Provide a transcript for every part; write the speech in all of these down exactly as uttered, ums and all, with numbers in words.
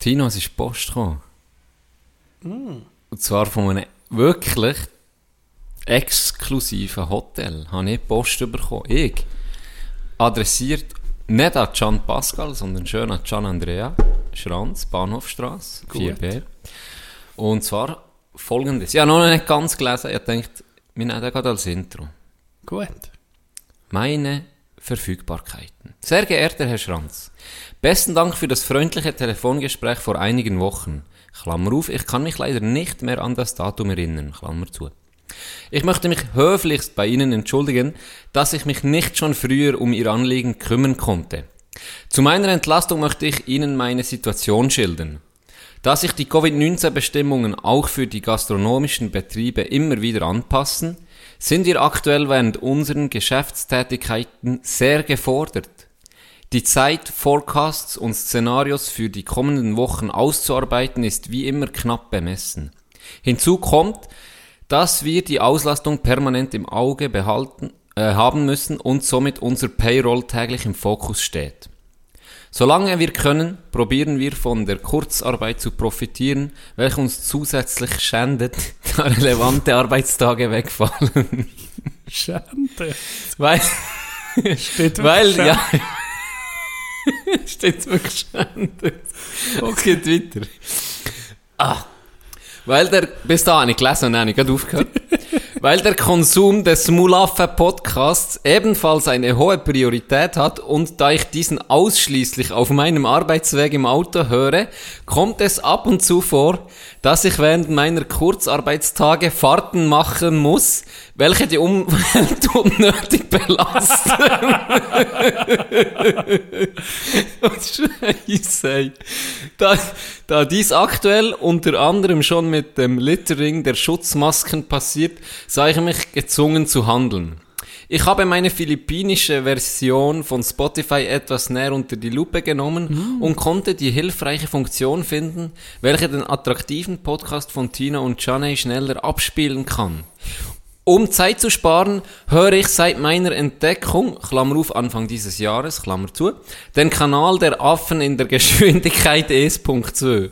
Tino, es ist Post gekommen. Mm. Und zwar von einem wirklich exklusiven Hotel. Habe ich Post bekommen. Ich. Adressiert nicht an Gian Pascal, sondern schön an Gian Andrea Schranz, Bahnhofstrasse, vier B. Und zwar folgendes. Ich habe noch nicht ganz gelesen. Ich dachte, wir nehmen das gerade als Intro. Gut. Meine Verfügbarkeiten. Sehr geehrter Herr Schranz, besten Dank für das freundliche Telefongespräch vor einigen Wochen. Klammer auf, ich kann mich leider nicht mehr an das Datum erinnern. Klammer zu. Ich möchte mich höflichst bei Ihnen entschuldigen, dass ich mich nicht schon früher um Ihr Anliegen kümmern konnte. Zu meiner Entlastung möchte ich Ihnen meine Situation schildern. Da sich die Covid neunzehn Bestimmungen auch für die gastronomischen Betriebe immer wieder anpassen, sind wir aktuell während unseren Geschäftstätigkeiten sehr gefordert. Die Zeit, Forecasts und Szenarios für die kommenden Wochen auszuarbeiten, ist wie immer knapp bemessen. Hinzu kommt, dass wir die Auslastung permanent im Auge behalten äh, haben müssen und somit unser Payroll täglich im Fokus steht. Solange wir können, probieren wir von der Kurzarbeit zu profitieren, welche uns zusätzlich schändet, da relevante Arbeitstage wegfallen. Schändet? Weil, Steht weil, wirklich ja, steht wirklich schändet. Es geht weiter. Ah. Weil der, bis da habe ich gelesen und dann habe ich gerade aufgehört. Weil der Konsum des Mulaffen-Podcasts ebenfalls eine hohe Priorität hat und da ich diesen ausschließlich auf meinem Arbeitsweg im Auto höre, kommt es ab und zu vor, dass ich während meiner Kurzarbeitstage Fahrten machen muss, welche die Umwelt unnötig belasten. Scheisse. Da, da dies aktuell unter anderem schon mit dem Littering der Schutzmasken passiert, sah ich mich gezwungen zu handeln. Ich habe meine philippinische Version von Spotify etwas näher unter die Lupe genommen mm. und konnte die hilfreiche Funktion finden, welche den attraktiven Podcast von Tina und Janey schneller abspielen kann. Um Zeit zu sparen, höre ich seit meiner Entdeckung, Klammer auf, Anfang dieses Jahres, Klammer zu, den Kanal der Affen in der Geschwindigkeit eins Punkt zwei.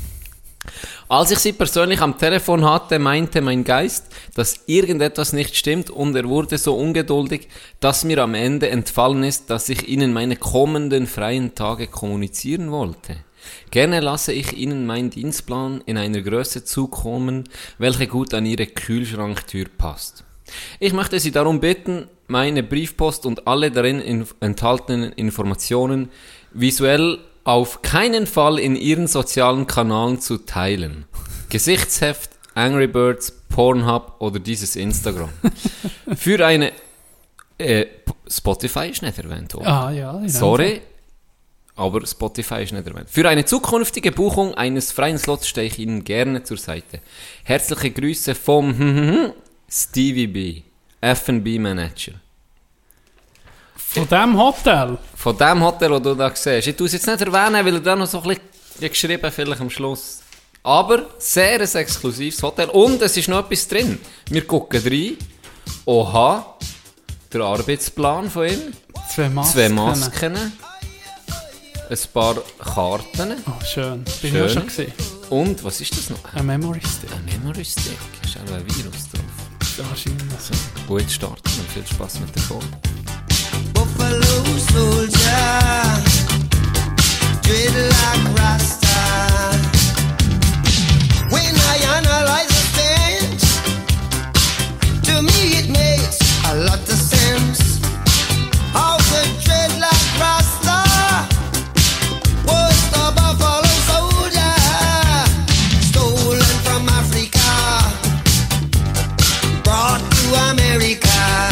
Als ich sie persönlich am Telefon hatte, meinte mein Geist, dass irgendetwas nicht stimmt und er wurde so ungeduldig, dass mir am Ende entfallen ist, dass ich Ihnen meine kommenden freien Tage kommunizieren wollte. Gerne lasse ich Ihnen meinen Dienstplan in einer Größe zukommen, welche gut an Ihre Kühlschranktür passt. Ich möchte Sie darum bitten, meine Briefpost und alle darin inf- enthaltenen Informationen visuell auf keinen Fall in Ihren sozialen Kanälen zu teilen. Gesichtsheft, Angry Birds, Pornhub oder dieses Instagram. Für eine... Äh, Spotify ist nicht erwähnt worden. Ah, ja. Sorry, aber Spotify ist nicht erwähnt. Für eine zukünftige Buchung eines freien Slots stehe ich Ihnen gerne zur Seite. Herzliche Grüße vom Stevie B, F and B Manager. Von diesem Hotel? Von dem Hotel, das du da siehst. Ich tue es jetzt nicht erwähnen, weil er da noch so ein bisschen geschrieben vielleicht am Schluss. Aber sehr ein exklusives Hotel. Und es ist noch etwas drin. Wir gucken rein. Oha, der Arbeitsplan von ihm. Zwei Masken. Zwei Masken. Ein paar Karten. Oh, schön. Bin Schön. ich schon gesehen. Und, was ist das noch? Ein Memory Stick. Ein Memory Stick. Da ist auch ein Virus drauf. Wahrscheinlich. So, gut jetzt starten und viel Spaß mit der Folge. Buffalo soldier, treat like Rasta. When I analyze the things, to me it makes a lot of sense. How to tread like Rasta was the Buffalo soldier, stolen from Africa, brought to America.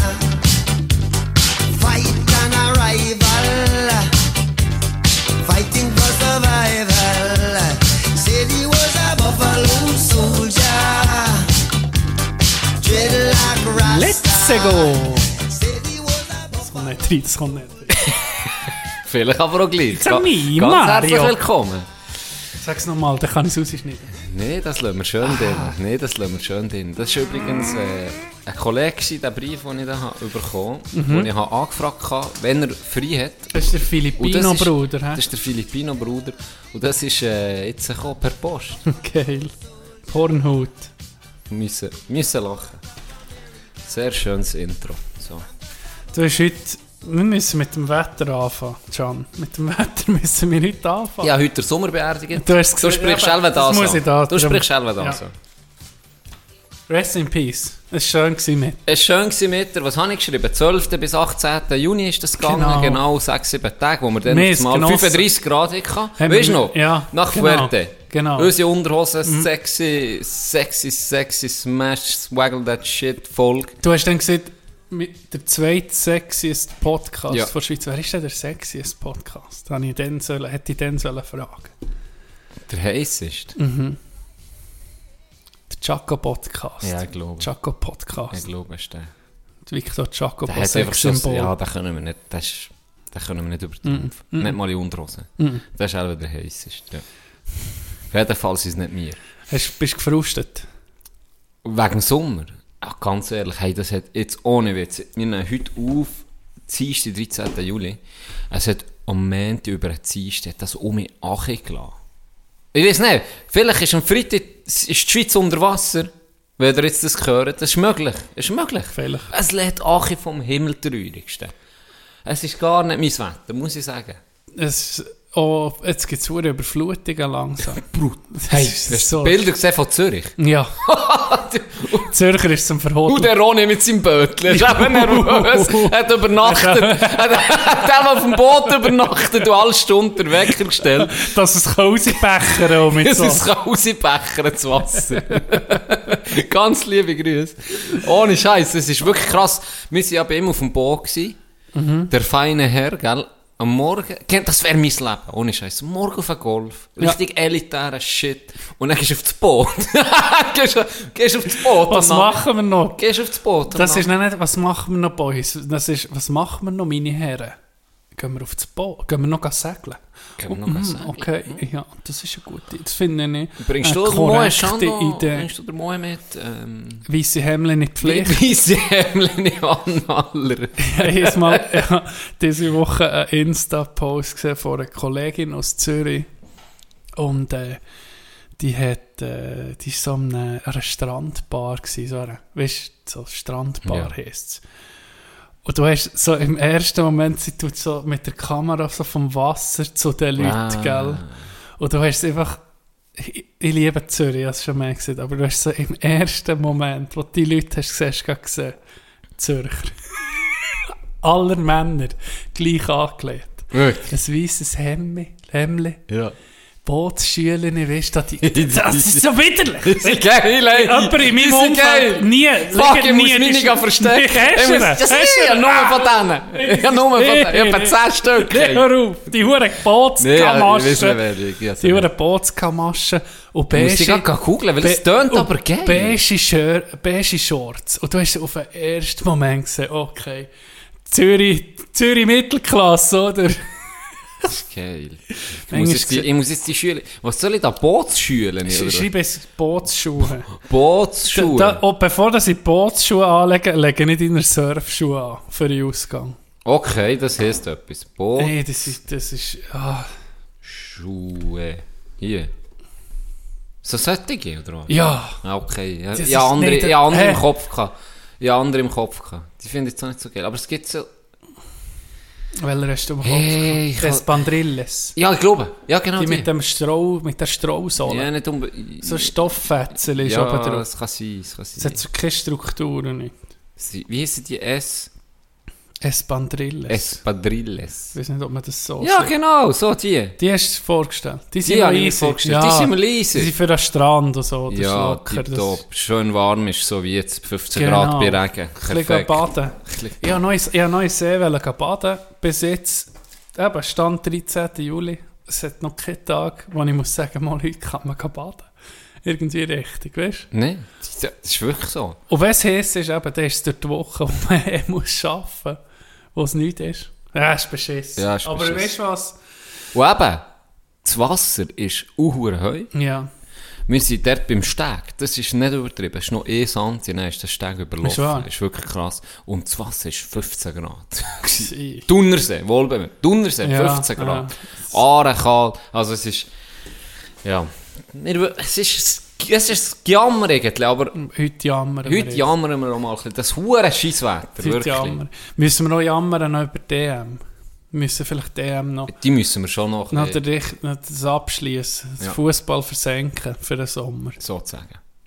Fight an arrival, fighting for survival. Said he was a buffalo soldier, dread like Rasta. Let's go! Said he was a Das kommt nicht rein, das kommt nicht rein. Vielleicht aber auch gleich. Sag mir, Ganz Mario. herzlich willkommen. Sag's nochmal, dann kann ich es rausschneiden. Nee, das lassen wir schön drin. Nee, das lassen wir schön drin. Das ist übrigens äh, ein Kollege gewesen, der Brief, den ich da habe bekommen habe, Mhm. den ich habe angefragt habe, wenn er frei hat. Das ist der Und das ist- Filipino-Bruder, Das hä? ist der Filipino-Bruder. Und das ist äh, jetzt gekommen per Post. Geil. Pornhut. Wir müssen, müssen lachen. Sehr schönes Intro. So. Du hast heute... Wir müssen mit dem Wetter anfangen, Can. Mit dem Wetter müssen wir heute anfangen. Ja, heute der Sommerbeerdigung. Du hast Du gesagt, sprichst ja, selber das das muss an. ich da Du drum- sprichst selber das Ja. an. Rest in Peace. Es war schön gewesen mit. Es war schön gewesen mit dir. Was habe ich geschrieben? zwölften bis achtzehnten Juni ist das gegangen. Genau. Genau sechs, sieben Tage, wo wir dann Wir auf mal haben es genossen. fünfunddreißig Grad hatten. Haben Weißt du wir- noch? ja, Nach genau. Fuerte. Genau. Unsere Unterhose, sexy, sexy, sexy, smash, swaggle that shit, Folge. Du hast dann gesagt, mit der zweite sexiest Podcast Ja. von der Schweiz. Wer ist denn der sexiest Podcast? Habe ich den sollen, hätte ich den sollen fragen. Der heissest. Mhm. Der Chaco Podcast. Ja, ich glaube. Chaco Podcast. Ich glaube, es ist der. Der Victor Chaco Der hat einfach schon, Symbol. ja, den können wir nicht, das ist, den können wir nicht übertrumpfen. Mm, mm. Nicht mal in Unterhose. Mm. Das ist einfach der heisseste. Ja. Auf jeden Fall ist es nicht mir. Hast, bist du gefrustet? Wegen dem Sommer? Ach, ganz ehrlich, hey, das hat jetzt ohne Witz. Wir nehmen heute auf, Dienstag, dreizehnten Juli. Es hat am Montag über den Dienstag das um mich gelassen. Ich weiß nicht, vielleicht ist am Freitag ist die Schweiz unter Wasser. Wenn ihr jetzt das hört, das ist möglich. Das ist möglich. Vielleicht. Es lädt Achi vom Himmel traurigsten. Es ist gar nicht mein Wetter, muss ich sagen. Es, oh, jetzt gibt es Überflutungen langsam. Hey, Das ist hast so- du Bilder gesehen von Zürich? Ja, Zürcher ist zum Und Verhodeln. der Ronny mit seinem Bötchen, ist eben nervös, hat übernachtet, hat, hat eben auf dem Boot übernachtet und alle Stunden den Wecker gestellt. Dass es cozy Becher und mit Es so. ist rausbecher ins Wasser. Ganz liebe Grüße. Ohne Scheiß, es ist wirklich krass. Wir waren ja bei ihm auf dem Boot gewesen. Der feine Herr, gell? Am Morgen, Kennt- das wäre mein Leben, ohne Scheiß. Morgen auf den Golf, richtig elitärer Shit. Und dann gehst du auf das Boot. gehst, gehst auf das Boot. Was am Abend. machen wir noch? Gehst auf das Boot. am Das ist Abend. nicht, was machen wir noch, Boys? Das ist, was machen wir noch, meine Herren? Gehen wir auf das Boot? Gehen wir noch segeln? Gehen wir noch Mhm, segeln. Okay, ja, das ist eine gute. Das finde ich Bringst du eine den Moe korrekte schon Idee. Bringst du den Moe mit? Ähm, Weisse Hemden nicht Pflicht. Weisse Hemden Anhaller. Ich habe jetzt mal ja, diese Woche einen Insta-Post gesehen von einer Kollegin aus Zürich. Und äh, die hat, äh, die ist so an einer, einer Strandbar gewesen, so eine, weißt du, so Strandbar Ja. heisst es. Und du hast so im ersten Moment, sie tut so mit der Kamera so vom Wasser zu den Leuten, Ah. gell? Und du hast einfach, ich, ich liebe Zürich, ich habe es schon mal gesagt, aber du hast so im ersten Moment, wo du die Leute hast gesehen, hast du gerade gesehen, Zürcher. Aller Männer gleich angelegt. Wirklich? Ein weisses Hemmi, Hemli, Ja. Bootsschüler, weißt du, die, das ist so widerlich. Das ist geil, ey. Jemand in meinem Das ist Umfeld, geil. nie, Fuck, liegt ich muss nie mich die- nicht verstecken. Ich hast Ich du muss- ihn? Das Hast ist du ja ihn? nur Ah! von denen. Ich habe nur von denen. Ich habe zehn Stück. Nee, hör auf, die huren Nee, ich weiß Bootskamaschen. nicht, wer ich- ich- Die huren Bootskamaschen und Ich muss die beige... gerade googeln, weil es Be- tönt und aber geil. Beige, Schör, beige Shorts. Und du hast auf den ersten Moment gesehen, okay, Zürich, Zürich Mittelklasse, oder? Das ist geil. Ich Manchmal muss, jetzt die, se- ich muss jetzt die Schüler... Was soll ich da? Bootsschüler? Sch- oder? Schreib es Bootsschuhe. Bootsschuhe. Da, oh, bevor dass ich Bootsschuhe anlege, lege ich nicht in Surfschuhe an für den Ausgang. Okay, das heisst etwas. Nee, das ist... Das ist ah. Bootsschuhe. Hier. So solche, oder was? Ja, Ah, okay. Ja, Das ja, ist andere, nicht- ja, andere Hä? im Kopf gehabt. Ja, andere im Kopf gehabt. Die finde ich jetzt auch nicht so geil. Aber es gibt so... welcher hast du im Kopf? Hey, ich Des hab- Bandrilles. Ja, ich glaube. Ja, genau Die die. mit dem Stroh, mit der Strohsohle. Ja, nicht um... So Stofffetzen ist ja, oben drauf. es kann sein, es kann Es sein. hat so keine Strukturen nicht. Sie- Wie heissen die? S... Espandrilles. Espadrilles. Ich weiß nicht, ob man das so Ja, sagt. genau, so die. Die hast du vorgestellt. Die sind Die habe ich mir easy. vorgestellt. Ja, Die sind mir die easy. sind für den Strand und so. Das ist Ja, locker. tipptopp. Schön warm ist, so wie jetzt fünfzehn Genau. Grad bei Regen. Ein bisschen Perfekt. baden. Bisschen- Ich habe noch in- ich habe noch in See wollen gehen baden. Bis jetzt, eben, Stand dreizehnten Juli. Es hat noch keinen Tag, wo ich muss sagen, mal heute kann man gehen baden. Irgendwie richtig, weißt du? Nein, das ist wirklich so. Und wenn es heiß ist, eben, dann ist es durch die Woche, wo man eh muss arbeiten muss, wo es nichts ist. Ja, ist beschissen. Ja, ist Aber beschissen. weißt du was? Und eben, das Wasser ist unhuere heu. Ja. Wir sind dort beim Steg. Das ist nicht übertrieben. Es ist noch eh Sand, dann ist der Steg überlaufen. Ist wahr? Das ist wirklich krass. Und das Wasser ist fünfzehn Grad. Sie. Thunersee, wohlbemerkt. Thunersee, Ja, fünfzehn Grad. ja. Aarenkalt. Also es ist... Ja. Wir- Es ist... Es ist ein Gejammer eigentlich, aber... Heute jammern wir Heute jetzt. jammern wir noch mal ein bisschen. Das hure Scheisswetter, Heute wirklich. jammern. Müssen wir noch jammern noch über D M? Müssen vielleicht D M noch... Die müssen wir schon noch ein Noch, bisschen, der, Richt- noch das abschließen, das Ja. Fußball versenken für den Sommer. sozusagen.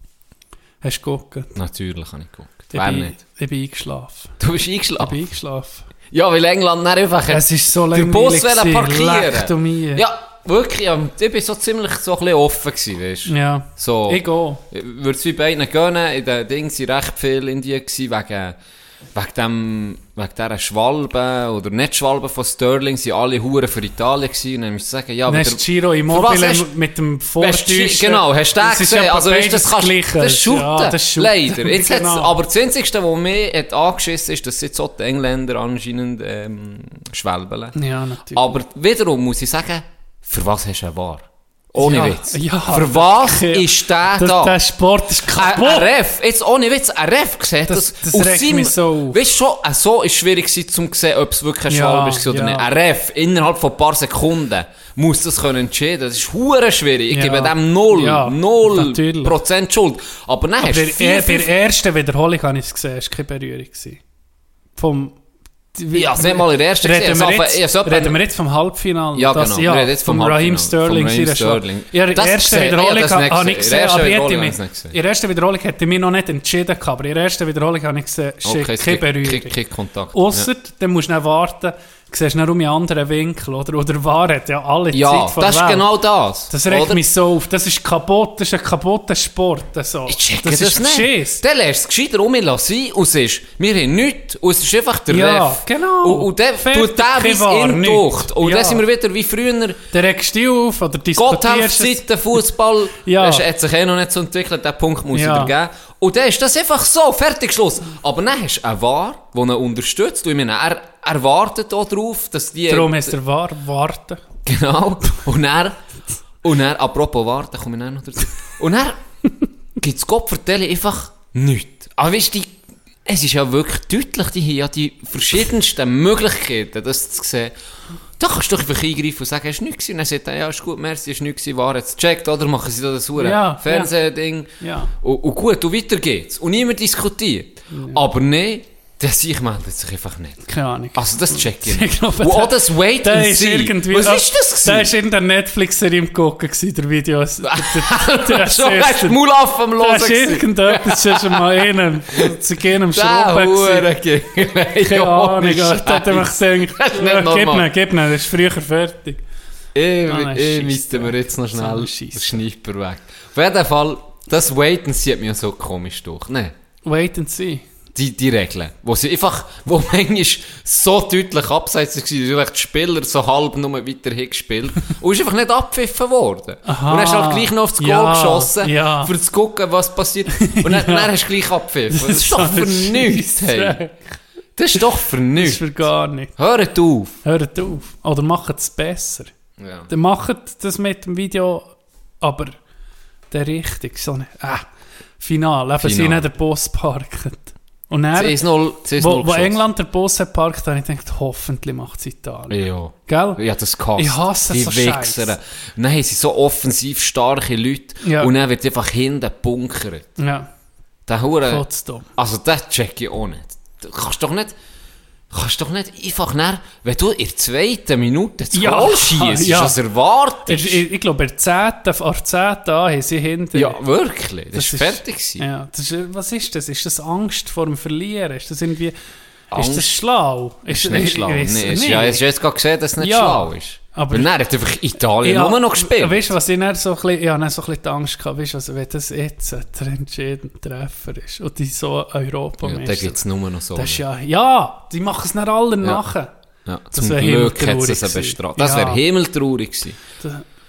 Hast du geguckt? Natürlich habe ich geguckt. Ich Wer bin, nicht? ich bin eingeschlafen. Du bist Ich eingeschlafen? bin eingeschlafen. Ja, weil England dann einfach... Es ist so den langweilig Bus wollen gewesen. parkieren. Leck du mir. Ja, wirklich. Ja, ich bin so ziemlich so ein bisschen offen gewesen, weißt du. Ja. So, Ich gehe. würde es wie beiden gönnen. In den Dingen waren recht viele in die gewesen, wegen, wegen dem, wegen dieser Schwalbe oder nicht Schwalbe von Sterling, sind alle Huren für Italien gewesen. Und dann musst du sagen, ja, Dann wieder- hast du Giro Für was Immobile hast- mit dem Hast du- Vortäuschen. Genau, hast du den Das ist gesehen? ja Also, weißt, du, beides das kannst, Gleiche. das ist Shooten, Ja, das ist Shooten. leider. Jetzt hat's, Genau. aber das Einzige, was mich hat angeschissen ist, dass jetzt auch die Engländer anscheinend ähm, schwelbeln. Ja, natürlich. Aber wiederum muss ich sagen, für was hast du einen V A R? Ohne Ja, Witz. ja, für was ja. ist der das, da? der Sport ist Ein, kaputt. ein Ref, jetzt ohne Witz, ein Ref sieht Das- das, das aus regt seinem- mich so auf. Weißt du schon, äh, so ist es schwierig gewesen, um zu sehen, ob es wirklich ein Ja, Schwalbe ist oder ja. nicht. Ein Ref, innerhalb von ein paar Sekunden, muss das können entscheiden. Das ist hure schwierig. Ich Ja. gebe dem null, Ja, null natürlich. Prozent Schuld. Aber nein, Aber hast bei, du vier, bei fünf... der ersten Wiederholung habe ich es gesehen, es war keine Berührung. Gewesen. Vom... Ja, es nicht mal in der ersten Reden, gesehen. wir Also, jetzt, ich hab reden etwa- wir jetzt vom Halbfinale? Ja, Das- genau. Wir reden jetzt vom vom Raheem Halbfinale. Sterling. Vom Raheem seiner Schwalbe. Sterling. Ja, in der Das ersten gesehen, Wiederholung ja, das ha- nicht habe ich gesehen. gesehen, In der ersten aber ich hätte Wiederholung mich, habe ich es nicht gesehen. in der ersten Wiederholung hätte ich mich noch nicht entschieden gehabt, aber in der ersten Wiederholung habe ich gesehen, Okay, keine es gibt Berührung. kein- kein Kontakt. Ausser, dann musst du dann warten, siehst du dann um einen anderen Winkel, oder? Oder V A R hat ja alle Ja, Zeit von das der ist Welt. genau das. Das regt oder? mich so auf. Das ist kaputt, das ist ein kaputter Sport. So. Ich checke das, das, ist nicht. Geschiss. Dann lässt es gescheiter um mich sein und siehst, wir haben nichts und es ist einfach der Ja, Ref. genau. Und, und der Fertig, tut der kein wie V A R, in nichts. Ducht. Und Ja. dann sind wir wieder wie früher, Der regst dich auf oder Gott diskutierst hilft es. Seiten Fußball, Ja. das hat sich eh noch nicht so entwickelt, den Punkt muss Ja. ich dir geben. Und dann ist das einfach so, fertig, Schluss. Aber dann hast du einen V A R, der ihn unterstützt. Und ich meine, er, er wartet auch darauf, dass die... Darum ist der V A R warten. Genau. Und er, und er, apropos warten, komme ich dann noch dazu. Und er gibt es Gott vertellen einfach nichts. Aber weißt du, die- es ist ja wirklich deutlich, die haben ja die verschiedensten Möglichkeiten, das zu sehen. Da kannst du doch einfach eingreifen und sagen, es war nichts gewesen. Und dann sagt er, ja, ist gut, merci, es war nichts gewesen, war jetzt gecheckt, oder machen sie da das hure Ja, Fernsehding. Ja. Und, und gut, und weiter geht's. Und niemand diskutiert. Aber nein, der sich meldet sich einfach nicht. Keine Ahnung. Also das check ich Ich nicht. glaube, Und auch der- das Wait Der and ist See. irgendwie... Was ist das Der gewesen? ist in der Netflix-Serie im Gucken gewesen, der Video. Der, der, der Schon hast du Maul auf am Da Losen ist gewesen. irgendetwas schon mal innen. Zu gehen am Der Schrauben gewesen. Hure Keine Ahnung. Ich Scheiß. hat einfach gedacht, Das ist nicht ja, gib normal. mir, gib mir, das ist früher fertig. Ich, Ah, nein, ich Scheisse. müsste mir jetzt noch So schnell ein den Scheisse. Schneiper weg. Auf jeden Fall, das Wait and See hat mir so komisch durch. Nein. Wait and see. Die, die Regeln, wo sie einfach, wo manchmal so deutlich abseits waren, dass die Spieler so halb nur weiter hingespielt und ist einfach nicht abgepfiffen worden. Aha. Und dann hast du halt gleich noch aufs Goal Ja, geschossen, ja. für zu gucken, was passiert. Und dann, dann hast du gleich abgepfiffen. Das ist doch für nichts, hey. Das ist doch für Das ist nichts. für gar nichts. Hört auf. Hört auf. Oder macht es besser. Ja. Dann macht das mit dem Video, aber der richtig, so nicht. Ah, Final, eben sie Final. nicht den Bus parken. Und dann, C S null, C S null wo, wo geschossen. England den Bus hat parkt, habe ich gedacht, hoffentlich macht es Italien. Ja. Gell? Ja, das gehasst. Ich hasse die so Wichser. Scheiß. Nein, sie sind so offensiv starke Leute Ja. und dann wird einfach hinten bunkert. Ja, Der Hure. trotzdem. Also das check ich auch nicht. Du kannst doch nicht, kannst doch nicht einfach nach, wenn du in der zweiten Minute das Ja, Goal schiessest, ja. was erwartest. Ich, ich, ich glaube, der zehnten, an zehnten an haben sie hinten... Ja, wirklich. Das, Das ist ist- fertig gewesen. Ja, das ist, was ist das? Ist das Angst vor dem Verlieren? Ist das irgendwie... Angst? Ist das schlau? Ist nicht schlau. Ich weiss Nee, ist, nicht. ja, hast du jetzt gerade gesehen, dass es nicht Ja, schlau ist. aber- Weil dann hat einfach Italien Ja, nur noch gespielt. Weißt du, was ich dann so ein bisschen, ich habe dann so ein bisschen die Angst gehabt, weißt du, also, wenn das jetzt der entscheidende Treffer ist und die so Ja, Europameister... da gibt es nur noch so. das ist ja... Ja, die machen es nicht alle Ja. nachher. ja, das zum wär Glück hat himmeltraurig es gewesen. bestraft. Das Ja. wäre himmeltraurig gewesen. Die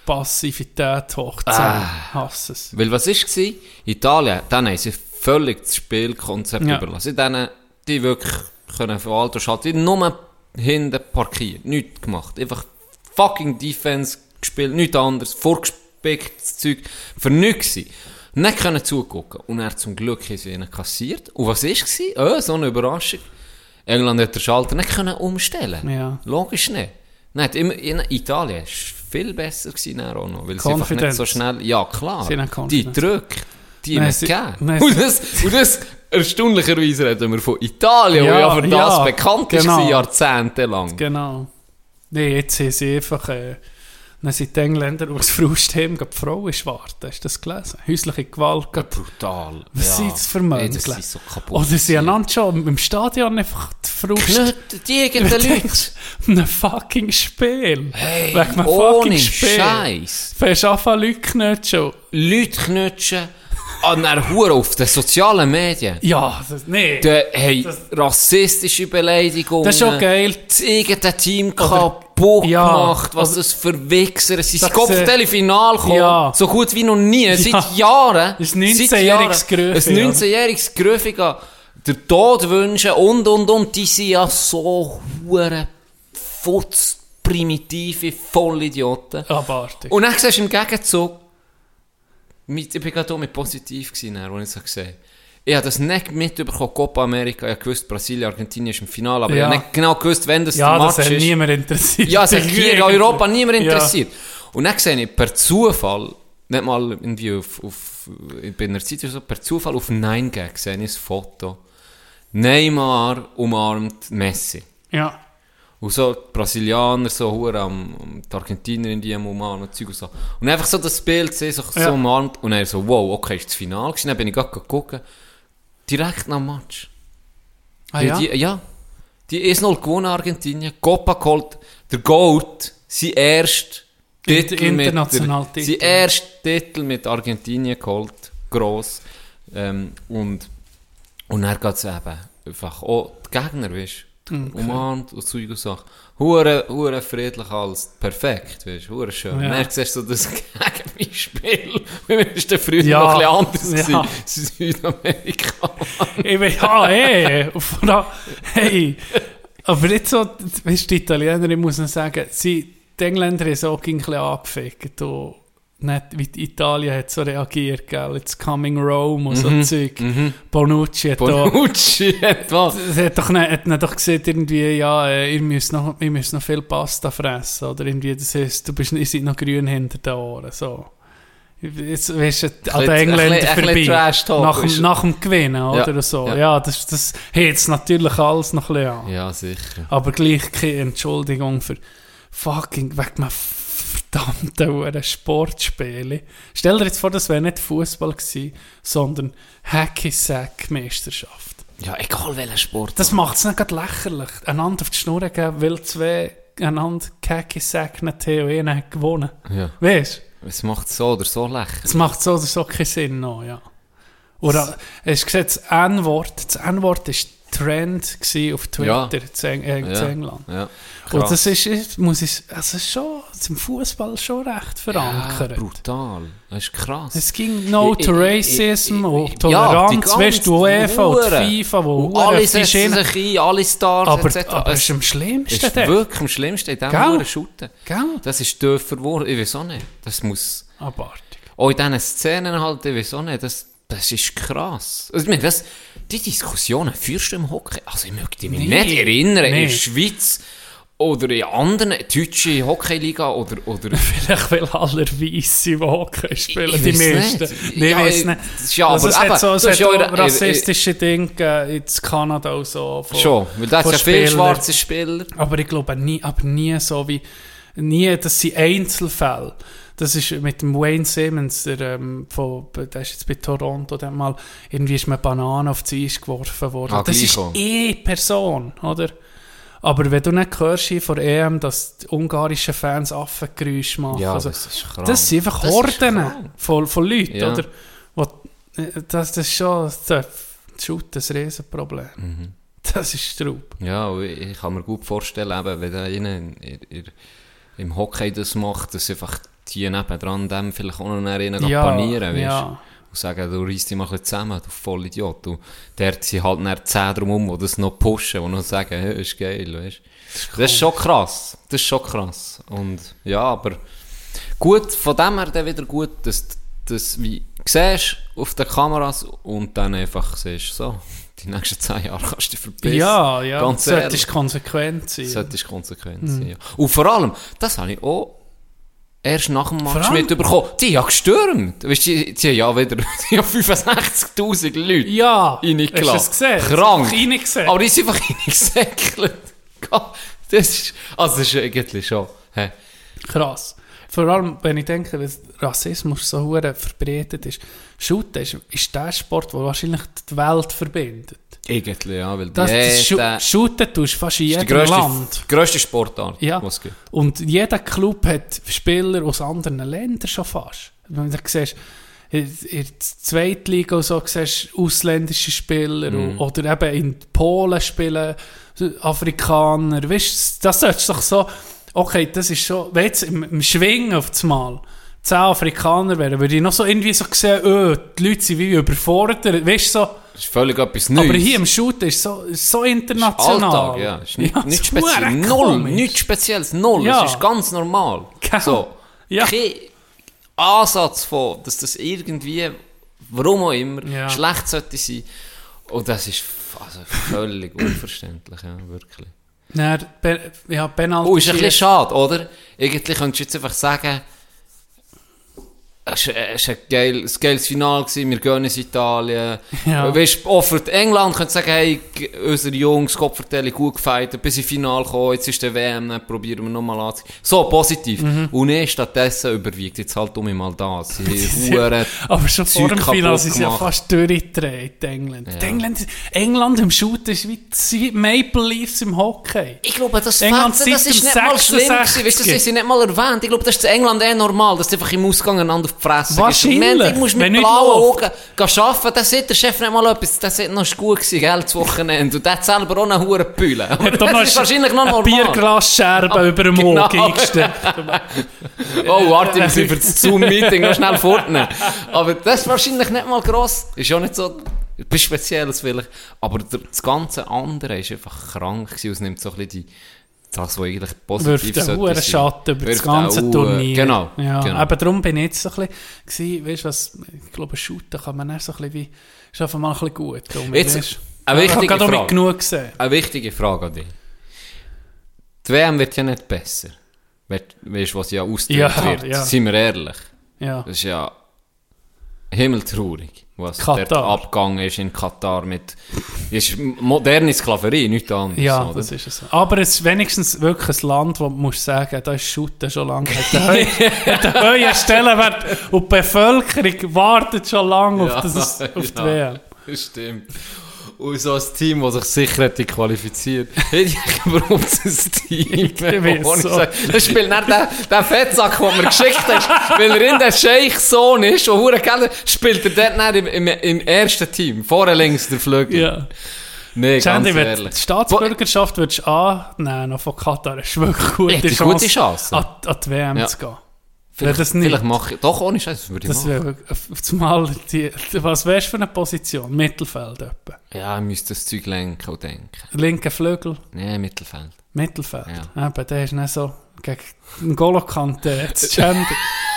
Passivität hoch zehn. Ah. Hasse es. Weil was war? Italien, dann haben sie völlig das Spielkonzept Ja. überlassen. Denen, die wirklich können von Alter schalten, die nur hinten parkiert, nichts gemacht. Einfach fucking Defense gespielt, nichts anderes, vorgespielt gepickt, das Zeug, für nichts gewesen. Nicht können zugucken. Und er zum Glück ist ihnen kassiert. Und was war es? Oh, so eine Überraschung. England hat den Schalter nicht können umstellen. Ja. Logisch nicht. Nein, in, in Italien war es viel besser gewesen auch noch, weil sie einfach Confidence. nicht so schnell... Ja, klar. Sie haben Die Confidence. Drücke, die Nein, haben sie- gegeben. nein, Und sie- das, und das erstaunlicherweise reden wir von Italien, Ja, wo ja für das ja, bekannt genau. war, jahrzehntelang. Genau. Nee, jetzt haben sie einfach... Äh, dann sind die Engländer aus Frustheim die Frauen warten. Hast du das gelesen? Häusliche Gewalt. Ja, brutal. Was ja. sind das für Ey, Menschen? das ist so kaputt. Oder sie einander schon im Stadion einfach die Frust... Knütten die irgendeine Leute. Ein fucking Spiel. Hey, Wegen einem ohne fucking Spiel. Scheiß. Fährst du an Leute knutschen? Leute knutschen an einer Hure auf den sozialen Medien. Ja, das, nee. Da haben rassistische Beleidigungen. Das ist schon geil. Das eigene Team kaputt ja, gemacht. Was oder- das für Wichser. Sie sind Sag's, äh, Kopftelfinal gekommen. ja. So gut wie noch nie. Ja. Seit Jahren. Das ist ein Seit neunzehnjähriges Jahren. Gröfi, Ein neunzehnjähriges Gröfi an der Tod wünschen und, und, und. Die sind ja so hure futz, primitive Vollidioten. Abartig. Und dann siehst du im Gegenzug, mit, ich war gerade auch mit positiv gewesen, als ich es gesehen habe. Ich habe das nicht mitbekommen, Copa America, ich habe gewusst, Brasilien, Argentinien ist im Finale, aber Ja. ich habe nicht genau gewusst, wenn das Ja, der das Match hat ist. niemand interessiert. Ja, es hat hier in Europa niemand Ja. interessiert. Und dann sehe ich per Zufall, nicht mal irgendwie auf, auf bei einer Zeit oder so, per Zufall auf Nine Gag sehe ich ein Foto. Neymar umarmt Messi. Ja. Und so die Brasilianer, so hure am, am die Argentinier in die am umarmen und Zeug und so. Und einfach so das Bild sehen, so, Ja. so umarmt. Und er so, wow, okay, ist das Finale gewesen. Dann bin ich gerade gucken. Direkt nach dem Match. Ah Die- ja? Die, ja. Die eins null gewonnen, Argentinien. Copa geholt. Der Gold, sein erster Inter- Titel mit, international der, Titel. sein erster Titel mit Argentinien geholt. Gross. Ähm, und, und dann geht es eben einfach auch die Gegner, weißt du, Okay. umarmt und Zeug und Sachen. Hure, hure friedlich alles. Perfekt, weißt du, hure schön. Ja. Ja. Dann siehst du so das Gegenspiel. Wie war der früher Ja. noch ein bisschen Ja. anders gewesen? Südamerika. Ich bin, ja, hey, vor allem- hey. Aber nicht so, weißt du, die Italiener, ich muss noch sagen, sie, die Engländer haben so ein bisschen angefickt. Und nicht, wie die Italien hat so reagiert, gell? It's coming Rome und so Zeug. Bonucci hat da... Bonucci hat was? Es hat doch nicht, hat nicht doch gesagt, irgendwie, ja, äh, ihr müsst noch, ihr müsst noch viel Pasta fressen, oder irgendwie, das heisst, du bist, ihr seid noch grün hinter den Ohren, so. Jetzt, weißt du, an den bisschen- Engländern ein bisschen- ein bisschen vorbei, Trash-Talk nach, ist- dem- nach dem Gewinnen, oder Ja, so. Ja, ja. das, das hebt es natürlich alles noch ein bisschen an. Ja, sicher. Aber gleich keine Entschuldigung für fucking, wegen einem verdammten Uhren Sportspiele. Stell dir jetzt vor, das wäre nicht Fußball gewesen, sondern Hacky-Sack-Meisterschaft. Ja, egal welcher Sport. Das macht es nicht gerade lächerlich. Einander auf die Schnur geben, weil zwei einander Hacky-Sack nicht T O E haben gewonnen. Ja. Weißt du? Es macht so oder so lächerlich. Es macht so oder so keinen Sinn noch, ja. Oder, hast du gesehen, das N-Wort, das N-Wort war Trend gewesen auf Twitter Ja. zu, Eng äh, zu Ja. England. Ja. Und Krass. das ist, ist- muss ich, also ist schon, das ist im Fußball schon recht verankert. Ja, brutal. Das ist krass. Es ging No Ich- to ich- Racism ich- ich- und ja, Toleranz, die ganze weißt du, UEFA und Hure. FIFA, wo Und Hure alle auf die setzen Schiene- sich ein, alle Stars aber, et cetera. aber es ist Es am schlimmsten ist dort. wirklich am schlimmsten in diesem Gell? Huren Shooten. Gell? Das ist tief verworren. Ich weiß auch nicht. Das muss... Abartig. Auch in diesen Szenen halt, ich weiß auch nicht. Das, das ist krass. Also, ich meine, das, die Diskussionen führst du im Hockey. Also ich möchte mich Nee. nicht erinnern, Nee. in der Schweiz oder in anderen deutschen Hockeyliga oder... oder Vielleicht will alle Weisse, die Hockey spielen, Ich die weiss meisten. nicht. Nee, ich Ja, weiss ich- nicht. das ist ja Also aber es hat eben, so, es das hat ist ja auch ihre- rassistische Dinge gegeben in Kanada und so. Von, Schon, weil da hat von ja viele Spielern. schwarze Spieler. Aber ich glaube nie, aber nie so wie, nie, das sind Einzelfälle. Das ist mit dem Wayne Simmons, der, ähm, von, der ist jetzt bei Toronto, der hat mal, irgendwie ist mir Banane auf die Eis geworfen worden. Ah, das gleich ist auch. eh Person, oder? Aber wenn du nicht hörst hier vor E M, dass die ungarischen Fans Affengeräusche machen, Ja, also, das ist krank. das sind einfach Das ist Horden krank. von, von Leuten, Ja. oder? Wo, äh, das, das ist schon, das Shoot ein Riesenproblem. Mhm. Das ist Straub. Ja, und ich, ich kann mir gut vorstellen, eben, wenn da innen in, in, im Hockey das macht, dass einfach die nebendran dem vielleicht auch noch innen Ja, panieren, weißt ja. und sagen, du reißt dich mal ein bisschen zusammen, du Vollidiot. Du, dort sind halt dann zehn drumherum, die das noch pushen, die noch sagen, hey, ist geil, weißt du. Das ist schon krass. Das ist schon krass. Und ja, aber Gut, von dem her dann wieder gut, dass das wie siehst auf den Kameras und dann einfach siehst, so, die nächsten zehn Jahre kannst du dich verbissen. Ja, ja, ganz solltest ehrlich. konsequent sein. Solltest konsequent sein, ja. Und vor allem, das habe ich auch erst nach dem Match allem- mitbekommen. Die haben gestürmt. Weißt du, die, die haben ja wieder die haben fünfundsechzigtausend Leute Ja, reingelassen. hast du es gesehen? Krank. Hast du reingesehen? Aber die sind einfach reingesäckelt. Das ist, also das ist eigentlich schon, hä? Krass. Vor allem, wenn ich denke, dass Rassismus so hure verbreitet ist. Shooten ist, ist der Sport, der wahrscheinlich die Welt verbindet. Irgendwie, ja, weil Das, das jeder- Schu- Shooten tust du fast in ist die jedem grösste, Land. grösste Sportart, Ja. was es gibt. Und jeder Club hat Spieler aus anderen Ländern schon fast. Wenn du siehst, in in der zweiten Liga und so siehst du ausländische Spieler Mhm. oder eben in Polen spielen Afrikaner. Weißt du, das solltest du doch so, okay, das ist schon, wenn jetzt im, im Schwingen auf das Mal zehn Afrikaner wären, würde ich noch so irgendwie so sehen, oh, die Leute sind wie überfordert. Weißt du, so, Das ist völlig etwas Neues. aber hier im Shooten ist es so, ist so international. Alltag, ja. Ist nicht, Ja, nicht ist speziell. verdammt Null. komisch. Nichts Spezielles. Null. Ja. Es ist ganz normal. Genau. So. Ja. Kein Ansatz von, dass das irgendwie, warum auch immer, Ja. schlecht sollte sein. Und das ist f- also völlig unverständlich, ja, wirklich. Nein, Be ja, Penalty. Oh, ist ein bisschen schade, oder? Irgendwie könntest du jetzt einfach sagen, es war es war ein, geil, ein geiles Finale, gewesen, wir gehen ins Italien. Ja. Weißt du, offert England, könnte sagen, hey, g- unsere Jungs, Kopfverteilung gut gefeiert, bis ins Finale kommen, jetzt ist der W M, dann probieren wir nochmal anzuziehen. So, positiv. Mhm. Und nee, stattdessen überwiegt jetzt halt um mal das. Sie haben Aber schon vor dem Zeug Finale kaputt sind sie ja gemacht. fast durchgedreht, England. Ja. Die England. England im Shooten ist wie, sind wie Maple Leafs im Hockey. Ich glaube, das England Fetzen, das seit ist dem nicht mal schlimm gewesen. sechsundsechzig. Weißt du, das ist nicht mal erwähnt. Ich glaube, das ist in England eh normal, dass du einfach im Ausgang einander auf die Fresse Wahrscheinlich. Du musst mit Wenn nicht blauen läuft. Augen gehen arbeiten, dann sieht der Chef nicht mal etwas, das hat noch gut gewesen, gell, das Wochenende. Und der hat selber auch eine hure Pühle. Aber Hat doch das ist wahrscheinlich noch eine normal. Bierglasscherbe über dem Genau. Auge eingesteckt. Oh, warte, wir sind für das Zoom-Meeting noch schnell fortnehmen. Aber das ist wahrscheinlich nicht mal gross. Ist ja nicht so etwas Spezielles vielleicht. Aber der- das ganze andere ist einfach krank gewesen. Und es nimmt so ein bisschen die, das, was eigentlich positiv Wirft einen sollte hohen sein. Schatten über Wirft das ganze einen hohen- Turnier. Genau, Ja, genau. eben darum bin ich jetzt so ein bisschen, gewesen, weißt du was, ich glaube, Shooten kann man dann so ein bisschen wie, ist einfach mal ein bisschen gut. Darum, Jetzt, weißt du. eine Ich habe wichtige gerade auch mit Frage. genug gesehen. Eine wichtige Frage an dich. Die W M wird ja nicht besser. Weißt du, was ja ausgedrückt Ja, wird? ja. Seien wir ehrlich. Ja. Das ist ja himmeltraurig, was Katar. dort abgegangen ist in Katar mit... Das ist moderne Sklaverei, nichts anderes. Ja, oder? das ist es. Aber es ist wenigstens wirklich ein Land, wo du musst sagen, da ist Shooten schon lange, hat einen hohen- hat einen hohen Stellenwert und die Bevölkerung wartet schon lange auf, das, auf die W M. Das stimmt. Und so ein Team, das sich sicher hätte qualifiziert. Hätte ich überhaupt ein Team? weiß Wo ich so. sage, das spielt nicht der, der Fettsack, den du mir geschickt hast, weil er in der Scheich-Sohn ist, und hure Geld spielt er dort nicht im, im, im ersten Team. Vorne links der Flügel. Ja. Nee, ganz Sandy, wenn ehrlich. die Staatsbürgerschaft würdest du annehmen noch von Katar, hast du wirklich gute Echt, eine Chance, gute Chance. An, an die W M Ja. zu gehen. Vielleicht, das nicht. vielleicht mache ich... Doch, ohne Scheiß, das würde ich Das machen. wäre auf auf einmal die, was wärst du für eine Position? Mittelfeld etwa. Ja, ich müsste das Zeug lenken und denken. Linker Flügel, Nee, Mittelfeld. Mittelfeld. Ja. Eben, der ist nicht so gegen einen Golo-Kante zu gender.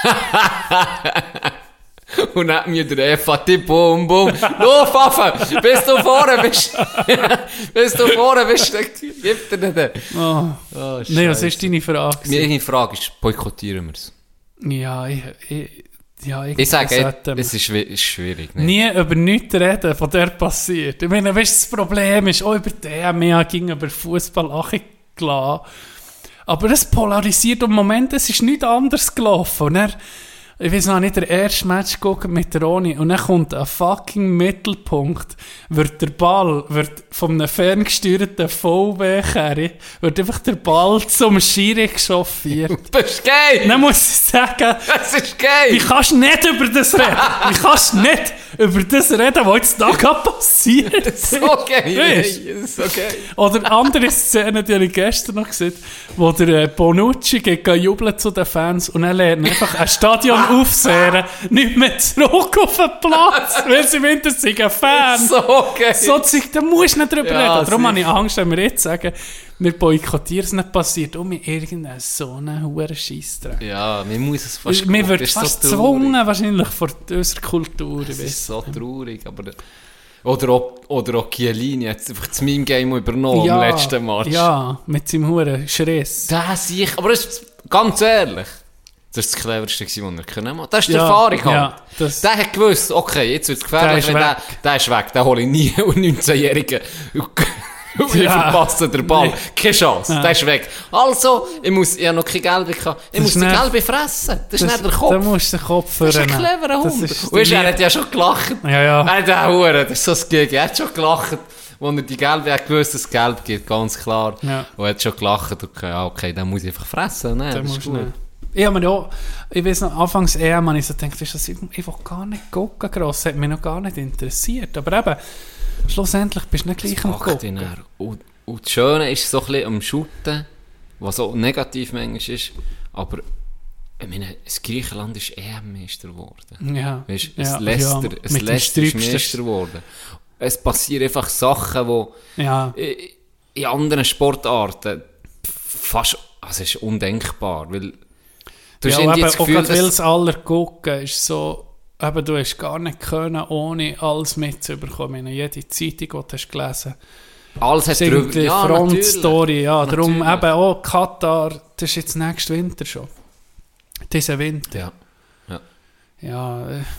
Und dann mir der F A T, bum, bum. Lauf, Affe! Bis du vorne bist. Bis du vorne bist, dann gibt er nicht. Oh. Oh, Nein, was Scheisse. ist deine Frage? Meine Frage ist, boykottieren wir es? Ja, ich, ich, ja, Ich sage, ey, sollten wir. es ist, schwi- ist schwierig. Ne? Nie über nichts reden, von der passiert. Ich meine, weißt du, das Problem ist, auch über die E M E ging über Fußball gelassen. Aber es polarisiert und im Moment, es ist nichts anderes gelaufen. Und dann, ich weiß noch nicht, der erste Match gucken mit der Roni und dann kommt ein fucking Mittelpunkt, wird der Ball, wird von einem ferngesteuerten V W-Kerry, wird einfach der Ball zum Schiri chauffiert. Das ist geil! Dann muss ich sagen, Das ist geil! wie kannst du nicht über das reden? Wie kannst du nicht über das reden, was jetzt da gerade passiert? So geil! Weißt? ey, so geil! Oder andere Szenen, die habe ich gestern noch gesehen, wo der äh, Bonucci geht jubeln zu den Fans und er lernt einfach ein Stadion aufsehen, nicht mehr zurück auf den Platz, weil sie winter sind ein Fan. So geil! So Zeug, da musst du nicht drüber Ja, reden. Darum sicher. habe ich Angst, wenn wir jetzt sagen, wir boykottieren es, nicht passiert um mir irgendeinen so einen hohen Scheissdreck. Ja, man muss es fast... Mir wird das ist fast so traurig. gezwungen, wahrscheinlich, vor unserer Kultur. Das ich ist weiss. so traurig, aber... Oder auch, oder auch Chiellini hat einfach das Meme-Game übernommen ja, im letzten Match. Ja, mit seinem hohen Schriss. Das ich, aber das ist, ganz ehrlich, das ist das Cleverste, was er können machen. Das ist die Ja, Erfahrung halt. ja, das- der hat gewusst, okay, jetzt wird es gefährlich, Der ist wenn weg. der, der ist weg, den hole ich nie und neunzehnjährigen und ich Ja. verpasse den Ball. Nee. Keine Chance, Ja. der ist weg. Also, ich muss, ich habe noch keine Gelbe gehabt, ich Das muss ist die nicht- Gelbe fressen. Das ist nicht der Da Kopf. musst du den Kopf Das ist ein führen. cleverer Das Hund. ist Und weißt, die er Liebe. hat ja schon gelacht. Ja, ja. Er hat auch Hure, das ist so das Gegen. Er hat schon gelacht, als er die Gelbe hat gewusst, dass es Gelb gibt, ganz klar. Ja. Und er hat schon gelacht, okay, ja, okay, dann muss ich einfach fressen. Nein, Den das ist musst du gut. nehmen. Ich habe mir auch, ich weiss noch, anfangs E M habe ich so gedacht, weißt du, das- ich, ich will gar nicht gucken, gross, das hat mich noch gar nicht interessiert. Aber eben, schlussendlich bist du nicht gleich am Packt ihn gucken. dann. Und, und das Schöne ist so ein bisschen am Shooten, was so negativ manchmal ist, aber ich meine, das Griechenland ist E M-Meister geworden. Ja. Weißt, ja, es Leicester, ja, es mit dem Leicester ist Sträubsten- Meister geworden. Es passieren einfach Sachen, die Ja, in- in anderen Sportarten fast, also es ist undenkbar, weil du ja hast aber irgendwie eben, das auch Gefühl, gerade weil dass, es alle gucken, ist so, eben, du hast gar nicht können, ohne alles mitzubekommen. Ich meine, jede Zeitung, die du hast gelesen hast, alles hat ist irgendwie drüber, ja, natürlich. Frontstory. Ja, darum Natürlich. eben auch Katar, das ist jetzt nächsten Winter schon. Diesen Winter. Ja. Ja. Ja, äh,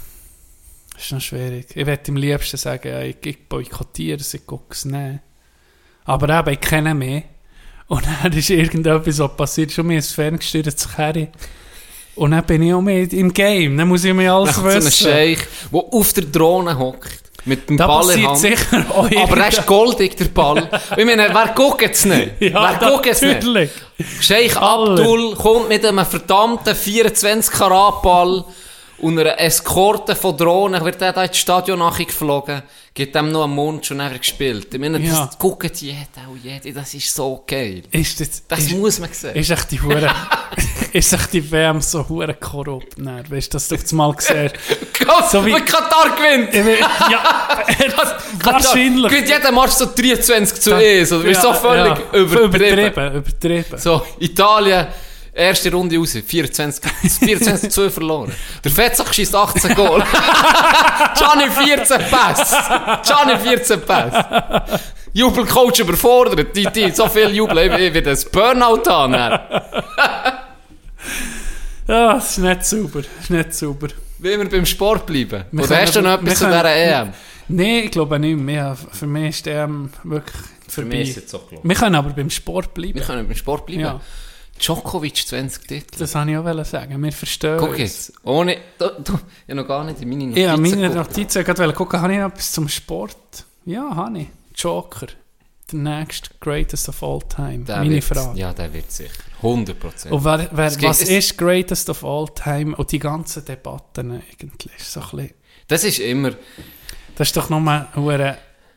ist noch schwierig. Ich würde am liebsten sagen, ja, ich, ich boykottiere es, ich gucke es nicht. Aber eben, ich kenne mich. Und dann ist irgendetwas so passiert, schon mir ist ferngesteuert zu Kerry. Und dann bin ich auch mit im Game, dann muss ich mir alles Dann kommt so ein wissen. Scheich, der auf der Drohne hockt, mit dem Da Ball in der passiert Hand. sicher auch Aber er ist goldig, der Ball. Ich meine, wer guckt es nicht? Ja, wer guckt es nicht? natürlich. Scheich Alle. Abdul kommt mit einem verdammten vierundzwanzig Karat Ball und einer Eskorte von Drohnen, wird er da ins Stadion nachgeflogen, gibt ihm noch einen Mund und dann gespielt. Ich meine, Ja. das guckt jeder, auch jeder, das ist so geil. Ist das, Das ist, muss man sehen. ist echt die Hure, ist echt die W M so hure korrupt? Nein, weißt du, dass du das mal siehst? so wie- wie Katar gewinnt! Ich will- ja, wahrscheinlich. Gewinnt jeden Match so dreiundzwanzig zu eins. Oder ist so Ja, völlig ja. übertrieben. Übertrieben, übertrieben. So, Italien, erste Runde raus, vierundzwanzig, vierundzwanzig zu zwei verloren. Der Fetzach schießt achtzehn Goal. Gianni vierzehn Pass. Gianni vierzehn Pass. Jubelcoach überfordert, die, die, so viel jubeln, ich will das Burnout haben. Ja, das ist nicht sauber. Das ist nicht sauber. Will wir beim Sport bleiben? Wir Oder hast du können- noch etwas zu wir dieser können- E M? Nein, ich glaube nicht mehr. Für mich ist der ähm, wirklich Für vorbei. mich ist es so gelaufen. Wir können aber beim Sport bleiben. Wir können beim Sport bleiben. Ja. Djokovic zwanzig Titel. Das wollte ich auch wollen sagen. Wir verstehen Guck uns. jetzt, ohne, du, du, ich habe noch gar nicht in meine Notizen Ja, meine geguckt. Notizen gerade wollen gucken. Habe ich noch etwas zum Sport? Ja, habe ich. Joker. Der nächste Greatest of All Time. Der Meine wird, Frage. Ja, der wird sicher. hundert Prozent. Und wer, wer, Es geht- was es- ist Greatest of All Time? Und die ganzen Debatten eigentlich. So ein bisschen, Das ist immer... das ist doch nochmal ein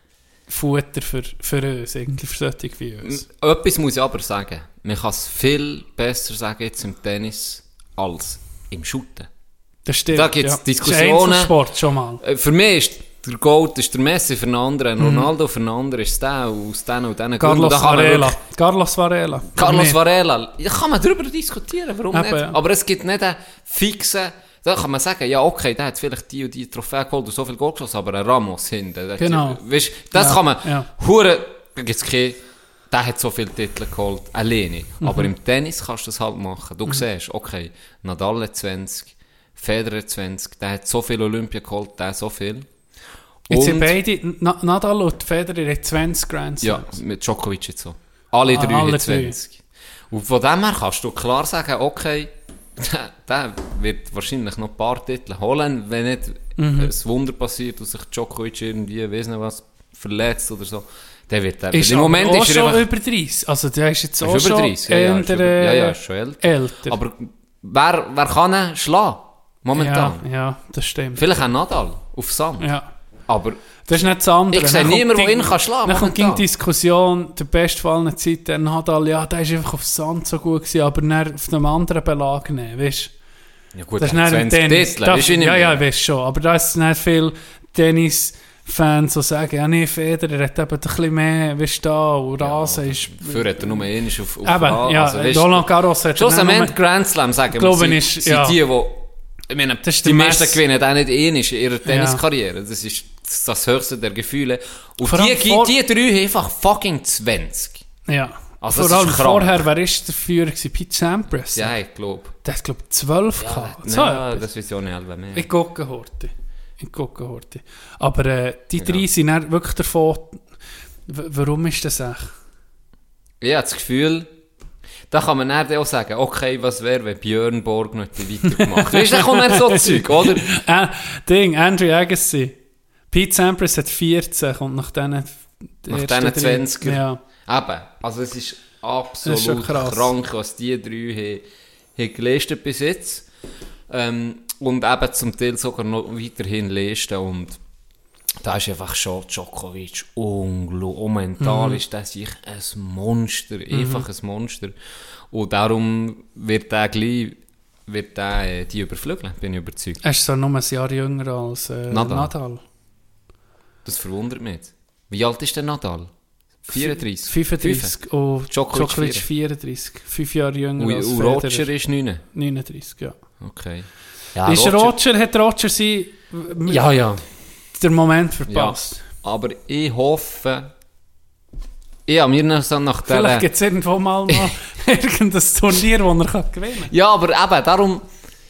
Futter für, für uns, irgendwie für solche wie uns. Etwas muss ich aber sagen. Man kann es viel besser sagen jetzt im Tennis als im Shooten. Das stimmt. Da gibt's ja. Diskussionen. Das ist Sport schon mal. Äh, Für mich ist der Goat ist der Messi, für einen anderen Ronaldo, für einen anderen ist der aus den und diesen Gründen. Carlos Da kann man Varela. wirklich- Carlos Varela. Carlos Für mich. Varela. Da kann man darüber diskutieren, warum Eben, nicht. ja. Aber es gibt nicht einen fixen... Da kann man sagen, ja okay, der hat vielleicht die und die Trophäe geholt und so viel Goal geschossen, aber ein Ramos hinten. der hat- Genau. Weißt, das Ja, kann man... ja. Hure, da gibt's keine... Der hat so viele Titel geholt, alleine. Mhm. Aber im Tennis kannst du das halt machen. Du siehst, okay, Nadal hat zwanzig, Federer zwanzig, der hat so viel Olympia geholt, der so viel. Jetzt sind Und- beide, Na- Nadal und Federer haben zwanzig Grand Ja, Slams. mit Djokovic jetzt so. Alle Ah, drei alle haben zwanzig. Und von dem her kannst du klar sagen, okay, der, der wird wahrscheinlich noch ein paar Titel holen, wenn nicht Mhm. ein Wunder passiert und sich Djokovic irgendwie, weiss nicht was, verletzt oder so. Der wird der. Ist Im Moment aber auch ist er schon einfach... über dreißig. Also der ist jetzt auch Ist über schon dreißig, ja, ja, ist eher, über- ja, ja, äh, ist schon älter. älter. Aber wer, wer kann ihn schlagen? Momentan. Ja, ja, das stimmt. Vielleicht auch Nadal auf Sand. Ja. Aber Das ist nicht das andere. ich sehe Dann kommt niemanden, der die- ihn kann schlagen Dann kommt die momentan. Diskussion, der beste von allen Zeiten, der Nadal, ja, der ist einfach auf Sand so gut gewesen, aber dann auf einem anderen Belag nicht, weißt ja gut, das ist er hat dann im zwanzig Tennis. Titel, Das- weisst du, wie ich ja, ja, meine? ich weiß schon. Aber da ist nicht viel Tennis Fans, die sagen, ja nee, Federer hat eben ein bisschen mehr, weißt du, da, und Rasen ist... Dafür hat er nur einmal auf, auf Eben, Rasen. ja, Also, weißt, Roland Garros hat... schlussendlich Grand Slam, sagen wir, glaube, sind, ist- sind ja. die, die... Ich meine, Das ist die der meisten Mess- gewinnen auch nicht einmal in ihrer Tenniskarriere. Das ist das höchste der Gefühle. Und Vor die, allem vor- die drei haben einfach fucking zwanzig. Ja. Also, Vor das allem ist krank. vorher, wer ist der Führer gewesen? Pete Sampras. Ja, ich glaube. Der hat, glaube ich, zwölf gehabt. So Ja, etwas. das weiß ich auch nicht mehr. Ich gucke Horti. Ich gucke Horti. Aber äh, die drei sind dann wirklich davon... W- warum ist das echt? Ich habe das Gefühl, da kann man dann auch sagen, okay, was wäre, wenn Björn Borg nicht weitergemacht. Weißt du, da kommt dann so Zeug, oder? Äh, Ding, Andrew Agassi. Pete Sampras hat vierzehn und nach diesen... Nach ersten diesen drei- zwanziger. Ja. Eben, also es ist absolut Das ist schon krass. krank, was die drei haben, haben geleistet bis jetzt. Ähm, und eben zum Teil sogar noch weiterhin leisten. Und da ist einfach schon Djokovic unglaublich. Und mental Mhm. ist das sich ein Monster, einfach ein Monster. Und darum wird der gleich wird der, äh, die überflügeln, bin ich überzeugt. Er ist so nur ein Jahr jünger als äh, Nadal. Nadal. Das verwundert mich. Wie alt ist der Nadal? vierunddreißig? fünfunddreißig und Djokovic Djokovic vierunddreißig. Fünf Jahre jünger Und, als und Federer. Roger ist neun. neununddreißig, ja. Okay. Ja, ist Roger, hat Roger sein, Ja, ja. den Moment verpasst? Ja. Aber ich hoffe, ich habe mir noch so nach der... Vielleicht gibt es irgendwo mal noch irgendein Turnier, das er kann gewinnen kann. Ja, aber eben, darum,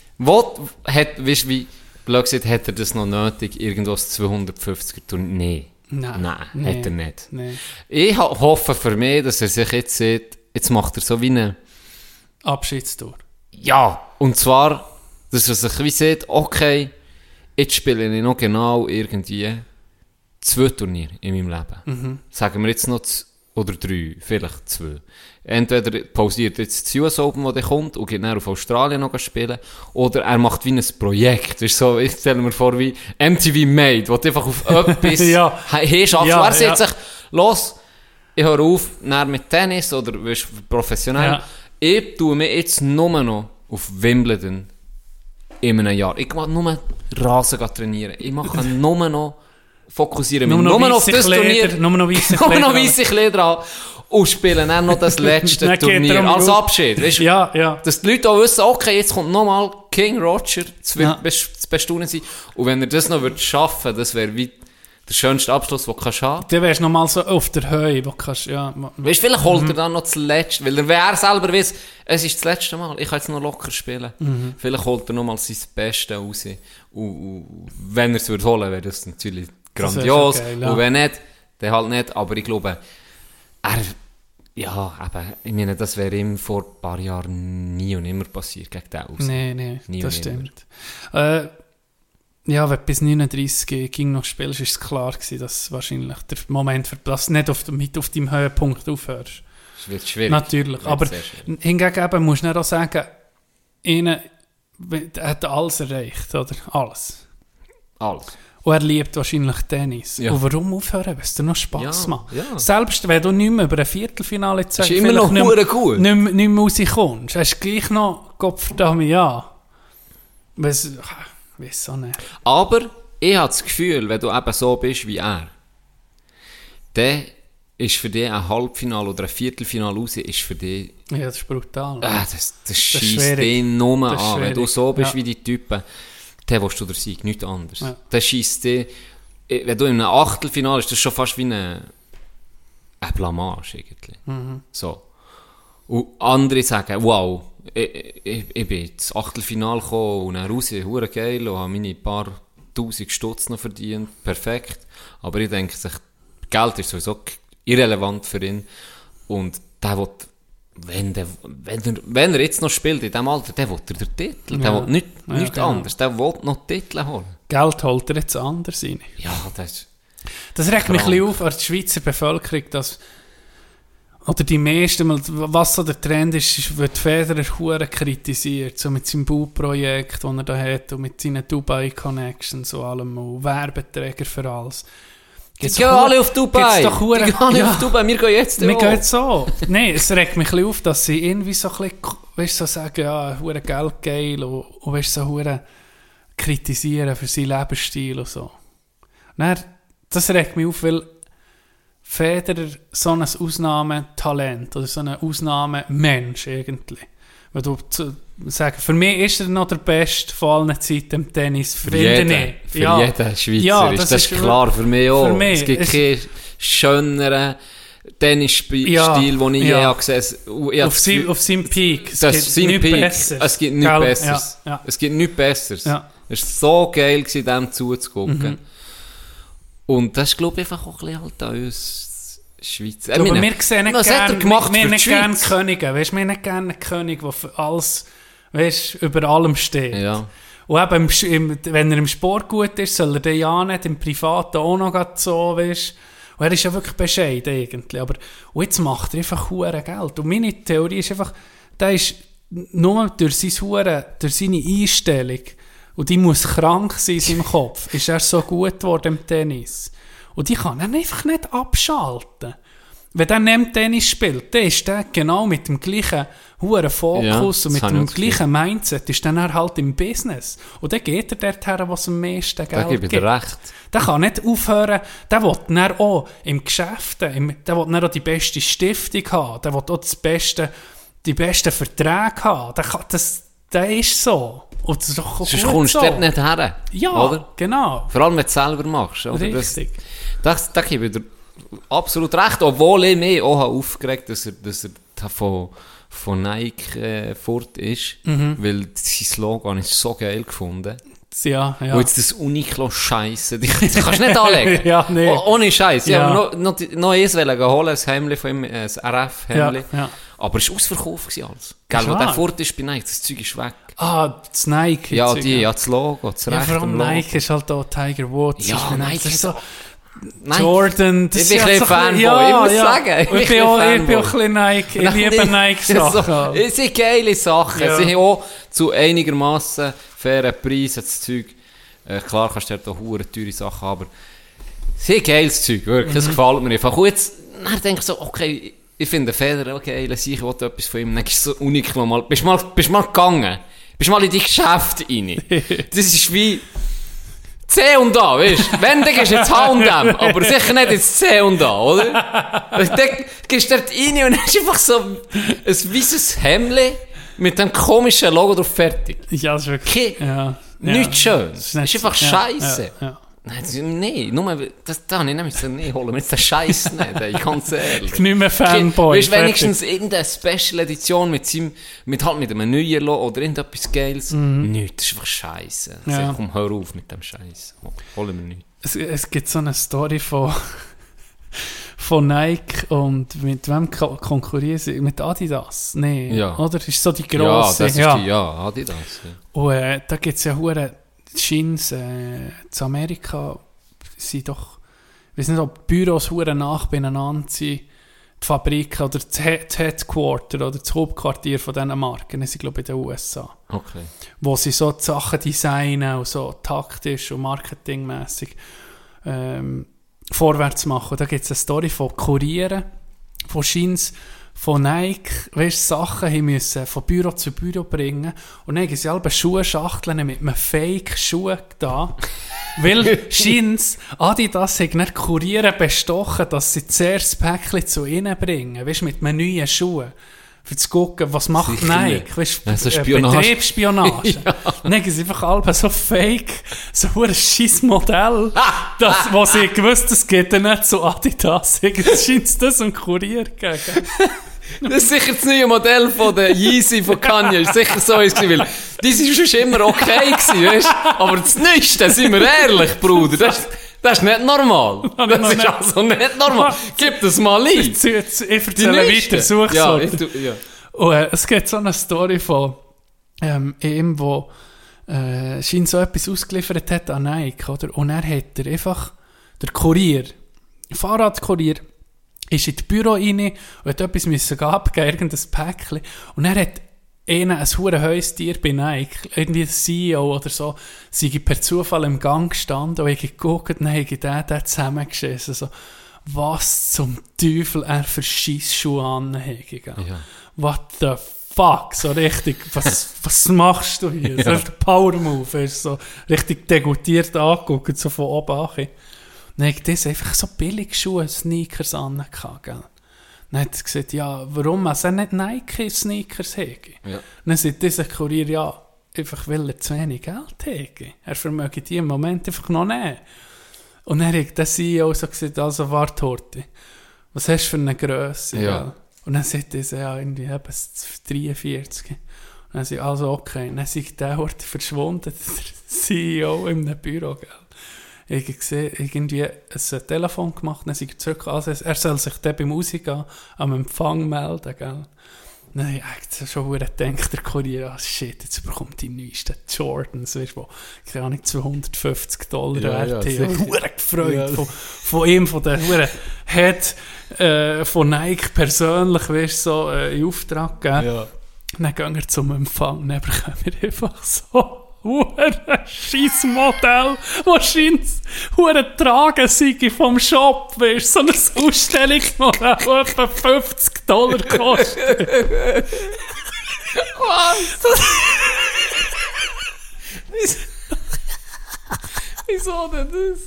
wo, hat, weißt, wie blöd gesagt, hat er das noch nötig, irgendwo das zweihundertfünfziger Turnier? Nein. Nein, Nee. hat er nicht. Nee. Ich ho- hoffe für mich, dass er sich jetzt sieht, jetzt macht er so wie eine... Abschiedstour. Ja, und zwar, dass er sich wie sieht, okay, jetzt spiele ich noch genau irgendwie zwei Turniere in meinem Leben. Mhm. Sagen wir jetzt noch z- oder drei, vielleicht zwei. Entweder pausiert jetzt das U S Open, das kommt, und geht dann auf Australien noch spielen, oder er macht wie ein Projekt. Das ist so, ich stelle mir vor, wie M T V Made, wo du einfach auf etwas Ja. hinschaffst. Ja, Er sagt ja. sich, los, ich höre auf, dann mit Tennis oder weißt, professionell. Ja. Ich tue mich jetzt nur noch auf Wimbledon in einem Jahr. Ich mache nur Rasen trainieren. Ich mache nur noch fokussieren mich Nur nur, noch noch auf weisse das Kleider, Turnier. nur noch weisse Nur noch Kleider. weisse Kleider an. Und spielen dann noch das letzte Dann geht er Turnier um als Ruhe. Abschied. Weißt, du, Ja, ja. dass die Leute auch wissen, okay, jetzt kommt nochmal King Roger zu, Ja. bes- zu bestaunen sein. Und wenn er das noch würde schaffen, das wäre wie der schönste Abschluss, den du kannst haben. Dann wärst du nochmal so auf der Höhe, wo du kannst, ja. ma- Weißt du, vielleicht Mhm. holt er dann noch das letzte, weil er, wenn er selber weiß, es ist das letzte Mal, ich kann jetzt noch locker spielen. Mhm. Vielleicht holt er noch mal sein Bestes raus. Und, und wenn er es würde holen, wäre das natürlich Das wär grandios. schon geil, ja. Und wenn nicht, dann halt nicht. Aber ich glaube, er, ja, eben, ich meine, das wäre ihm vor ein paar Jahren nie und nimmer passiert gegen den aus. Nee, nee, Nie das und nimmer. stimmt. Äh, ja, wenn du bis neununddreißig ging noch spielst, ist es klar gewesen, dass wahrscheinlich der Moment, für das nicht auf, mit auf deinem Höhepunkt aufhörst. Es wird schwierig. Natürlich, Wird aber sehr schwierig. hingegen eben, musst du nicht auch sagen, ihnen er hat alles erreicht, oder? Alles. Alles. Und er liebt wahrscheinlich Tennis. Ja. Und warum aufhören, wenn es dir noch Spass Ja, macht? ja. Selbst wenn du nicht mehr über ein Viertelfinale Das ist immer noch nicht, hure gut. nicht, mehr- nicht mehr rauskommst, hast du gleich noch Gottverdammt ja. Weiss, weiss auch nicht. Aber ich habe das Gefühl, wenn du eben so bist wie er, dann ist für dich ein Halbfinale oder ein Viertelfinale raus, ist für dich, Ja, das ist brutal. ah, das, das ist schießt schwierig. dich nur Das ist an. Wenn du schwierig. so bist Ja. wie die Typen, dann willst du der Sieg, nichts anderes. Ja. Das schießt dich, eh, wenn du in einem Achtelfinale ist, das schon fast wie eine, eine Blamage irgendwie. Mhm. So. Und andere sagen, wow, ich, ich, ich bin ins Achtelfinale gekommen und dann raus, hure geil, und habe meine paar tausend Stutz noch verdient, perfekt. Aber ich denke sich, Geld ist sowieso irrelevant für ihn. Und der will, wenn, der, wenn, er, wenn er jetzt noch spielt, in diesem Alter, der will er den Titel. Der Ja. will nicht, Ja, nichts genau. anderes. Der will noch Titel holen. Geld holt er jetzt anders rein. Ja, das ist... Das regt mich ein Krank. bisschen auf an der Schweizer Bevölkerung, dass oder die meisten, mal, was so der Trend ist, ist wird Federer hure kritisiert, so mit seinem Bauprojekt, das er da hat, und mit seinen Dubai-Connections und allem, und Werbeträger für alles. Die gehen alle auf Dubai. Gibt's doch hure- Die gehen alle Ja. auf Dubai. Wir gehen jetzt Mir auch. geht so. Nein, es regt mich ein bisschen auf, dass sie irgendwie so ein bisschen, weißt, so sagen, ja, hure Geld geil, und, und weißt, so hure kritisieren für seinen Lebensstil und so. Dann das regt mich auf, weil Federer so ein Ausnahmetalent oder so ein Ausnahmemensch irgendwie. Weil du zu sagen, für mich ist er noch der Beste von allen Zeiten im Tennis. Für jeden, für ja. jeden Schweizer ja, ist das, das ist klar, für mich auch. Für mich es gibt keinen schöneren Tennisstil, ja, den ich ja. je gesehen habe. Auf, sein, auf seinem Peak. Es das gibt sein nichts Peak. Besseres. Es gibt nichts Gell? Besseres. Ja, ja. Es gibt nichts Besseres. Ja. Es war so geil, gewesen, dem zuzugucken. Mhm. Und das ist, glaube ich, einfach auch ein bisschen halt an uns Schweizer. Aber meine, wir sehen nicht was hat er gerne, gemacht wir, wir für die nicht gerne Schweiz? Könige. Weißt, wir nicht gerne einen König, der für alles, weißt, über allem steht. Ja. Und eben, im, Sch- im, wenn er im Sport gut ist, soll er den ja nicht im Privaten auch noch grad so, weißt. Und er ist ja wirklich bescheiden irgendwie. Aber, und jetzt macht er einfach hure Geld. Und meine Theorie ist einfach, der ist nur durch sein Hure, durch seine Einstellung, und die muss krank sein in seinem Kopf, ist er so gut geworden im Tennis. Und die kann er einfach nicht abschalten. Wenn er neben Tennis spielt, dann ist der genau mit dem gleichen hohen Fokus Ja, und mit das dem habe ich gleichen Mindset, ist dann er halt im Business. Und dann geht er dorthin, was am meisten Da Geld gebe ich gibt. dir recht. Der kann nicht aufhören, der will dann auch im Geschäft, im, der will dann auch die beste Stiftung haben, der will auch das beste, die besten Verträge haben. Der, kann, das, der ist so. Und das ist doch gut Sonst kommst du so. dort nicht her. Ja, oder? genau. Vor allem, wenn du es selber machst. Oder? Richtig. Das, das, das gebe ich dir absolut recht. Obwohl ich mich auch habe aufgeregt habe, dass er, dass er da von, von Nike äh, fort ist. Mhm. Weil sein Logo habe ich so geil gefunden. Ja, ja. Und jetzt das Uniqlo Scheisse, das kannst du nicht anlegen. Ja, nee. Oh, ohne Scheiß. Ja. Ich wollte noch, noch, noch eins holen, ein Hemdli von ihm, ein R F-Hemdli. Ja, ja. Aber es war ausverkauft gewesen alles. Gell, Ist wo wahr? der fort ist bei Nike, das Zeug ist weg. Ah, das Nike. Ja, Zeug, die, ja, das Logo, das Ja, rechte vor allem Logo. Nike ist halt auch Tiger Woods. Ja, ist mir Nike nicht- das ist ist so, auch- Nike. Jordan, das Ich bin ist ein halt bisschen so Fanboy, ja, ich muss ja. sagen, ich Und Ich bin bin ein auch bisschen ich bin auch ein Fanboy. bisschen Nike. Ich Und liebe dann- Nike-Sachen. So, es sind geile Sachen. Ja. Sie haben auch zu einigermaßen fairen Preisen das Zeug. Äh, klar kannst du dort auch hure teure Sachen haben, aber sehr geiles Zeug, wirklich. Das gefällt mir einfach. Und jetzt dann denke ich so, okay, ich finde Federer okay, lass ich will etwas von ihm. Dann ist so Uniqlo mal, bist mal, bist mal gegangen. Bist mal in die Geschäfte rein. Das ist wie C und A, weißt du? Wenn, dann gehst du jetzt H und M, aber sicher nicht ins C und A, oder? Dann gehst du dort rein und dann ist einfach so ein weißes Hemdli mit einem komischen Logo drauf fertig. Ja, das ist wirklich... Okay. Ja. Nichts schön. Das Das ist einfach ja, Scheiße. Ja, ja. Nein, das- nee, nur, das, da habe ich nämlich gesagt, nee, holen wir jetzt den Scheiß nicht, ey, ganz ehrlich. Nicht mehr Fanboy. Weißt du, wenigstens irgendeine Special Edition mit seinem, mit halt mit einem neuen Logo oder irgendetwas Geiles. Mhm. Nichts, das ist einfach Scheiße. Ja. Ja. Komm, hör auf mit dem Scheiß. Holen wir nichts. Es, es gibt so eine Story von, von Nike und mit wem ko- konkurrieren sie? Mit Adidas? Nee, Ja. oder? Ist so die Ja, grosse. das ist ja. die, ja, Adidas. Ja. Und äh, da gibt es ja hure Jeans äh, zu Amerika sind doch, ich weiß nicht, ob die Büros hure nach beieinander sind, die Fabriken oder das, He das Headquarter oder das Hauptquartier von diesen Marken, das sind glaube ich in den U S A. Okay. Wo sie so die Sachen designen und so taktisch und marketingmässig ähm, vorwärts machen. Und da gibt es eine Story von Kurieren, von Jeans, von Nike, weißt, Sachen haben müssen von Büro zu Büro bringen. Und dann haben sie alle Schuhschachteln mit einem Fake-Schuh da. Weil Jeans, Adidas hat nicht Kurieren bestochen, dass sie zuerst das Päckchen zu ihnen bringen. Weißt, mit einem neuen Schuh. Für zu gucken, was macht Sicher Nike. nicht. Weißt, Ja, so äh, Spionage. Betriebsspionage. Ja. Dann haben sie einfach alle so Fake, so ein scheiß Modell, das, wo sie gewusst, es geht dann nicht zu Adidas. Jetzt scheint es das und Kurier gegen. Das ist sicher das neue Modell von der Yeezy von Kanye. Das ist sicher so eins gewesen, weil die sind schon immer okay gewesen, weißt? Aber das Neueste, sind wir ehrlich, Bruder, das, das ist nicht normal. Das ist also nicht normal. Gib das mal ein. Jetzt, jetzt, ich erzähle Neueste. weiter, such's Ja, weiter. ich tu, ja. Und äh, es gibt so eine Story von ähm, ihm, wo äh, scheint so etwas ausgeliefert hat an Nike, oder? Und er hat er einfach, der Kurier, Fahrradkurier, ist in das Büro rein und hat etwas müssen abgeben, irgendein Päckchen. Und er hat ihnen ein hure Haustier bei Nike, irgendwie ein C E O oder so, sei per Zufall im Gang gestanden und ich geguckt und dann habe ich den, den zusammengeschissen. So, was zum Teufel er für Scheissschuhe anhält. Ja. What the fuck? So richtig, was, was machst du hier? Ja. So der Power Move, er ist so richtig degoutiert angeguckt, so von oben an. Dann hatte ich das einfach so billig Schuhe, Sneakers an, gell. Dann hat er gesagt, ja, warum er nicht Nike-Sneakers hege? Ja. Dann sagt dieser Kurier, ja, einfach weil er zu wenig Geld hege. Er vermöge die im Moment einfach noch nicht. Und dann hat der C E O so gesagt, also warte, Horti, was hast du für eine Grösse? Ja. Gell? Und dann sagt er, ja, irgendwie eben dreiundvierzig. Und dann sagt er, also okay. Und dann sagt der Horti verschwunden, der C E O in einem Büro, gell. Ich habe gesehen, irgendwie ein Telefon gemacht, dann ist er zurück, also er soll sich dann beim Rausgehen am Empfang melden, gell. Dann habe ich schon gedacht, der Kurier, oh shit, jetzt bekommt die neuesten Jordans, weißt du, die, keine Ahnung, zweihundertfünfzig Dollar Ja, wert ja, haben. Ich habe mich gefreut, Ja. von, von ihm, von der huere Head äh, von Nike persönlich, weißt du, so äh, in Auftrag gegeben. Ja. Dann gehen wir zum Empfang, dann bekommen wir einfach so ein scheiß Modell, wahrscheinlich hure tragen sei vom Shop, weißt du, so ein Ausstellungsmodell, das etwa fünfzig Dollar kostet. Was? Wieso denn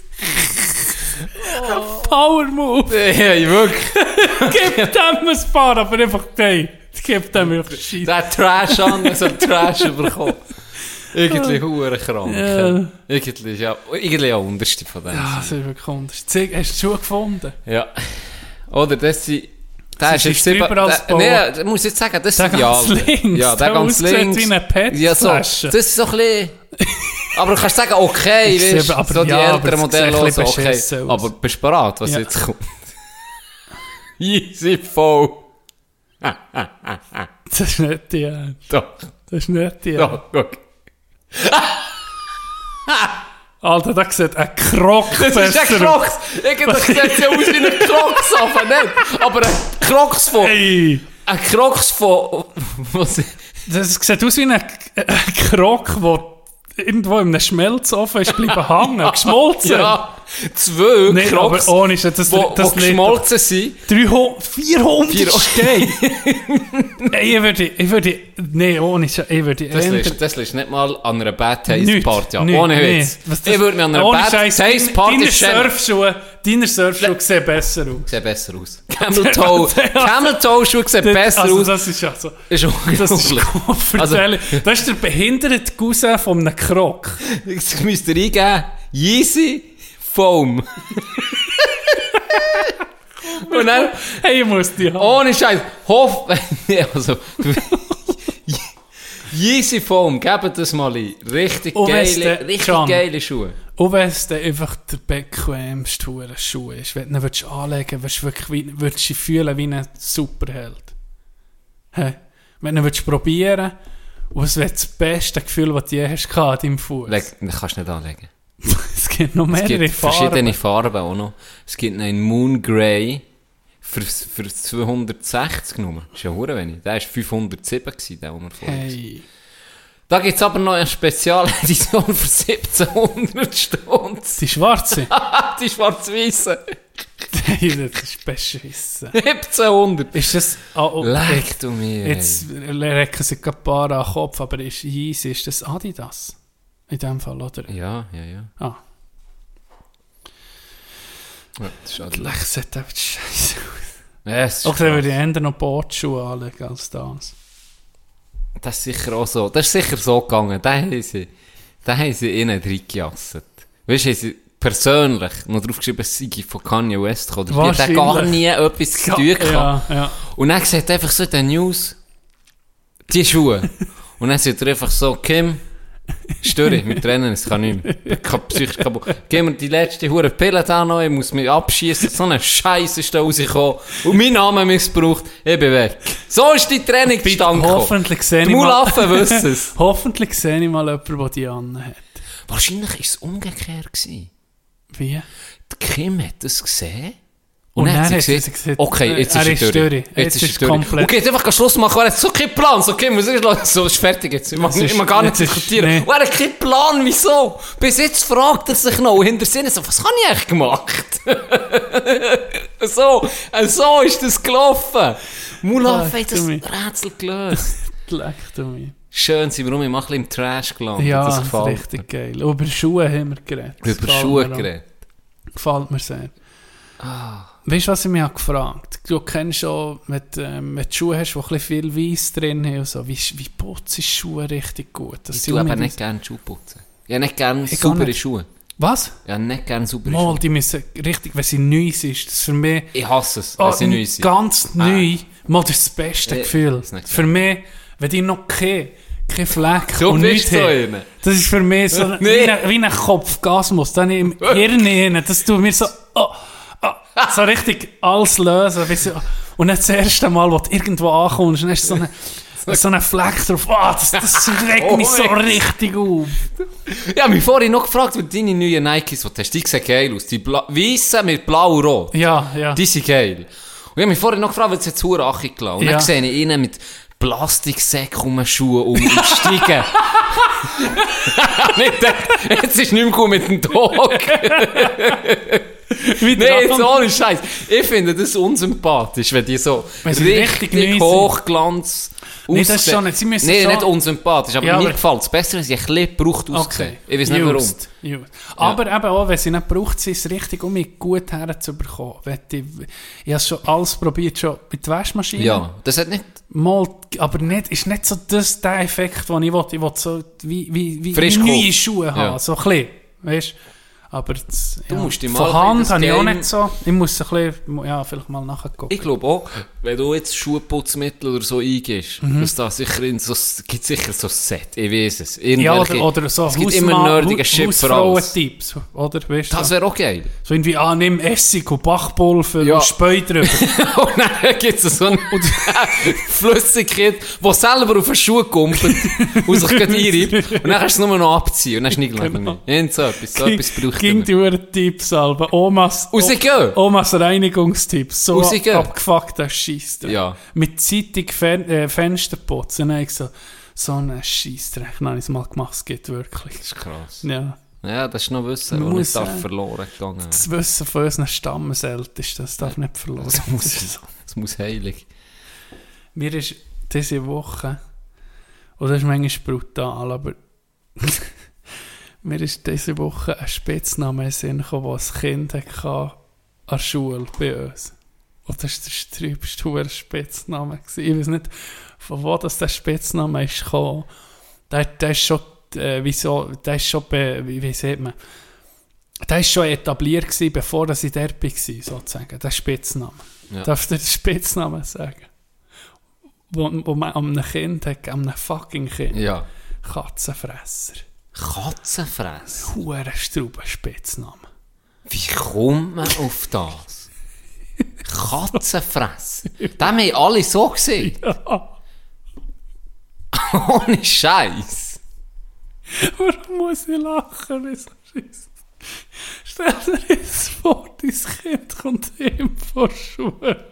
das? Power Move. Ja, wirklich. Gib dem ein paar, aber einfach nein. Gib dem einfach Scheiße. Der Trash an, er soll Trash bekommen. Irgendwie hure krank. Ja. Irgendwie ist ja, irgendwie ja unterste von dem. Ja, das ist wirklich anders. Zeig, hast du die Schuhe gefunden? Ja. Oder das sind... Der Das ist drüber als Bau. Nein, ich muss jetzt sagen, das Der sind die ganz alten. links, Ja, der der ganz aussieht links. wie eine PET-Flasche. Ja, so. Das ist so ein bisschen... Aber du kannst sagen, okay, Ich weißt, sehe, aber so die ja, aber älteren es Modelle, sieht ein so, bisschen okay. beschissen aus. Aber bist du bereit, was Ja. jetzt kommt? Easy voll. Das ist nicht die Ernst. Doch, Das ist nicht die Ernst. doch, guck. Alter, da sieht ein Krog Das ist besser ein Crocs. Eigentlich sieht es ja aus wie ein Crocs, aber nicht. Aber ein Crocs von... Hey, Ein Crocs von... Was? das sieht aus wie ein, ein Krog, der irgendwo in einem Schmelzofen ist bleiben hängen, geschmolzen. Ja, zwei Nein, Crocs, aber ohne Scheiß, das, wo, das wo geschmolzen sind. dreihundert, vierhundert Vier- Steine. Ey, ich würde, ich würde, nee, ohne Scheiß, ich würde... Das ändern- liest, das liest nicht mal an einer Bad Taste Nichts, Party an. nichts, Ohne nee. Witz. Was das- Ich würde mir an einer ohne Bad Scheiß, Taste deine- Party deine schämen. Surfschuhe, deine Surfschuhe sehen besser aus. Sieht besser aus. Camel Toe, Camel Toe Schuhe sehen besser also, aus. das ist ja so... Ist Das ist unglaublich. Also- erzähle, das ist der behinderte Cousin von einem Krog. Jetzt müsst ihr eingeben, Yeezy Foam. Und dann, Hey, ich muss die haben. ohne Scheiß, hoff... Nee, also... Yeezy Foam, gebt das mal ein. Richtig Und weisst geile, du, richtig Can, geile Schuhe. Und wenn es dann einfach der bequemste hure Schuh ist, wenn du ihn willst anlegen willst, würdest du wirklich wie, würdest du dich fühlen wie ein Superheld. Hey. Wenn du ihn willst probieren und es wird das beste Gefühl, das du je hast gehabt an deinem Fuß. Leg, das kannst du nicht anlegen. Es gibt noch Es mehrere gibt Farben. verschiedene Farben auch noch. Es gibt einen Moon Grey für, für zweihundertsechzig Nummer. Das ist ja hure wenig. Der war fünfhundertsieben, gewesen, der, den wir vorhin gesehen haben. Hey. Da gibt es aber noch eine Spezialedition für siebzehnhundert Stunden. Die schwarze? Die schwarz-weiße. Hey, das ist beschissen. siebzehnhundert. Ist das... Oh, oh, Leck du mir. Jetzt recken sich ein paar an den Kopf, aber ist Yeezy, ist das Adidas? In dem Fall, oder? Ja, ja, ja. Ah, ja das ist halt Lech sieht einfach scheiße aus. ja, es ist Auch dann würde ich krass. eher noch Bootsschuhe anlegen als das. Das ist sicher auch so. Das ist sicher so gegangen. Da haben sie, da haben sie innen reingejasset. Weißt du, haben sie persönlich noch draufgeschrieben, es sei von Kanye West gekommen. Die hat Wahrscheinlich. gar nie etwas zu tun gehabt. Ja, ja. Und dann sieht einfach so in den News, die Schuhe. Und dann sagt er einfach so, Kim, störe, wir trennen, es kann nicht mehr. Ich kann psychisch kaputt. Gib mir die letzte hure Pille da noch, ich muss mich abschießen. So eine Scheiße ist da rausgekommen. Und mein Name missbraucht, ich bin weg. So ist die Trennung zustande gekommen. Hoffentlich sehe Die ich mal... Mulaffen wissen es. Hoffentlich sehe ich mal jemanden, der die anhat. Wahrscheinlich war es umgekehrt gewesen. Wie? Die Kim hat das gesehen. Und dann dann hat sie hat sie gesagt, gesagt, okay, jetzt er ist ist er durch. durch. Jetzt ist er durch. komplett- Und geht einfach Schluss machen, er hat so keinen Plan. So, Kim, was ist los? So, ist fertig jetzt. Ich mag, Es ist- ich mag gar nicht jetzt ist- diskutieren. nee. Und er hat keinen Plan, wieso? Bis jetzt fragt er sich noch hinter Sinne so, was habe ich eigentlich gemacht? so, äh, so ist das gelaufen. Mulaf Leck hat das du mich. Rätsel gelöst. Leck du mich. Schön, sind wir rum, ich mache ein bisschen im Trash gelandet. Ja, das das ist gefällt richtig geil. Über Schuhe haben wir geredet. mir. Das Über gefällt Schuhe mir auch. geredet. Gefällt mir sehr. Ah. Weißt du, was ich mich habe gefragt? Du kennst schon, wenn, ähm, wenn du Schuhe hast, die ein bisschen viel Weiss drin haben und so, wie, wie putzt du Schuhe richtig gut? Das Ich sind tue aber nicht- nicht gerne Schuhe putzen. Ich habe nicht gerne Ich gar saubere nicht. Schuhe. Was? Ich habe nicht gerne saubere Mal, Schuhe. die müssen richtig, wenn sie neu sind, das ist für mich... Ich hasse es, Oh, wenn sie neu sind. ganz neu, mal das ist das beste Äh, Gefühl. ist nicht Für mich, wenn die noch kein, kein Fleck Du und bist nichts so haben, einer. das ist für mich so Nee. wie, ein, wie ein Kopfgasmus, dann im Hirn rein, das tut mir so, oh, oh, so richtig alles lösen. Wie so, und dann das erste Mal, wo du irgendwo ankommst, dann hast du so einen, so einen Fleck drauf, oh, das, das regt mich so richtig auf. Ich habe mich vorhin noch gefragt, wie deine neuen Nikes, die du hast, die sehen geil aus. Die weißen mit blau und rot. Ja, ja. Die sind geil. Und ich habe mich vorhin noch gefragt, weil es jetzt verdammt Achi gelassen. Und Ja. dann sehe ich ihn mit Plastiksäcken um den Schuh um im Steigen. Nicht der- jetzt ist nicht mehr gut mit dem Dog. Wie Nein, jetzt dran- ohne Scheiß. Ich finde das unsympathisch, wenn die so Wenn sie richtig, richtig neu sind. Hochglanz Nee, das aussehen. schon nicht. Sie müssen Nee, schon- nicht unsympathisch, aber Ja, mir aber- gefällt es besser, wenn sie ein bisschen gebraucht aussehen. Okay. Ich weiß nicht warum. Just, just. Aber eben auch, wenn sie nicht braucht, sie ist richtig, um mich gut herzubekommen. Wenn Ich, ich habe schon alles probiert, schon mit der Waschmaschine. Ja, das hat nicht... Mal, aber nicht, ist nicht so das, der Effekt, den ich will. Ich will so wie, wie, wie Frisch neue gekauft. Schuhe haben, Ja. so ein bisschen, weißt du. Aber das, Du ja, musst dich mal von ein Hand bisschen habe ich das auch Game- nicht so. Ich muss ein bisschen, ja, vielleicht mal nachgucken. Ich glaube auch, wenn du jetzt Schuhputzmittel oder so eingehst, dass da sicher in so, gibt sicher so ein Set, ich weiß es. Ja, Irgendwelche- oder, oder so es gibt immer nerdige Shit für alles. Hausfrauen-Tipps, oder? Weißt du? Das wäre auch geil. So irgendwie, ah, nimm Essig und Bachpulver Ja. und Speu drüber. Und dann gibt es so eine Flüssigkeit, die selber auf den Schuh kumpelt und sich gerade einreibt. Und dann kannst du es nur noch abziehen und dann ist nicht gleich Genau. mehr. Irgend so etwas, so etwas braucht Ging man. die Uhren Tipps, Alba. Omas, Und sie gehen. Omas Reinigungstipps. So Und sie gehen. abgefuckter Scheissdreck. Ja. Mit Zeitung Fen äh, Fenster putzen. Dann habe ich so, so einen Scheissdreck. Dann habe ich es mal gemacht, es geht wirklich. Das ist krass. Ja. Ja, das ist noch Wissen, Man das muss nicht darf sagen, verloren gegangen werden. Das Wissen von unseren Stammeseltern ist, das darf nicht verloren Das werden. muss, das muss heilig. Mir ist diese Woche, und das ist manchmal brutal, aber mir ist diese Woche ein Spitzname in den Sinn gekommen, den ein Kind hatte an der Schule bei uns. Und das war der sträubste Spitzname. gewesen. Ich weiß nicht, von wo das der Spitzname ist gekommen. Der, der ist schon, äh, wieso, der ist schon, be, wie, wie sieht man, der ist schon etabliert gewesen, bevor ich dort war, sozusagen, der Spitzname. Ja. Darfst du den Spitznamen sagen? Wo, wo man an einem Kind hat, an einem fucking Kind. Ja. Katzenfresser. Katzenfress. Huere Strauben Spitzname. Wie kommt man auf das? Katzenfress. Das haben wir alle so gesehen. Ja. Ohne Scheiß. Warum muss ich lachen? Das ist so scheisse. Stell dir jetzt vor, dein Kind kommt heim von der Schule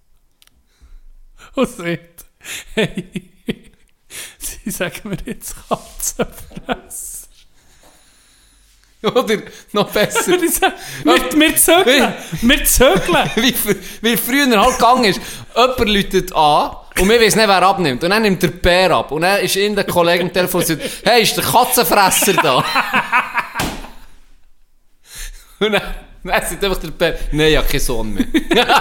und sagt, hey, sie sagen mir jetzt Katzenfresser. Oder noch besser. Und ich sage, wir, wir zögeln, wir zögeln. wie, fr- wie früher halt gegangen ist. Jemand läutet an und wir wissen nicht, wer abnimmt. Und dann nimmt der Bär ab. Und dann ist in der Kollege am Telefon und sagt, hey, ist der Katzenfresser da? Und dann, dann sagt einfach der Bär, nein, ich habe keinen Sohn mehr.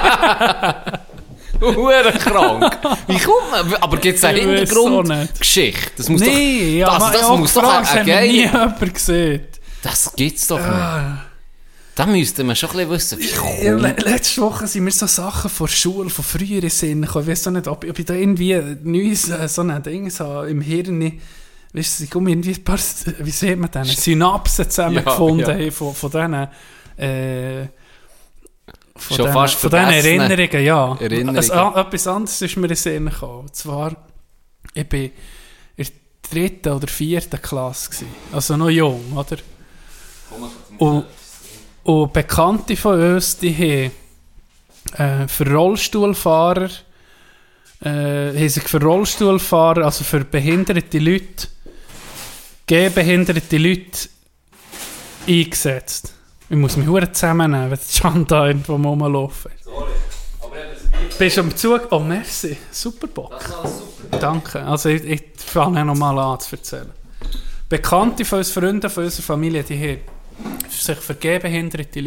Hure krank. Wie kommt man? Aber gibt es eine Ich weiß Hintergrundgeschichte? Das muss Nee, doch, ja, das, aber das auch muss doch gefragt, ein, haben ein wir nie geil... jemand gesehen. Das gibt's doch nicht. Da müsste man schon ein bisschen wissen, wie Ja, kommt le letzte Woche sind mir so Sachen von der Schule, von früheren Sinn gekommen. Ich weiss auch nicht, ob, ob ich da irgendwie neues, äh, so ein Ding so im Hirn, weißt du, ich komme irgendwie ein paar, wie sieht man das, Synapsen zusammengefunden Ja, ja. haben von, von diesen, äh, von Schon diesen, fast von diesen vergessene Erinnerungen, ja. Erinnerungen. Also, ah, etwas anderes ist mir in den Sinn gekommen. Und zwar, ich bin in der dritten oder vierten Klasse gewesen. Also noch jung, oder? Und, und Bekannte von uns, die haben äh, für Rollstuhlfahrer, äh, haben sich für Rollstuhlfahrer, also für behinderte Leute, gehbehinderte Leute eingesetzt. Ich muss mich verdammt zusammennehmen, wenn die Can da irgendwo rumlaufen. Sorry, aber Bist du am Zug? Oh, merci. Super Bock. das ist alles super. Danke. Also ich, ich fange nochmal an zu erzählen. Bekannte von uns, Freunde von unserer Familie, die haben sich für gehbehinderte Leute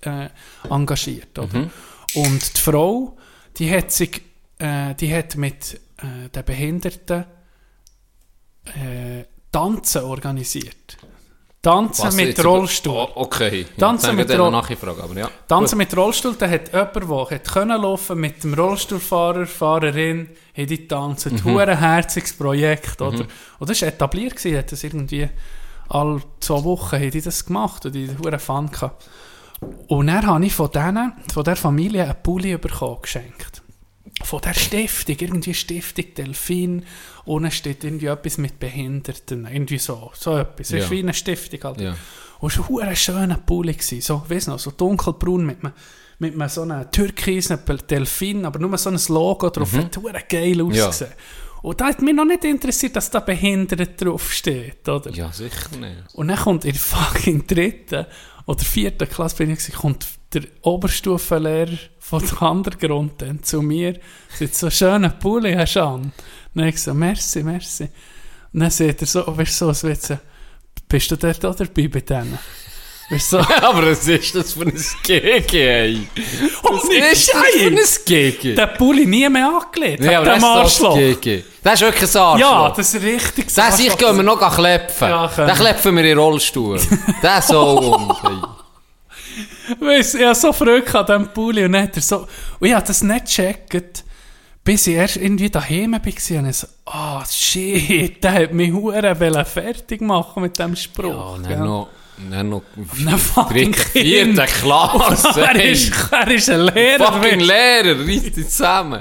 äh, engagiert. Oder? Mhm. Und die Frau, die hat sich äh, die hat mit äh, den Behinderten äh, Tanzen organisiert. Tanzen Was mit jetzt- Rollstuhl. Oh, okay. Tanzen ja, mit mit Roll- Nachfrage, aber ja. Tanzen mit Rollstuhl, da hat jemand, der hat können laufen mit dem Rollstuhlfahrer, Fahrerin, hat die tanzen. Mhm. Ein hure herziges Projekt, oder? Mhm. Und das war etabliert gewesen, hat das irgendwie alle zwei Wochen haben die das gemacht und die hure Fun gehabt. Und dann habe ich von denen, von der Familie einen Pulli bekommen, geschenkt. Von der Stiftung, irgendwie Stiftung Delfin, unten steht irgendwie etwas mit Behinderten, irgendwie so, so etwas. Das Ja. ist wie eine Stiftung halt. Ja. Und es war ein schöner Pulli gewesen, so, weiss noch, so dunkelbraun mit einem, mit einem so einem türkisen Delfin, aber nur so ein Logo drauf, Mhm. hat hure geil ausgesehen. Und da hat mich noch nicht interessiert, dass da behindert drauf steht, oder? Ja, sicher nicht. Und dann kommt in der fucking dritten oder vierten Klasse, bin ich gewesen, kommt der Oberstufenlehrer von der Andergrund dann zu mir, sagt so, schönen Pulli hast du an. Dann habe ich gesagt, merci, merci. Und dann sagt er so, weißt du, so, als würde bist du dort auch dabei bei denen? Weißt du, so, Aber was ist das für ein Gegen, ey? oh, Was nicht ist das für Schein! ein Gegen? Der Pulli nie mehr angelegt, Nee, aber hat das der ist doch Arschloch. das Gegen. Das ist wirklich ein Arschloch. Ja, das ist richtig. Das ich gehen wir noch klepfen. Ja, können Dann wir. klepfen wir in den Rollstuhl. Das so und hey. Weißt, ich hatte so Freude an diesem Pulli und dann hat er so, und ich habe das nicht gecheckt, bis ich erst irgendwie daheim war und ich so, ah, oh, shit, der hat mich verdammt fertig machen mit diesem Spruch. Ja, gell? dann noch, dann noch Dann fucking dritte, Kind. vierte Klasse. er, hey. ist, er ist ein Lehrer. Fucking weißt. Lehrer, reiss dich zusammen.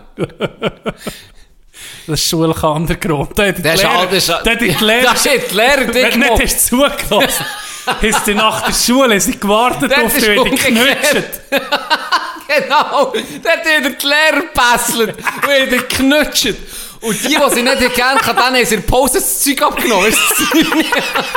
Das ist Schulkandergrund. Da hat die Das ist Lehrer- all- das ist- da hat die Lehrer- Das ist die Lehrer, die Wenn du gemobbt. nicht hast zugelassen, hast du nach der Schule hast du gewartet Das auf ist dich, wie die umgekehrt. knutscht. Genau, der hat wieder die Lehrer gebesselt und wieder geknutscht. Und die, die sie nicht gerne kann, dann haben sie in der Pause das Zeug abgenommen. Weisst du, das Zeug?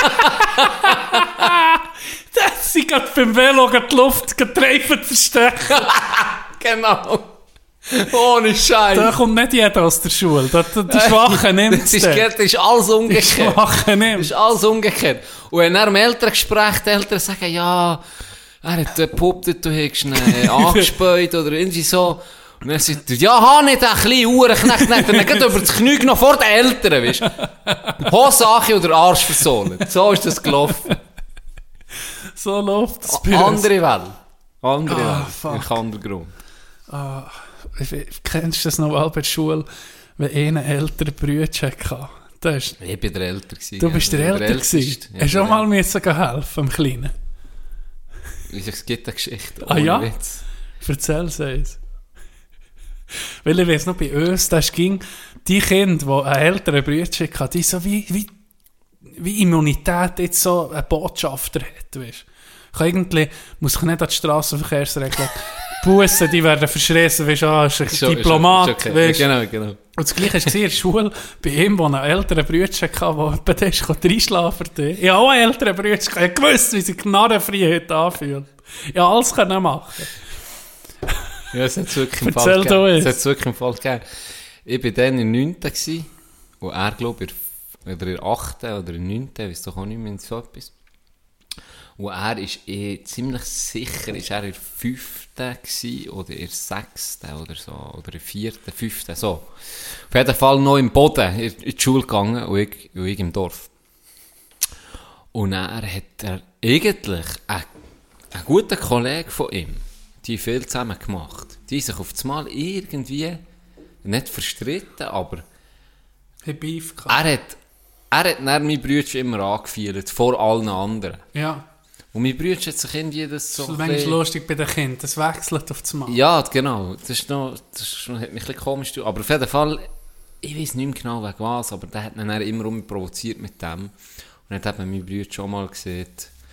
Dass sie gerade beim Velo gerade die Luft getreifen zerstechen. Genau. Ohne Scheiß. Da kommt nicht jeder aus der Schule. Da, da, die Schwachen nimmt Das es. ist, das ist alles Die umgekehrt. Schwachen Das nimmt ist alles umgekehrt. Und wenn dann im Elterngespräch die Eltern sagen, ja, er hat den Pup, du hast ihn äh, angespäut oder irgendwie so. Und dann sagt er, ja, habe nicht einen kleinen Uhrenknecht, nicht, dann geht über das Knie noch vor den Eltern, weißt du. Hose an oder Arsch versohlen. So ist das gelaufen. So läuft es bei uns. Andere Welt. Andere Ah, Welt. fuck. Ein anderer Grund. Ah, ich- ich- kennst du das noch mal bei der Schule, wenn einer ältere Brüder hatte? Das ist, Ich bin der Älter gewesen. du bist der Ja, Älter gewesen. Älteste. Ja, Hast du auch der mal müssen gehen helfen, dem Kleinen? Älteste. Es gibt eine Geschichte. Ah, ohne ja? Witz. Erzähl es uns. Weil ich weiss noch, bei uns, das ging die Kinder, die einen älteren Bruder hatten, die so wie, wie, wie Immunität jetzt so einen Botschafter hat, weißt du. Eigentlich muss ich nicht an die Strassenverkehrsregeln Bussen, die werden verschressen, weißt du, ah, ist ein Ist schon- Diplomat, ist okay. weißt du. Ja, genau, genau. Und das Gleiche war in der Schule, bei ihm, der einen älteren Bruder hatte, der etwa ist, reinschlafen konnte. Ich habe auch einen älteren Bruder, ich habe gewusst, wie sich Knarrenfreiheit anfühlt. Ich habe alles können machen. Ja, es hat es wirklich im Erzähl Fall du gegeben. es. Es hat es wirklich im Fall gegeben. Ich war dann in der neunten gewesen, und er, glaube ich, in der achten oder in der neunten, weiss doch auch nicht mehr so etwas. Und er ist eh ziemlich sicher, ist er in der fünften gewesen, oder in der sechsten oder so, oder in der vierten, fünften, so. Auf jeden Fall noch im Boden in in die Schule gegangen und ich, und ich im Dorf. Und er hat er eigentlich einen, einen guten Kollegen von ihm, die viel zusammen gemacht. Die sich auf das Mal irgendwie nicht verstritten, aber Ich habe Beef gehabt. er hat, er hat dann meine Brüder immer angeführt, vor allen anderen. Ja. Und mein Brüder hat sich irgendwie das so... Das ist ein manchmal bisschen- lustig bei den Kindern. Das wechselt auf das Mal. Ja, genau. Das, ist noch, das ist noch, hat mich ein bisschen komisch gemacht. Aber auf jeden Fall, ich weiß nicht mehr genau wegen was, aber der hat ihn dann immer um provoziert mit dem. Und dann hat eben mein Bruder schon mal gesehen,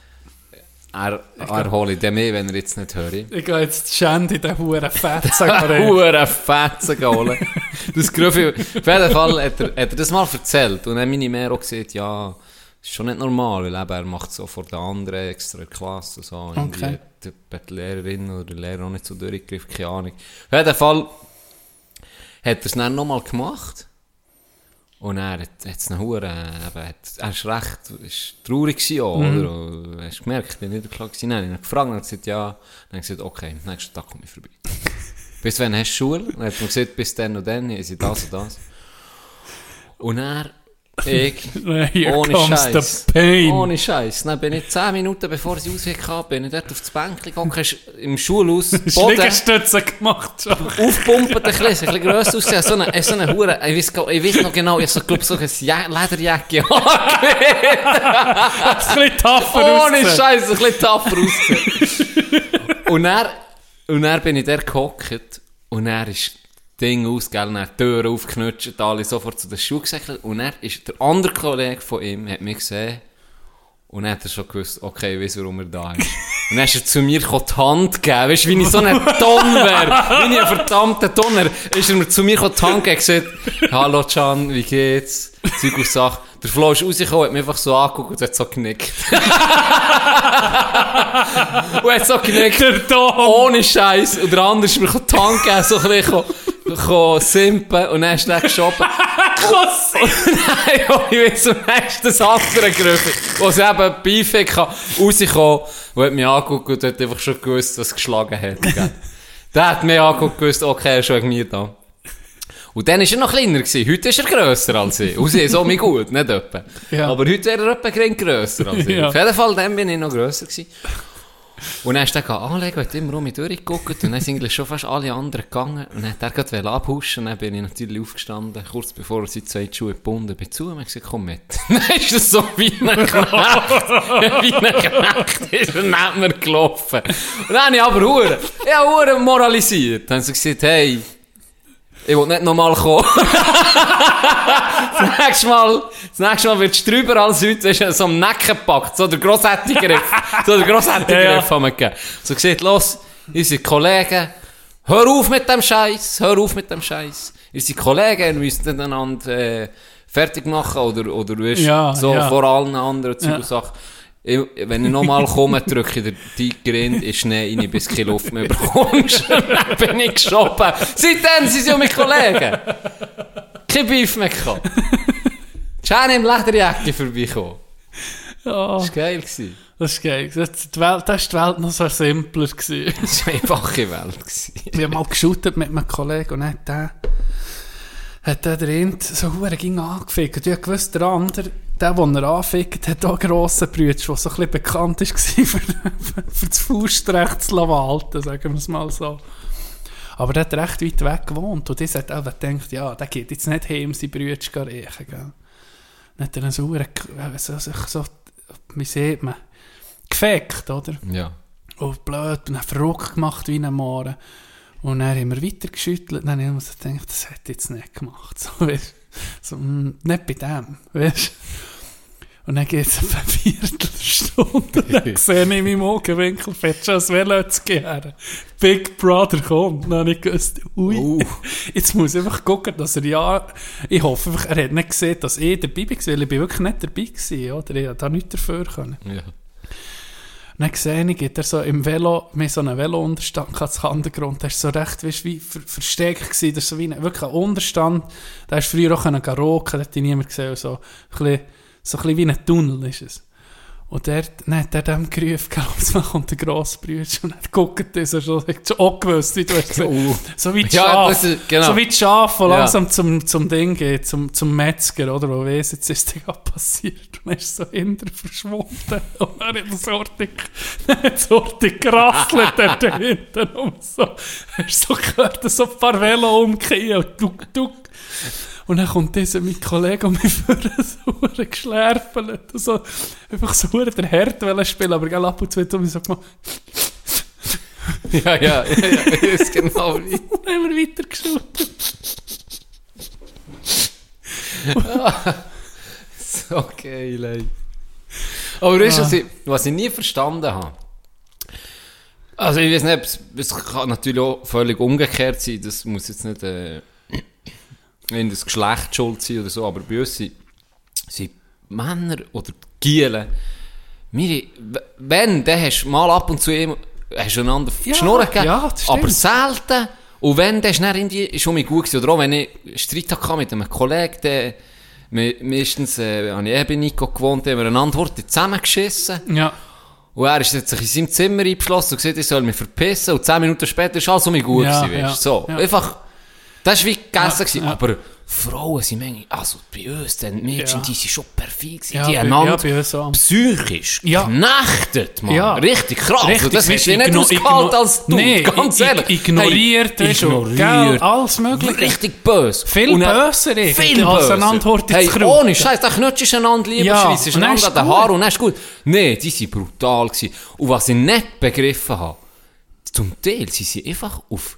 er, er hole den mehr, wenn er jetzt nicht höre. Ich gehe jetzt die Schande in den Huren Fetzen rein. Huren Fetzen holen. Das Grüffi, auf jeden Fall hat er, hat er das mal erzählt. Und dann meine Mehr auch gesagt, ja, das ist schon nicht normal, weil eben er macht so vor den anderen extra in der Klasse und so. Irgendwie Okay. hat die, die Lehrerin oder der Lehrer auch nicht so durchgegriffen, keine Ahnung. Auf jeden Fall hat er es dann nochmal gemacht. Und er hat es dann Huren, eben, hat, er ist recht ist traurig gewesen auch, Mhm. oder? Und hast du gemerkt, ich bin nicht klar gewesen. Nein, ich habe gefragt, und er hat gesagt, ja. Dann habe ich gesagt, okay, am nächsten Tag komme ich vorbei. Bis wann hast du Schule? Dann hat er gesagt, bis dann und dann, ich das und das. Und er, ich, Here ohne comes Scheiß, the pain. ohne Scheiß. Dann bin ich zehn Minuten, bevor ich Ausweg hatte, bin ich dort auf das Bänkchen gegangen, hast im Schulhaus Boden Liegestütze gemacht. aufpumpen, ein bisschen, ein bisschen grösser aussehen, so eine, so eine Hure, ich weiss, gar- ich weiss noch genau, ich so, glaub, so eine Ja- Lederjacke angelegt. Ein bisschen tougher Ohne ausgesehen. Scheiß, ein bisschen tapfer ausgesehen. und dann, und dann bin ich dort gehockt und er ist Ding ausgegeben, dann die Türen aufgeknutscht, alle sofort zu den Schuhen gesäckelt und dann ist der andere Kollege von ihm, hat mich gesehen und dann hat er schon gewusst, okay, ich weiss, warum er da ist. Und dann ist er zu mir gekommen, die Hand gegeben, weißt du, wie ich so ein Ton wäre, wie ich ein verdammter Tonner, ist er mir zu mir gekommen, die Hand gegeben und gesagt, hallo Can, wie geht's? Zeug aus Sache. Der Flo ist rausgekommen, hat mich einfach so angeguckt und hat so genickt. und hat so genickt. Der Ton. Ohne Scheiß. Und der andere ist mir die Hand gegeben, so ein bisschen ko simpen und dann ist er geschoben. Nein, ich weiß, und dann ist das andere gegriffen, wo sie eben Beefy kann, rausgekommen und hat mich angeguckt und hat einfach schon gewusst, was geschlagen hat. Gell? Der hat mich angeguckt und gewusst, okay, er ist schon wegen mir da. Und dann war er noch kleiner gewesen. Heute ist er grösser als ich. Und sie ist auch mir gut, nicht etwa. Ja. Aber heute wäre er etwa gering grösser als ich. Ja. Auf jeden Fall, dann bin ich noch grösser gewesen. Und dann ist er anlegen, hat immer um mich durchgeguckt und dann sind eigentlich schon fast alle anderen gegangen. Und dann hat er gerade abhuschen und dann bin ich natürlich aufgestanden, kurz bevor er seine zwei Schuhe gebunden bin zu und habe gesagt, komm mit. Dann ist das so wie ein Knecht, wie ein Knecht ist er neben mir gelaufen. Und dann habe ich aber Huren, ich habe Huren moralisiert. Dann haben sie gesagt, hey, ich will nicht nochmal kommen. das, nächste Mal, das nächste Mal wird es drüber als heute, ist so am Nacken gepackt, so der Grosshättigriff. so der Grosshättigriff ja, ja. haben wir gegeben. So gesagt, los, unsere Kollegen, hör auf mit dem Scheiß, hör auf mit dem Scheiß. Unsere Kollegen müssen einander äh, fertig machen oder, oder weißt, ja, so ja. vor allen anderen Zeug und Sachen. Ich, wenn ich nochmal komme, drücke ich die Grind in Schnee rein, bis du keine Luft mehr bekommst. Dann bin ich geschoben. Seitdem sind sie ja meine Kollegen. Kein Beef mehr gehabt. Schön im Lederjacke vorbeikommen. Ja. Das war geil. Gewesen. Das ist geil. Das, die Welt, das war die Welt noch so simpler. Gewesen. Das war eine einfache Welt. Gewesen. Wir haben mal geshootet mit einem Kollegen und dann hat der, hat der, der Int so verdammt ging angefickt. Und ich wusste, der andere, der, den er anfickt, hat auch einen grossen Brüder, der so ein bisschen bekannt war für, für, für das Faustrecht zu halten, sagen wir es mal so. Aber der hat recht weit weg gewohnt und dieser hat auch gedacht, ja, der geht jetzt nicht heim, seine Brüder zu riechen. Gell? Dann hat er einen sauren, so, so, so, wie sieht man, gefeckt, oder? Ja. Und blöd, und dann verrückt gemacht wie ein Mohren. Und dann haben wir weiter geschüttelt, dann haben wir so gedacht, das hätte ich jetzt nicht gemacht. So, weißt, so, mh, nicht bei dem, weißt. Und dann geht es eine Viertelstunde und dann sehe ich in meinem Augenwinkel, fährt schon das Velo zu gehen. Big Brother kommt. Dann habe ich gewusst, ui, uh. jetzt muss ich einfach gucken, dass er ja, ich hoffe einfach, er hat nicht gesehen, dass ich dabei war, weil ich bin wirklich nicht dabei war, oder? Ich konnte da nichts dafür können. Ja. Und dann sehe ich, geht er so im Velo, mit so einem Velo-Unterstand, ganz Hintergrund, der ist so recht, weißt, wie ver versteckt gewesen, das ist so wie ein, wirklich ein Unterstand, da hast du früher auch roken können, da hat ich niemand gesehen, so ein bisschen, so ein bisschen wie ein Tunnel ist es. Und der, dann hat er dem gerufen, glaubst du, man kommt der grosse Brüder und hat geguckt, ist er schon, schon auch gewusst, wie du hast gesagt. Uh. So wie die Ja, Schafe, das ist- genau. so wie die Schafe, die Ja. langsam zum, zum Ding geht, zum, zum Metzger, oder, wo weiss, jetzt ist das passiert. Und dann ist so hinter verschwunden. Und dann hat es ordentlich, dann hat es ordentlich gerasselt, dort hinten und so. Hast du so gehört, so ein paar Velo umgehen und duck, duck. Und dann kommt dieser mein Kollege und mich für so geschlärfelt. So, einfach so der Herd wollen spielen, aber gell, ab und zu hat er mich so gemacht. Ja, ja, ja, ja, ich weiß genau wie. Und dann haben wir weiter geschaut. So geil, ey. Aber weißt du, was ich, was ich nie verstanden habe? Also ich weiß nicht, es kann natürlich auch völlig umgekehrt sein, das muss jetzt nicht äh, in das Geschlecht schuld sein oder so, aber bei uns sind, sind Männer oder Gielen, wir, wenn, dann hast du mal ab und zu immer, hast du einander Ja, Schnurren gegeben, ja, das stimmt. aber selten. Und wenn, dann ist dann irgendwie schon mal gut gewesen. Oder auch wenn ich Streit hatte mit einem Kollegen, der me- meistens äh, habe ich eben Nico gewohnt, haben wir einander Worte zusammengeschissen. Ja. Und er ist jetzt sich in seinem Zimmer eingeschlossen und gesagt, ich soll mich verpissen. Und zehn Minuten später ist alles um mich gut Ja, gewesen, ja, weißt du. So, ja. einfach, das war wie gegessen. Ja, Ja, ja. Aber Frauen sind manchmal, also bei uns, die Mädchen, Ja. die sind schon perfekt. Ja, die bei- einander ja, bei uns auch. psychisch Ja. geknechtet, Mann. Ja. Richtig krass. Richtig, Und das weisst, hätte ich nicht igno- ausgehalten igno- als du, Nee, ganz ig- ehrlich. ignoriert, hey, weisst du, ignoriert. gell, alles Mögliche. Richtig böse. Viel Und dann- böser irgendwie, Viel als böser. einander Horti Hey, zu kruten. ohne Scheiß, da knutschst du einander lieber, Ja, schreissest und dann einander ist an den gut. Haaren und dann ist gut. Nee, die waren brutal gewesen. Und was ich nicht begriffen habe, zum Teil, sie sind einfach auf,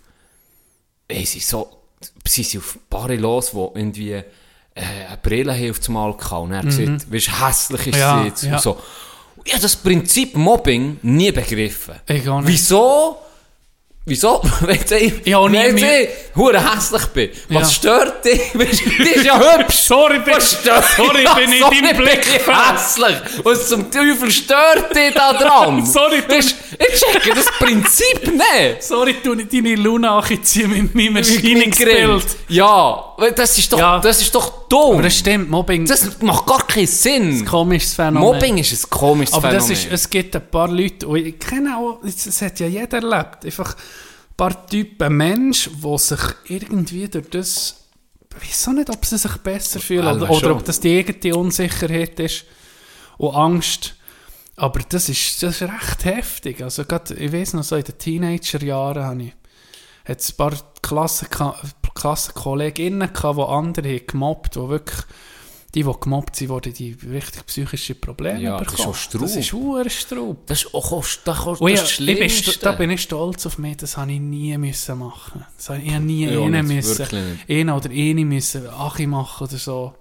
hey, sie so, sie sind auf Paare los, die irgendwie äh, eine Brille haben auf dem Mal gehabt und er hat gesagt, wie hässlich ist Ja, sie jetzt ja. und so. Ich habe das Prinzip Mobbing nie begriffen. Ich auch nicht. Wieso? Wieso? Wenn ich, Ja, auch nie wenn mehr- ich hure hässlich bin, was Ja. stört dich? Die ist ja hübsch. Sorry, bin, Was stört sorry, Ja, bin ich sorry, deinem Blick bin ich hässlich. Was zum Teufel stört dich da dran? Sorry, du- Weisst, ich checke das Prinzip nicht. Sorry, du nicht deine Luna anziehen mit meinem Grill. Erscheinungsbild. Ja, weil das ist doch, Ja. das ist doch dumm. Aber das stimmt, Mobbing ist Das macht gar keinen Sinn. ein komisches Phänomen. Mobbing ist ein komisches Aber das Phänomen. ist, es gibt ein paar Leute, und ich kenne auch, das hat ja jeder erlebt, einfach ein paar Typen Mensch, die sich irgendwie durch das, ich weiß auch nicht, ob sie sich besser fühlen Well, oder, oder schon. ob das die eigene Unsicherheit ist und Angst. Aber das ist, das ist recht heftig. Also gerade, ich weiss noch, so in den Teenagerjahren habe ich, hat es ein paar Klassen, Klassenkolleginnen gehabt, die andere haben gemobbt, die wirklich, die, die gemobbt sind, die, die richtig psychische Probleme Ja, das ist bekommen. auch Straub. Das ist verdammt Straub. Das ist auch das, das, das, Und das ja, ich bin, Schlimmste. sto- da bin ich stolz auf mich, das habe ich nie müssen machen. Das habe ich, ich habe nie Ja, einen nicht, müssen, wirklich nicht. einen oder eine müssen Achi machen oder so.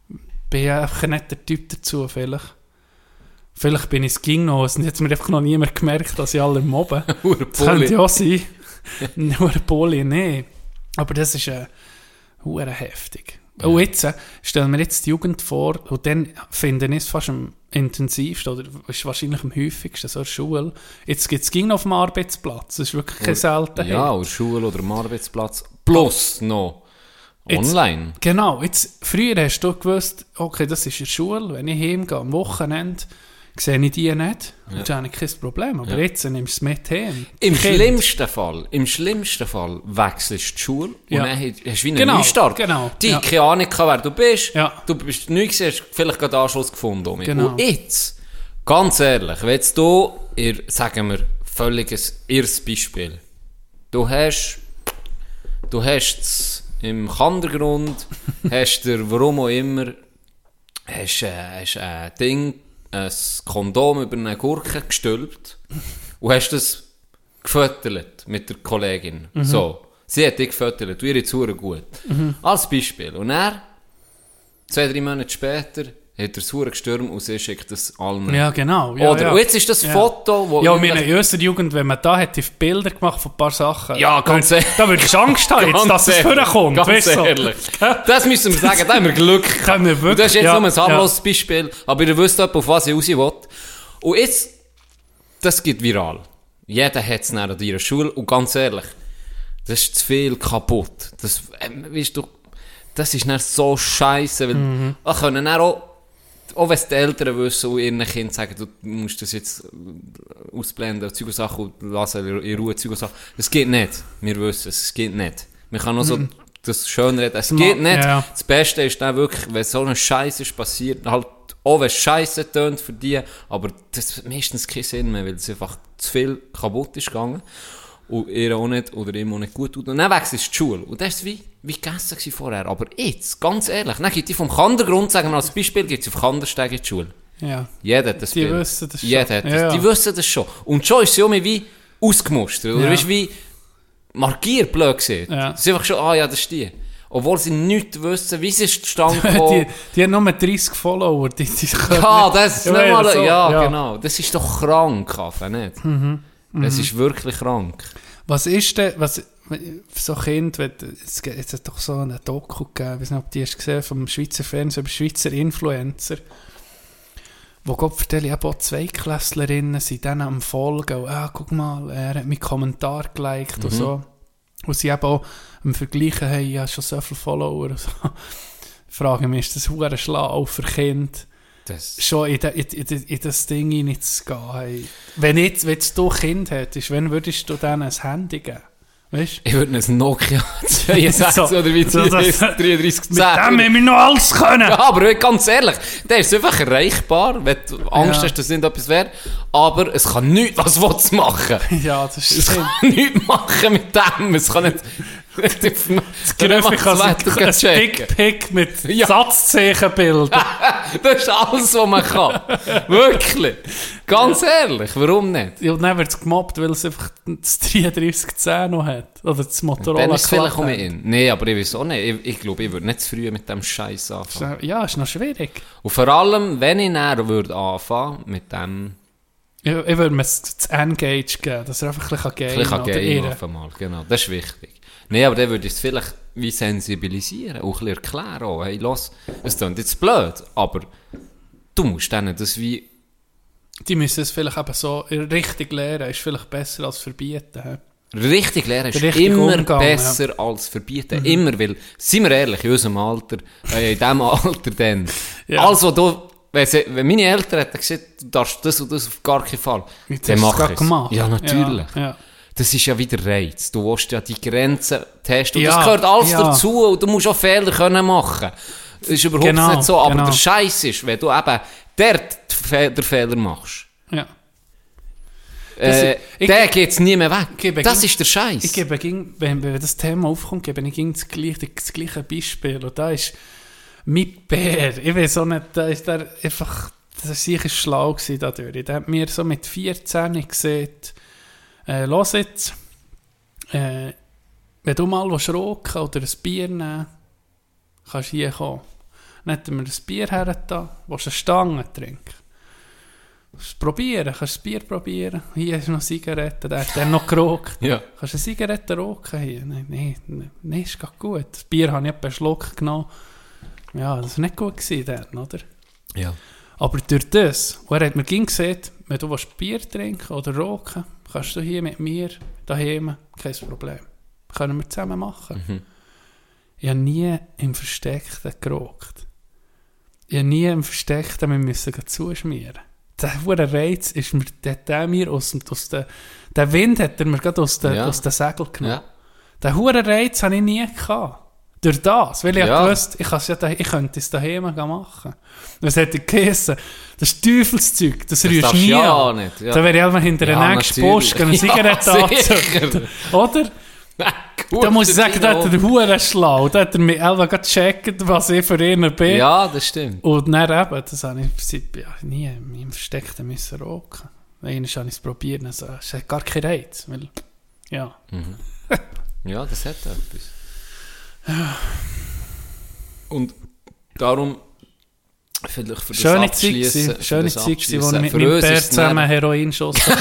Bin ich einfach nicht der Typ dazu, vielleicht. Vielleicht bin ich es ging noch, es hat mir einfach noch niemand gemerkt, dass ich alle mobben. Hure Das könnte Bulli. ja sein. Nur ein Poli, nee. Aber das ist äh, hure heftig. Und jetzt äh, stellen wir jetzt die Jugend vor, und dann finde ich es fast am intensivsten, oder ist wahrscheinlich am häufigsten, so in der Schule. Jetzt gibt es ging auf dem Arbeitsplatz, das ist wirklich keine Seltenheit. Ja, oder Schule oder am Arbeitsplatz. Plus noch Jetzt- online. Genau, jetzt, früher hast du gewusst, okay, das ist in der Schule, wenn ich heimgehe am Wochenende, sehe ich die nicht, und dann habe ich kein Problem. Aber Ja. jetzt nimmst du es mit heim. Im Kind. schlimmsten Fall, im schlimmsten Fall wechselst du die Schule Ja. und dann hast du wie einen Genau, Neustart. genau, Die ja. keine Ahnung, wer du bist. Ja. Du bist neu gewesen, hast vielleicht gerade Anschluss gefunden. Omi. Genau. Und jetzt, ganz ehrlich, wenn jetzt du, ihr, sagen wir, völliges irres Beispiel, du hast, du hast es im Kandergrund, hast dir, warum auch immer, hast, äh, hast ein Ding, ein Kondom über eine Gurke gestülpt und hast das gefüttert mit der Kollegin. So. Sie hat dich gefüttert, du ihre Zuhren gut. Als Beispiel. Und er, zwei, drei Monate später, hat er Zuhren gestürmt und sie schickt das allen. Ja, genau. Ja, Oder, ja. und jetzt ist das Ja. Foto, wo Ja, und irgendwelche- meine, in unserer Jugend, wenn man da hätte Bilder gemacht von ein paar Sachen, Ja, ganz da, ehrlich. da würde ich Angst haben, jetzt, dass es vorkommt. Ganz weißt du? ehrlich. Das müssen wir sagen, da haben wir Glück gehabt. Da haben wir wirklich- Und das ist jetzt ja, nur ein harmloses Beispiel, aber ihr wisst etwa, auf was ich raus will. Und jetzt, das geht viral. Jeder hat es an ihrer Schule und ganz ehrlich, das ist zu viel kaputt. Das, ähm, weißt du, das ist nicht so scheiße, weil Mhm. wir können dann auch, auch wenn es die Eltern wissen und ihren Kindern sagen, du musst das jetzt ausblenden, Zeug und Sachen, und lassen in Ruhe Zeug und Sachen. Das geht nicht. Wir wissen es, es geht nicht. Man kann nur so das Schönreden, es geht Ma- nicht. ja, ja. Das Beste ist dann wirklich, wenn so eine Scheiße ist passiert, halt auch wenn es Scheiße tönt für die, aber das hat meistens keinen Sinn mehr, weil es einfach zu viel kaputt ist gegangen. Und ihr auch nicht, oder ihm auch nicht gut tut. Und dann wechselst du die Schule. Und das war wie, wie gegessen gewesen vorher. Aber jetzt, ganz ehrlich, dann gibt die vom Kandergrund, sagen wir als Beispiel, gibt es auf Kandersteg in die Schule. Ja. Jeder hat das Die Bild. wissen das schon. Jeder hat das. Ja, ja. Die wissen das schon. Und schon ist sie auch mehr wie ausgemustert. Oder Ja. weißt, wie markiert, blöd gesehen. Ja. Das ist einfach schon, ah ja, das ist die. Obwohl sie nichts wissen, wie sie ist zustande die, gekommen. die haben nur dreißig Follower. Die, die können Ja, nicht- das ist Ja, nicht ja, mal, so, ja, ja. genau. Das ist doch krank, Kaffee, nicht? Mhm. Es ist wirklich krank. Was ist denn, was, so Kind, wenn- es gibt- es hat doch so eine Doku gegeben, ich weiß nicht, ob die hast gesehen, vom Schweizer Fernsehen, über Schweizer Influencer, wo Gott vertelle, eben auch Zweiklässlerinnen sind dann am Folgen, und, ah, guck mal, er hat meinen Kommentar geliked und so. Und sie eben auch am Vergleichen, hey, ich habe schon so viele Follower und so. Ich frage mich, ist das verdammt schlau für Kinder? das... schon in, de, in, in, in das Ding hineinzugehen. Hey. Wenn, jetzt, wenn jetzt du ein Kind hättest, wann würdest du denen ein Handy geben? Weißt? Ich würde ein Nokia zweiundsechzig So, oder wie so das- dreiunddreißig zehn. Mit dem haben wir noch alles können. Ja, aber ganz ehrlich, der ist einfach erreichbar, wenn du Angst Ja. hast, dass nicht etwas wäre. Aber es kann nichts, was willst du machen? Ja, das Es stimmt. kann nichts machen mit dem. Es kann nicht... Das Gröffe kann ein checken. Dickpick mit Ja. Satzzeichen bilden. Das ist alles, was man kann. Wirklich. Ganz ehrlich, warum nicht? Ja, und dann wird es gemobbt, weil es einfach das dreiunddreißig zehn noch hat. Oder das Motorola Dann ist es vielleicht Club um hat. ihn. Nein, aber ich weiß auch nicht. Ich, ich glaube, ich würde nicht zu früh mit dem Scheiß anfangen. Ja, ist noch schwierig. Und vor allem, wenn ich näher würde anfangen mit dem... Ich, ich würde mir das das Engage geben, dass er einfach ein bisschen Vielleicht gamen kann oder Game irren. auf einmal, genau. Das ist wichtig. Nein, aber dann würde ich es vielleicht wie sensibilisieren, auch ein bisschen erklären. Auch. Hey, los, es klingt jetzt blöd, aber du musst denen das wie... Die müssen es vielleicht eben so richtig lernen, ist vielleicht besser als verbieten. He? Richtig lernen ist Der richtige immer Umgang, besser als verbieten. Immer, weil, seien wir ehrlich, in unserem Alter, äh, in diesem Alter dann, Ja. also du, wenn, sie, wenn meine Eltern hätten gesagt, du darfst das und das auf gar keinen Fall, Jetzt dann hast du es mach gerade ich gemacht. es. Ja, natürlich. Ja, ja. Das ist ja wieder Reiz. Du willst ja die Grenzen testen. Und Ja, das gehört alles ja. dazu. Und du musst auch Fehler können machen. Das ist überhaupt Genau, nicht so. Aber genau. der Scheiß ist, wenn du eben dort den Fehler machst, Ja. äh, ich- der geht es nie mehr weg. gebe Das gegen- ist der Scheiß. Ich gebe, gegen- wenn, wenn das Thema aufkommt, gebe ich gegen das gleiche, das gleiche Beispiel. Und da ist mein Bär. Ich weiß auch nicht, da ist der einfach, das war sicher schlau gewesen dadurch. Der hat mir so mit vierzehn gesagt, äh, los jetzt, äh, wenn du mal willst rauchen oder ein Bier nehmen, kannst du hier kommen. Dann hat er mir ein Bier hergetan, willst du eine Stange trinken. Kannst du probieren, kannst du das Bier probieren. Hier ist noch Zigaretten, der hat dann noch geraucht. Ja. Kannst du eine Zigarette rauchen hier? Nein, nein, nein, nein, ist gar gut. Das Bier habe ich etwa einen Schluck genommen. Ja, das war nicht gut gewesen dann, oder? Ja. Aber durch das, und er hat mir ging gesagt, wenn du willst Bier trinken oder rauchen, kannst du hier mit mir daheim, kein Problem. Können wir zusammen machen. Mhm. Ich habe nie im Versteckten geraucht. Ich habe nie im Versteckten, wir müssen gleich zuschmieren. Der verdammte Reiz ist mir, der, der mir aus, dem- aus der, der Wind hat er mir gerade aus den, Ja. aus den Segeln genommen. Ja. Den verdammten Reiz hatte ich nie gehabt. Durch das, weil ich Ja. ja. gewusst, ich, kann's ja da, ich könnte es daheim machen. Was hätte geheißen? Das ist Teufelszeug, das, Das rührst du darfst nie du ja an. nicht. Ja. Da wäre ich einfach hinter der Ja, nächsten natürlich. Post eine Ja, Zigarette sicher. anzünden. Oder? Gut, Da muss ich das sagen, ist da hat auch- er Huren schlau. Da hat er mir einfach gecheckt, was ich für ihn bin. Ja, das stimmt. Und dann eben, das habe ich im Prinzip ja, nie im Versteckten müssen rauchen. Einmal habe ich es probiert, also, es hat gar keinen Reiz. Weil, ja. Ja, das hat etwas. Und darum, vielleicht für das Schöne Zeit abzuschliessen, gewesen. für Schöne das Zeit gewesen, wo abzuschliessen, ich mit für meinem uns Bär ist es zusammen dann- Heroin schossen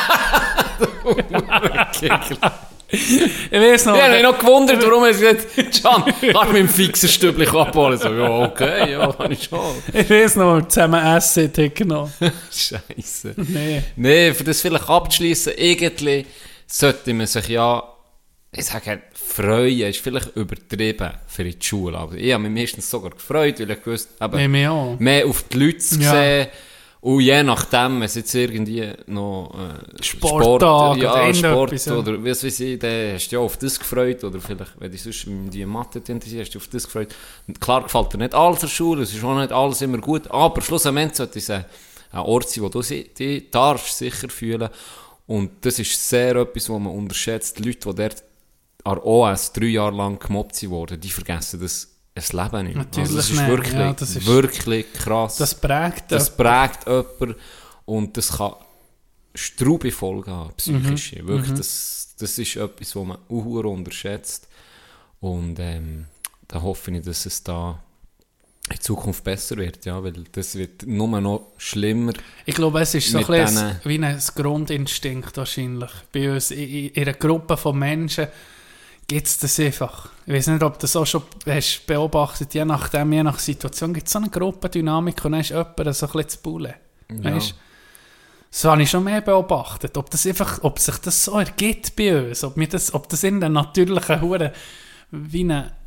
habe. Ich weiß noch, Ja, ich habe mich noch gewundert, warum er gesagt hat, Can, kannst du mit dem fixen Stübchen abholen? So, ja, okay, ja, kann ich schon. ich weiß noch, wo wir zusammen Essen haben genommen. Scheiße. Nee. Nee, für das vielleicht abzuschliessen, irgendwie sollte man sich ja, ich sage, freuen ist vielleicht übertrieben für die Schule. Aber ich habe mich meistens sogar gefreut, weil ich gewusst habe, Nee, mir auch. mehr auf die Leute zu Ja. sehen. Und je nachdem, wenn es jetzt irgendwie noch äh, Sporttag ja, oder Sport irgendetwas, ja. oder was weiß ich, dann hast du ja auf das gefreut. Oder vielleicht, wenn du sonst in die Mathe interessierst, hast du auf das gefreut. Und klar gefällt dir nicht alles der Schule, es ist auch nicht alles immer gut. Aber schlussendlich sollte es ein, ein Ort sein, wo du si- dich darfst sicher fühlen. Und das ist sehr etwas, was man unterschätzt. Die Leute, die dort an O S drei Jahre lang gemobbt wurden, die vergessen das ein Leben nicht. Natürlich also das ist nicht. wirklich, Ja, das ist- wirklich krass. Das prägt Das prägt jemanden und das kann Straube Folgen haben, psychische. Mhm. Wirklich, das, das ist etwas, was man auch unterschätzt. Und ähm, da hoffe ich, dass es da in Zukunft besser wird, ja, weil das wird nur noch schlimmer. Ich glaube, es ist so ein Mit bisschen diesen- wie ein Grundinstinkt wahrscheinlich. Bei uns, in, in in einer Gruppe von Menschen gibt es das einfach. Ich weiß nicht, ob du das auch schon hast beobachtet, je nachdem, je nach Situation gibt es so eine Gruppendynamik und dann ist jemand so ein bisschen zu bullen. Ja. Weißt? Das habe ich schon mehr beobachtet. Ob, das einfach, ob sich das so ergibt bei uns, ob, wir das, ob das in der natürlichen Hure wie eine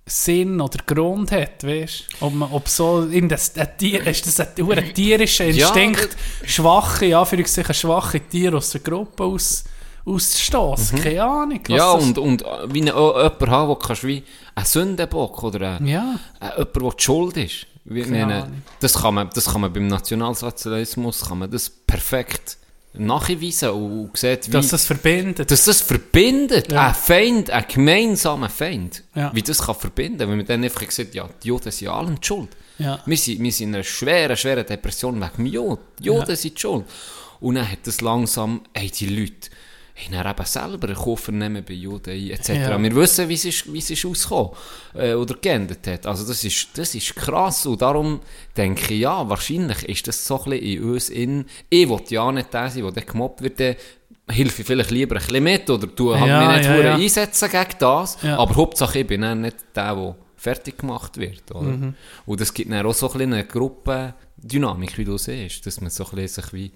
Sinn oder Grund hat, weißt du? Ob, man- ob so, in das, ein Tier, ist das ein, ein tierischer Instinkt, schwache, ja, für schwache Tiere aus der Gruppe aus, auszustoßen? Keine Ahnung. was Ja, das- und, und äh, wie eine, auch jemanden haben, wo kannst du wie ein Sündenbock oder ein, Ja. äh, jemand, der die Schuld ist. Wie, Keine meine, Ahnung. das, kann man, das kann man beim Nationalsozialismus kann man das perfekt nachweisen und, und sieht, wie... Dass das verbindet. Dass das verbindet, Ja. ein Feind, ein gemeinsamer Feind, Ja. wie das kann verbinden, wenn man dann einfach sagt, ja, die Juden sind ja allem die schuld. Ja. Wir sind, wir sind in einer schweren, schweren Depression wegen dem Juden. Die Juden Ja. sind die schuld. Und dann hat das langsam, ey, die Leute haben dann eben selber einen Koffer nehmen bei Juden ein, et cetera. Ja. Wir wissen, wie es ist, wie es ist ausgekommen äh, oder geendet hat. Also das ist, das ist krass und darum denke ich, ja, wahrscheinlich ist das so ein bisschen in uns in, ich will ja nicht der sein, der dann gemobbt wird, dann hilfe ich vielleicht lieber ein bisschen mit oder tue halt Ja, mich nicht ja, verdammt ja. einsetzen gegen das, Ja. aber Hauptsache ich bin dann nicht der, der fertig gemacht wird. Oder? Mhm. Und es gibt dann auch so ein bisschen eine Gruppendynamik, wie du siehst, dass man so ein bisschen sich wie,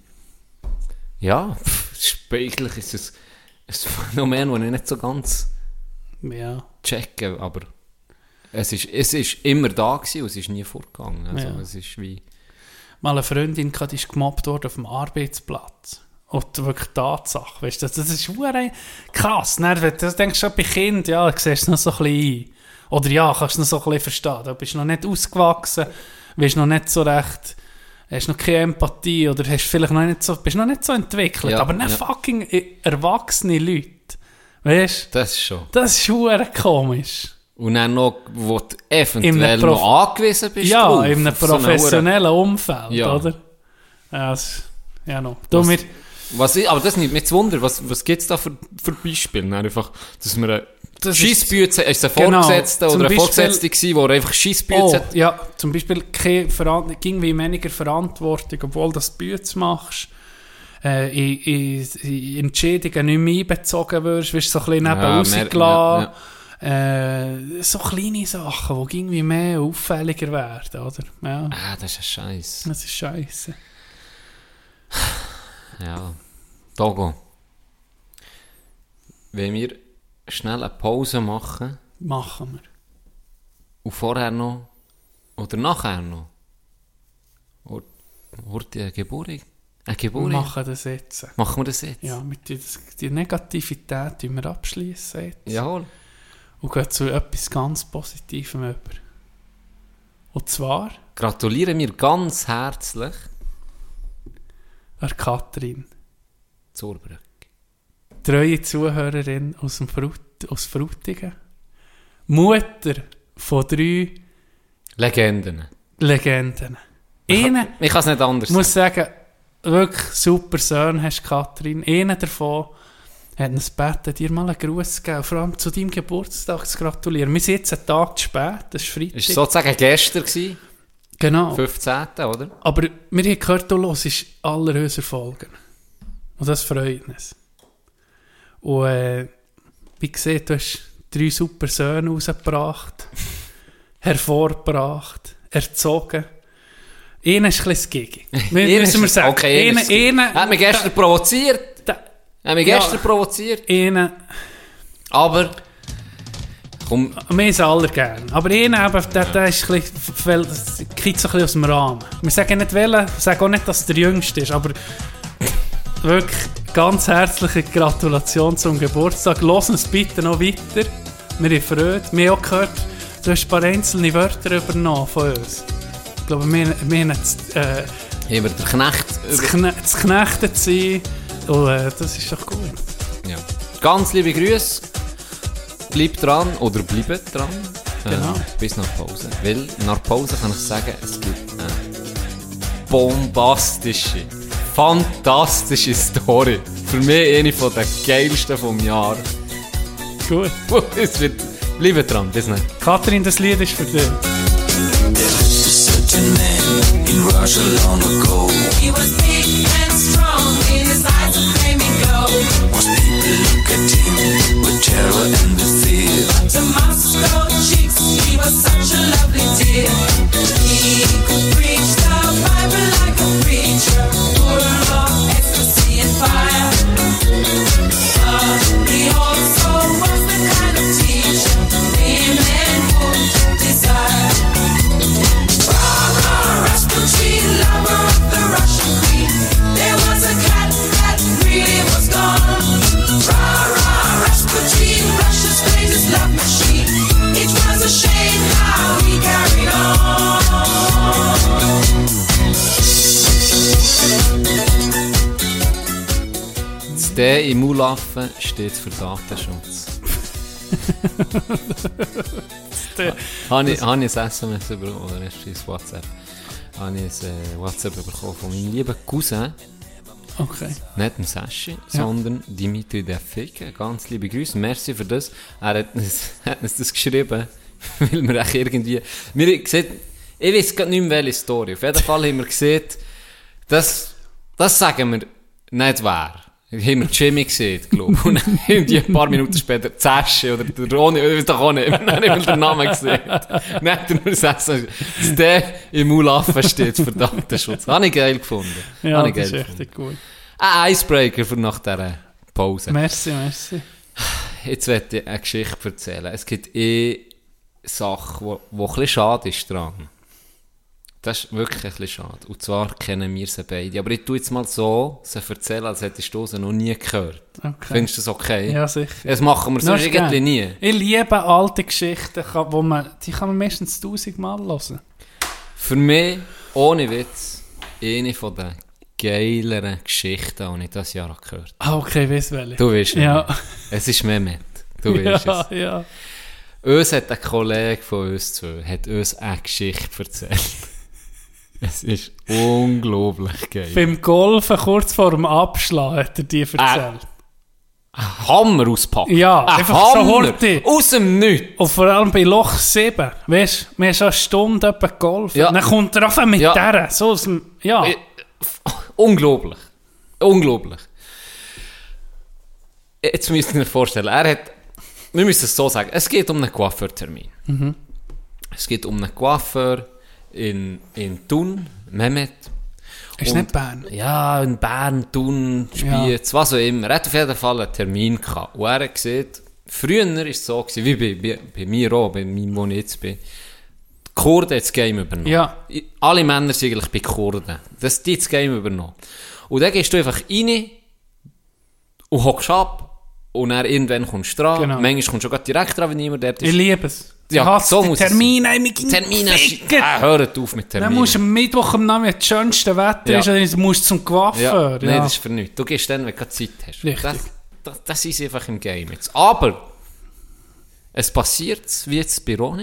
ja, pff, eigentlich ist es ein Phänomen, das ich nicht so ganz Ja. checke, aber es ist, es ist immer da gewesen und es ist nie vorgegangen. Also Ja. es ist wie... Mal eine Freundin die ist gemobbt worden auf dem Arbeitsplatz. Und wirklich Tatsache, weißt du, das, das ist verdammt krass. Dann, wenn du denkst schon bei Kind, ja, du siehst es noch so ein bisschen ein. Oder ja, kannst du es noch so ein bisschen verstehen. Du bist noch nicht ausgewachsen, bist noch nicht so recht, hast noch keine Empathie oder hast vielleicht noch nicht so, bist noch nicht so entwickelt. Ja, aber nicht ja. fucking erwachsene Leute, weißt du, Das ist schon. das ist verdammt komisch. Und dann noch, wo du In eventuell einem Prof- noch angewiesen bist Ja, drauf, in einem auf so eine professionellen Umfeld, Ja. oder? Ja, das, ja noch. Du, Was- wir, Was ich, aber das nimmt mich zu Wunder, was, was gibt es da für, für Beispiele? Nein, einfach, dass wir eine Das ist- Scheissbüte, ist es ein Genau, Vorgesetzter zum oder ein Beispiel- Vorgesetzter gewesen, der einfach Scheissbüte oh, hat? ja, zum Beispiel keine Veran- irgendwie weniger Verantwortung, obwohl du Bütz machst, äh, in, in, in Entscheidungen nicht mehr einbezogen wirst, wirst so ein bisschen neben Ja, rausgelassen. mehr- Äh, so kleine Sachen, die irgendwie mehr auffälliger werden, oder? Ja, Ah, das ist ein Scheiß. das ist scheisse. Ja. Togo. Wenn wir schnell eine Pause machen Machen wir. und vorher noch oder nachher noch oder wurde eine Geburt? Eine Wir Geburt? machen das jetzt. Machen wir das jetzt? Ja, mit die, die Negativität tun wir abschließen jetzt. Jawohl. Und gehen zu etwas ganz Positivem über. Und zwar Gratuliere mir ganz herzlich an Katrin, zur Brücke. treue Zuhörerin aus, dem Frut, aus Frutigen, Mutter von drei Legenden. Legenden. Eine, Ich kann es nicht anders ich muss sagen, wirklich super Sohn hast Katrin. Einer davon hat uns gebeten, dir mal einen Gruß zu geben, vor allem zu deinem Geburtstag zu gratulieren. Wir sind jetzt einen Tag zu spät, das ist Freitag. Es war sozusagen gestern, gewesen, Genau. fünfzehnten oder? Aber wir haben gehört, du hörst alle unsere Folgen. Und das freut uns. Und äh, wie gesagt, du hast drei super Söhne rausgebracht, hervorgebracht, erzogen. Einer ist ein bisschen das Gigi. Einer Müssen wir ist- sagen. okay, einer einer, ist das Gigi. einer, Hat mich gestern provoziert. da, Hat mich Ja. gestern provoziert. einer, Aber, komm, wir haben sie alle gerne. Aber einer, eben, der, der ist ein bisschen, weil- das geht so ein bisschen aus dem Rahmen. Wir sagen nicht welchen, wir sagen auch nicht, dass es der Jüngste ist, aber wirklich ganz herzliche Gratulation zum Geburtstag. Lass uns bitte noch weiter. Wir haben Freude. Wir haben auch gehört, du hast ein paar einzelne Wörter übernommen von uns. Ich glaube, wir, wir haben das, äh, haben wir den Knecht. das, Kne das Knechtet sein. Und äh, das ist doch gut. Ja. Ganz liebe Grüße. Bleibt dran oder bleibt dran. Genau. Äh, bis nach Pause. Weil nach Pause kann ich sagen, es gibt eine bombastische, fantastische Story. Für mich eine von der geilsten vom Jahr. Gut. Es wird, bleibt dran, bis dann. Katrin, das Lied ist für dich. Certain man in Russia long ago. He was big and strong, in his eyes a flaming glow. Most people look at him with terror and with fear. To Moscow chicks, he was such a lovely dear. He could preach the Bible like a preacher, full of ecstasy and fire. But he also was the kind of teacher women would Das D im Mulaffen steht für Datenschutz. Habe ich, hab ich ein S M S bekommen, oder ist es WhatsApp? Habe ich ein äh, WhatsApp bekommen von meinem lieben Cousin. Okay. Nicht dem Sashi, Ja. sondern Dimitri der Ficker. Ganz liebe Grüße, merci für das. Er hat uns, hat uns das geschrieben, weil wir auch irgendwie... Wir gesehen, ich weiß gar nicht mehr, welche Story. Auf jeden Fall haben wir gesehen, das, das sagen wir nicht wer. Haben wir Jimmy gesehen, glaube ich. Und dann irgendwie ein paar Minuten später Sashi oder der Ronny, ich weiß doch auch nicht, dann haben wir den Namen gesehen. Dann hat er nur gesagt, dass der im Mulaffen steht für Datenschutz. Habe ich geil gefunden. Ja, Habe ich das ist geil richtig gut. Ein Icebreaker für nach dieser Pause. Merci, merci. Jetzt werde ich eine Geschichte erzählen. Es gibt eh Sachen, wo, wo ein bisschen schade ist dran. Das ist wirklich ein bisschen schade. Und zwar kennen wir sie beide. Aber ich tue jetzt mal so, sie erzählen, als hättest du sie noch nie gehört. Okay. Findest du das okay? Ja, sicher. Das machen wir Das sonst ist irgendwie geil. nie. Ich liebe alte Geschichten, kann- wo man, die kann man meistens tausendmal hören. Für mich, ohne Witz, eine von den geileren Geschichten, die ich dieses Jahr habe gehört Ah, okay, weiss welche. Du weißt Ja. es. Es ist Mehmet. Du weißt Ja, es. ja. Uns hat ein Kollege von uns zwei, hat uns eine Geschichte erzählt. Es ist unglaublich geil. Beim Golfen, kurz vor dem Abschlag, hat er die erzählt. Hammer auspacken. Ja, Ein einfach so Hammer. hurtig. Aus dem Nichts. Und vor allem bei Loch sieben, weißt du, wir haben schon eine Stunde etwa geholfen. Ja. Dann kommt er einfach mit Ja. der, so aus dem, ja. Äh, Unglaublich. Unglaublich. Jetzt müsst ihr euch vorstellen, er hat, wir müssen es so sagen, es geht um einen Coiffeurtermin. Mhm. Es geht um einen Coiffeur in, in Thun, Mehmet. Ist Und- nicht Bern. Ja, in Bern, Thun, Spiez, was auch immer. Er hat auf jeden Fall einen Termin gehabt. Und er hat gesagt, früher war es so, gewesen, wie bei, bei, bei mir auch, bei mir, wo ich jetzt bin. Die Kurden hat das Game übernommen. Ja. I- Alle Männer sind eigentlich bei Kurden. Das die das Game übernommen. Und dann gehst du einfach rein und hockst ab. Und dann irgendwann kommst du dran. Genau. Manchmal kommst du schon grad direkt dran, wenn niemand dort Ich ist. liebe es. Ja, Ich hasse so die muss es Termine, ey, wir gehen Termine, ficken. ah, hört auf mit Dann Terminen. musst du am Mittwoch am Nachmittag das schönste Wetter Ja. ist, dann musst du zum Ja, Coiffeur. nein, Ja. das ist für nichts. Du gehst dann, wenn du keine Zeit hast. Richtig. Das, das, das ist einfach im Game jetzt. Aber es passiert, wie jetzt bei Ronny.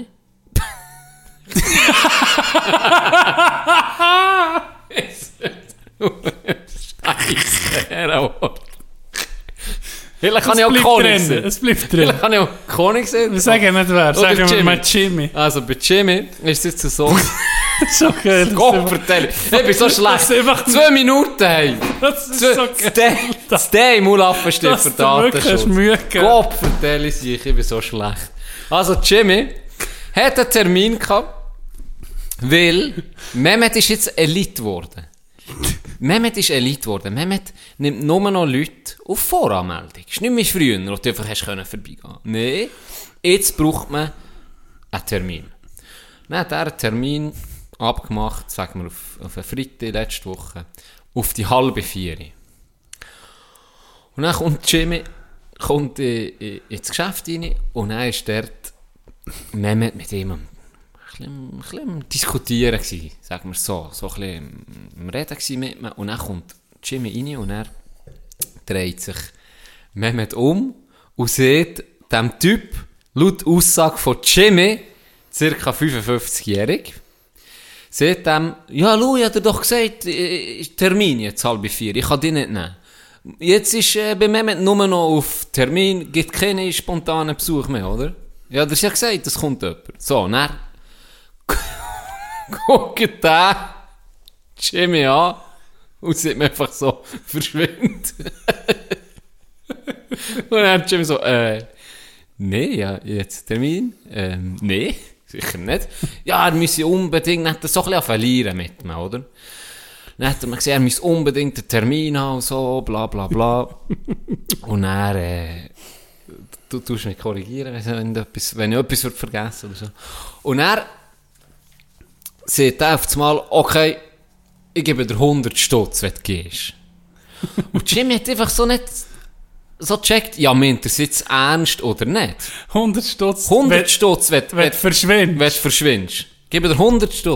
Scheisse, Herrgott. Vielleicht kann ich auch bleibt Konig drin, sehen. es bleibt drin. Vielleicht kann ich auch Konig sehen. Wir sagen nicht wer, Oder sagen wir Jimmy. mal Jimmy. Also bei Jimmy ist es jetzt so... So geil. Gott vertell, ich bin so schlecht. Das ist einfach- Zwei Minuten, hey. Das ist Zwei- so Das geil. D- Das D im Mulaffen steht Dass für du wirklich Datenschutz. hast Mühe gegeben. Gott vertell ich sich, ich bin so schlecht. Also Jimmy hat einen Termin gehabt, weil Mehmet ist jetzt Elite geworden. Mehmet ist Elite geworden. Mehmet nimmt nur noch Leute auf Voranmeldung. Ist nicht mehr früher, wo du einfach hast können vorbeigehen. Nein, jetzt braucht man einen Termin. Dann hat er einen Termin abgemacht, sagen wir auf, auf einen Freitag letzte Woche, auf die halbe vier. Und dann kommt Jimmy kommt in, in, ins Geschäft rein und dann ist dort Mehmet mit ihm ein bisschen, ein bisschen am Diskutieren gewesen, sagen wir so, so ein bisschen am Reden gewesen mit mir. Und dann kommt Jimmy rein und er dreht sich Mehmet um und sieht dem Typ, laut Aussage von Jimmy, circa fünfundfünfzigjährig, sieht dem, ja, schau, ich hab dir doch gesagt, äh, Termin jetzt halb vier, ich kann dich nicht nehmen. Jetzt ist äh, bei Mehmet nur noch auf Termin, gibt keine spontanen Besuch mehr, oder? Ja, du hast ja gesagt, es kommt jemand. So, dann guckt der Jimmy an und sieht mir einfach so, verschwindet. Und dann hat Jimmy so, äh, nee, ja, jetzt Termin? Ähm, nee, sicher nicht. Ja, er müsse unbedingt, dann hat er so ein bisschen verlieren mit mir, oder? Dann hat er mir gesagt, er müsse unbedingt einen Termin haben und so, bla bla bla. Und dann, äh, du tust mich korrigieren, wenn ich etwas, wenn ich etwas vergessen oder so. Und er sagt er auf einmal, okay, ich gebe dir hundert Stutz, wenn du gehst. Und Jimmy hat einfach so nicht so gecheckt, ja, meint er es jetzt ernst oder nicht? hundert Stutz. hundert wenn- Stutz, wenn, Wenn wenn, du verschwindest. wenn du verschwindest. Gebe dir hundert Stutz.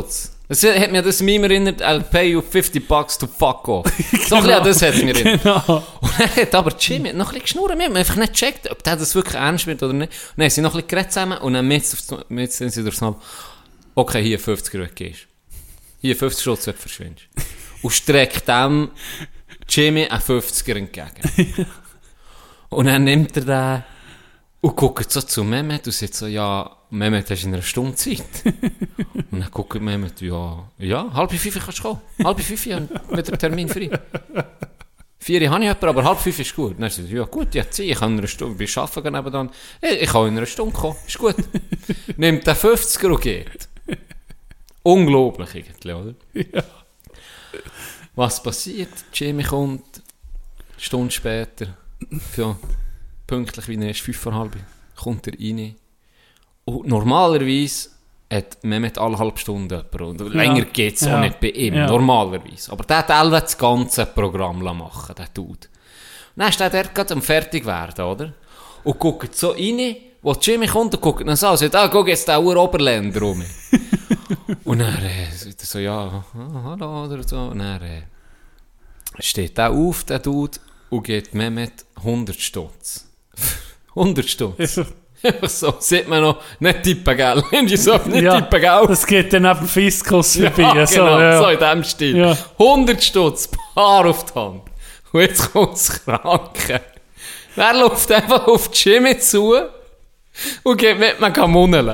Das hat mir das Meme erinnert, I'll pay you fifty bucks to fuck off. So ein bisschen an das hat es mir erinnert. Genau. Und dann hat aber Jimmy noch ein bisschen geschnurrt. Wir haben einfach nicht gecheckt, ob der das wirklich ernst wird oder nicht. Und dann haben sie noch ein bisschen geredet zusammen und dann mit, mit sind sie durchs Nabel. Okay, hier fünfzig Euro gehst. Hier fünfzig Schutz, wenn du verschwindest. Und streckt dem Jimmy einen fünfziger entgegen. Und dann nimmt er den und guckt so zu Mehmet und sagt so, ja, Mehmet, hast du in einer Stunde Zeit? Und dann guckt Mehmet, ja, ja, halb fünf kannst du kommen. Halb fünf habe ich wieder Termin frei. Vier habe ich jemanden, aber halb fünf ist gut. Dann sagt er, ja gut, ja, zieh, ich kann in einer Stunde, wir arbeiten nebenan. Ich kann in einer Stunde kommen, ist gut. Nimmt den fünfziger und geht. Unglaublich irgendwie, oder? Ja. Was passiert? Jimmy kommt, eine Stunde später, ja, pünktlich wie er ist, fünf vor halb, kommt er rein. Und normalerweise hat Mehmet alle halbe Stunde jemanden. Und länger geht es ja. auch nicht bei ihm, ja. normalerweise. Aber der hat alle das ganze Programm machen, der Dude. Und dann steht er gerade am fertig werden, oder? Und guckt so rein, wo Jimmy kommt und guckt dann so und sagt, ah, guck jetzt der Ur-Oberländer rum. Und dann äh, sagt er so, ja, ah, hallo, oder so. Und dann äh, steht der auf, der Dude, und gibt Mehmet hundert Stutz. hundert Stutz. Einfach so, sieht man noch, nicht tippen, gell? Nicht so, nicht Ja, tippen, gell? das geht dann neben dem Fiskus vorbei. Ja, so, genau, ja. so in dem Stil. Ja. hundert Stutz, Paar auf die Hand. Und jetzt kommt das Kranke. Er läuft einfach auf Jimmy zu und geht mit mir muneln.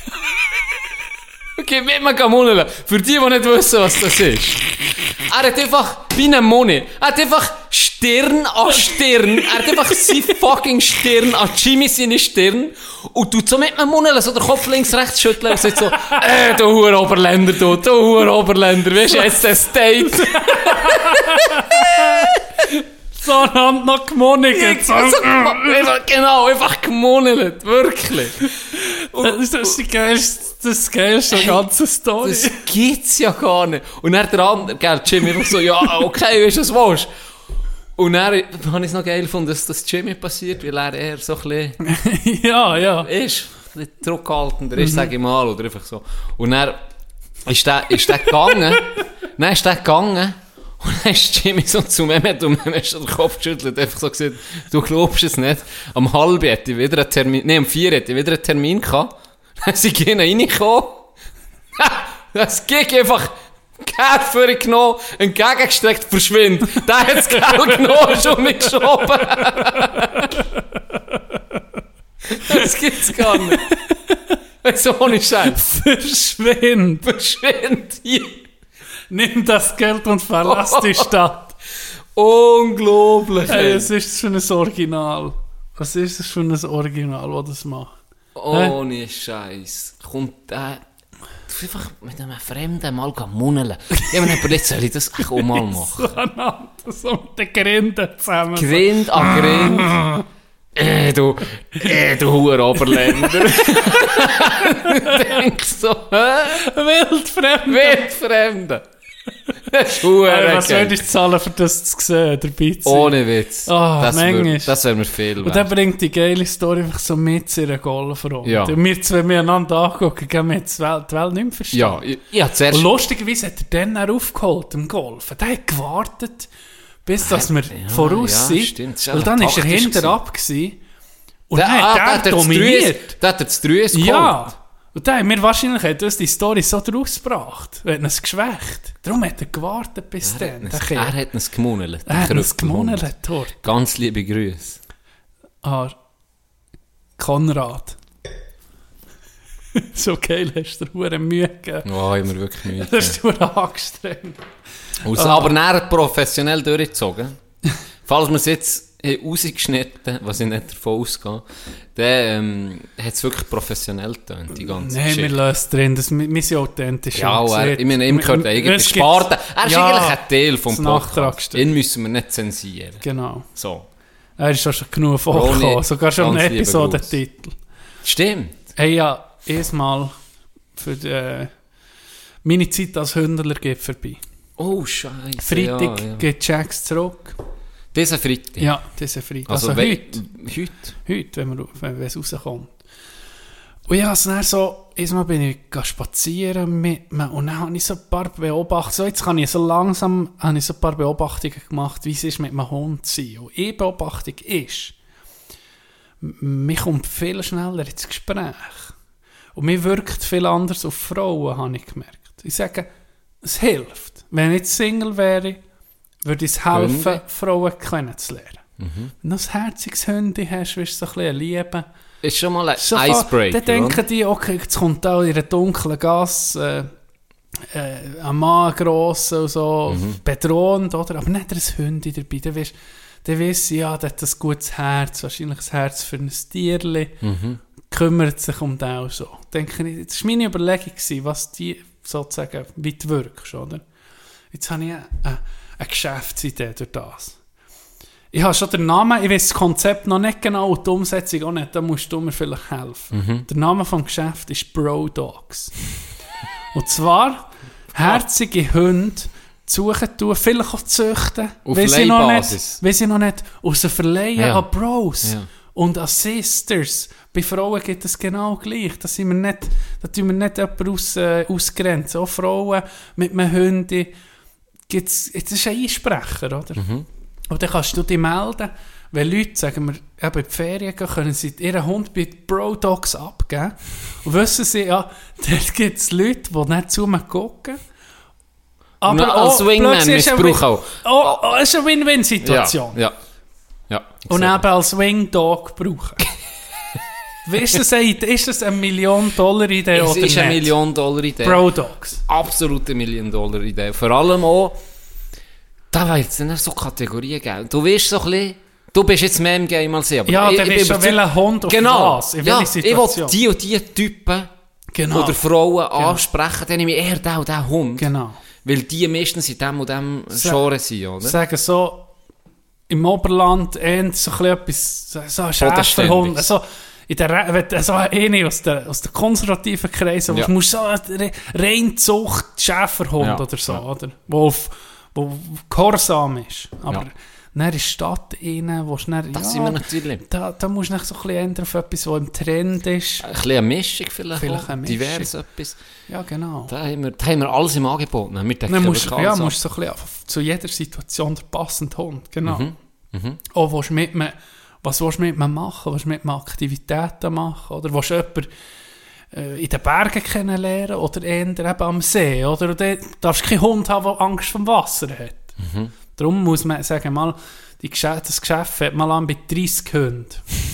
Und geht mit mir muneln. Für die, die nicht wissen, was das ist. Er hat einfach, wie ein Moni, er hat einfach Stirn an Stirn, er hat einfach seine fucking Stirn an Jimmy seine Stirn und tut so mit mir muneln, so den Kopf links, rechts schütteln und sagt so, äh, du Ur-Oberländer, du, du Ur-Oberländer, wie ist jetzt der State? So eine Hand noch gemunigt. So. Also, einfach, genau, einfach gemunelt, wirklich. Das ist das die geilste, das geilste hey, ganze Story. Das gibt's ja gar nicht. Und dann der andere, gell, Jimmy einfach so, ja, okay, weißt du, was willst du? Und dann habe ich es noch geil gefunden, dass das Jimmy passiert, weil er eher so ein bisschen ja, ja. ist, ein bisschen zurückhaltender ist, mhm. sage ich mal, oder einfach so. Und dann ist der, ist der gegangen, dann ist der gegangen, und dann ist Jimmy so zu Mehmet und Mehmet hat den Kopf geschüttelt, einfach so gesagt, du glaubst es nicht, am halb hätte ich wieder einen Termin, nein, um vier hätte ich wieder einen Termin gehabt, dann sind sie reingekommen, das ging einfach, Geld für ihn genommen, entgegengestreckt, verschwindet. Der hat das Geld genommen, schon nicht geschoben. Das gibt's gar nicht. So ohne Scheiß. Verschwind. Verschwind hier. Nimm das Geld und verlass die Stadt. Unglaublich. Hey, was ist das für ein Original? Was ist das für ein Original, das das macht? Ohne Scheiß. Kommt der... einfach mit einem Fremden mal muneln. Ich habe mir überlegt, soll ich das auch mal machen? So mit den Grinden zusammen. Grind an Grind. äh, du, äh, du Ur-Oberländer. Du denkst so, hä? Wildfremde. Wildfremde. Das ist hey, was würdest du zahlen, für das zu sehen, dabei zu sein? Ohne Witz. Oh, das wäre wär mir viel wert. Und dann bringt die geile Story einfach so mit in einer Golfrunde. Ja. Und wir zwei miteinander angucken, gehen wir die Welt, die Welt nicht mehr verstehen. Ja, ich, ich habe zuerst... Und lustigerweise hat er dann auch aufgeholt im Golfen. Der hat gewartet, bis dass wir ja, voraus ja, sind. Stimmt. Weil dann war er hinterab gewesen. Und der, dann ah, hat er der dominiert. Der hat er das Drües geholt. Ja. Und dann haben wir wahrscheinlich hat uns die Story so draus gebracht. Wir haben es geschwächt. Darum hat er gewartet bis er dann. Hat er hat es gemunelt. Er hat es gemunelt dort. Ganz liebe Grüße. Ah, Konrad. So geil, hast du dir Mühe gegeben. Oh, ich habe mir wirklich Mühe gegeben. Hast du dir angestrengt. Also, ah. Aber näher professionell durchgezogen. Falls wir es jetzt rausgeschnitten, was ich nicht davon ausgehe, dann ähm, hat es wirklich professionell getan, die ganze Nein, Geschichte. wir lösen drin, das, wir sind authentisch. Ja, er, ich meine, ihm gehört eigentlich Sparte. Er ist ja, eigentlich ein Teil vom Podcast. Den müssen wir nicht zensieren. Genau. So. Er ist auch schon genug vorgekommen, sogar schon ein Episodentitel. Stimmt. Hey, ja, erstmal für die, äh, meine Zeit als Hündler geht vorbei. Oh, Scheiße. Freitag ja, ja. geht Jax zurück. Dieser Freitag? Ja, dieser Freitag. Also, also we- heute. Heute? Heute, wenn, wir, wenn es rauskommt. Und ja, also dann so, erstmal bin ich gegangen spazieren mit mir und dann habe ich so ein paar Beobachtungen, so jetzt kann ich so langsam, habe ich so ein paar Beobachtungen gemacht, wie es ist mit einem Hund zu sein. Und eine Beobachtung ist, m- mich kommt viel schneller ins Gespräch. Und mir wirkt viel anders auf Frauen, habe ich gemerkt. Ich sage, es hilft. Wenn ich jetzt Single wäre, würde es helfen, Hunde. Frauen kennenzulernen. Mhm. Wenn du ein herziges Hündchen hast, wirst du so ein bisschen lieben. Ist schon mal ein Sofort, Icebreaker, dann denken die, okay, jetzt kommt auch in einer dunklen Gasse äh, äh, ein Mann gross und so, Mhm. bedrohend, oder? Aber nicht ein Hündchen dabei. Dann weißt dann weiss sie, ja, der hat ein gutes Herz, wahrscheinlich ein Herz für ein Tierchen, Mhm. kümmert sich um den auch so. Denke ich, das war meine Überlegung, was die sozusagen weit wirkst, oder? Jetzt habe ich eine, eine, eine Geschäftsidee durch das. Ich habe schon den Namen, ich weiß das Konzept noch nicht genau und die Umsetzung auch nicht, da musst du mir vielleicht helfen. Mhm. Der Name des Geschäfts ist Bro Dogs. Und zwar herzige Hunde suchen tun, vielleicht auch züchten, Auf weil sie noch nicht, Leihbasis. weil sie noch nicht aus der Verleihen Ja. an Bros Ja. und an Sisters. Bei Frauen geht es genau gleich. Da sind wir nicht, da tun wir nicht jemanden aus, äh, ausgrenzen. Auch Frauen mit einem Hundi gibt's, das ist ein Einsprecher, oder? Mhm. Und dann kannst du dich melden, wenn Leute, sagen wir, eben in die Ferien gehen, können sie ihren Hund bei Bro Dogs abgeben. Und wissen sie, ja, dort gibt es Leute, die nicht zu mir gucken. Und als Wingman plötzlich ist ein Missbrauch Win- auch. Oh, oh, es ist eine Win-Win-Situation. Ja, ja. ja. Und eben als Wing Dog brauchen. Ist das eine, ist das eine Million-Dollar-Idee Es oder ist eine nicht? Million-Dollar-Idee. Bro Dogs. Absolute Million-Dollar-Idee. Vor allem auch, da wird es dann so Kategorien geben. Du weißt so ein bisschen, du bist jetzt mehr im Game als ich. Aber Ja, ich, dann ich weißt du, überzeugt- welcher Hund auf genau, was, in ja, welcher ich will Situation. die und die Typen Genau. oder Frauen ansprechen, dann nehme ich eher den und den Hund. Genau. Weil die meistens in dem und dem Sa- Genre sind, oder? Sagen so, im Oberland ähnlich so ein bisschen etwas, so ein Schäferhund, Bodenständiges. so, in der, Re- wenn- so eine aus der, aus der konservativen Kreisen, Ja. wo du so eine Re- Reinzucht Schäferhund Ja. oder so, Ja. oder? Wo, auf, wo gehorsam ist. Aber Ja. dann in die Stadt rein, wo schnell, Das ja, sind wir natürlich. da, da musst du dich so ein bisschen ändern auf etwas, was im Trend ist. Ein bisschen eine Mischung vielleicht, Vielleicht auch, eine Mischung. divers etwas. Ja, genau. Da haben wir, da haben wir alles im Angebot. Ne? Wir decken Dann musst, wirklich ja, alles ab. musst so ein bisschen auf- zu jeder Situation der passende Hund, genau. Mhm. Mhm. Auch willst du mit mir, was willst du mit mir machen? Willst du mit mir Aktivitäten machen? Oder willst du jemanden äh, in den Bergen kennenlernen? Oder eher eben am See? Oder und dann darfst du keinen Hund haben, der Angst vor dem Wasser hat. Mhm. Darum muss man sagen, mal, die Geschäft, das Geschäft fängt mal an bei dreissig Hunden.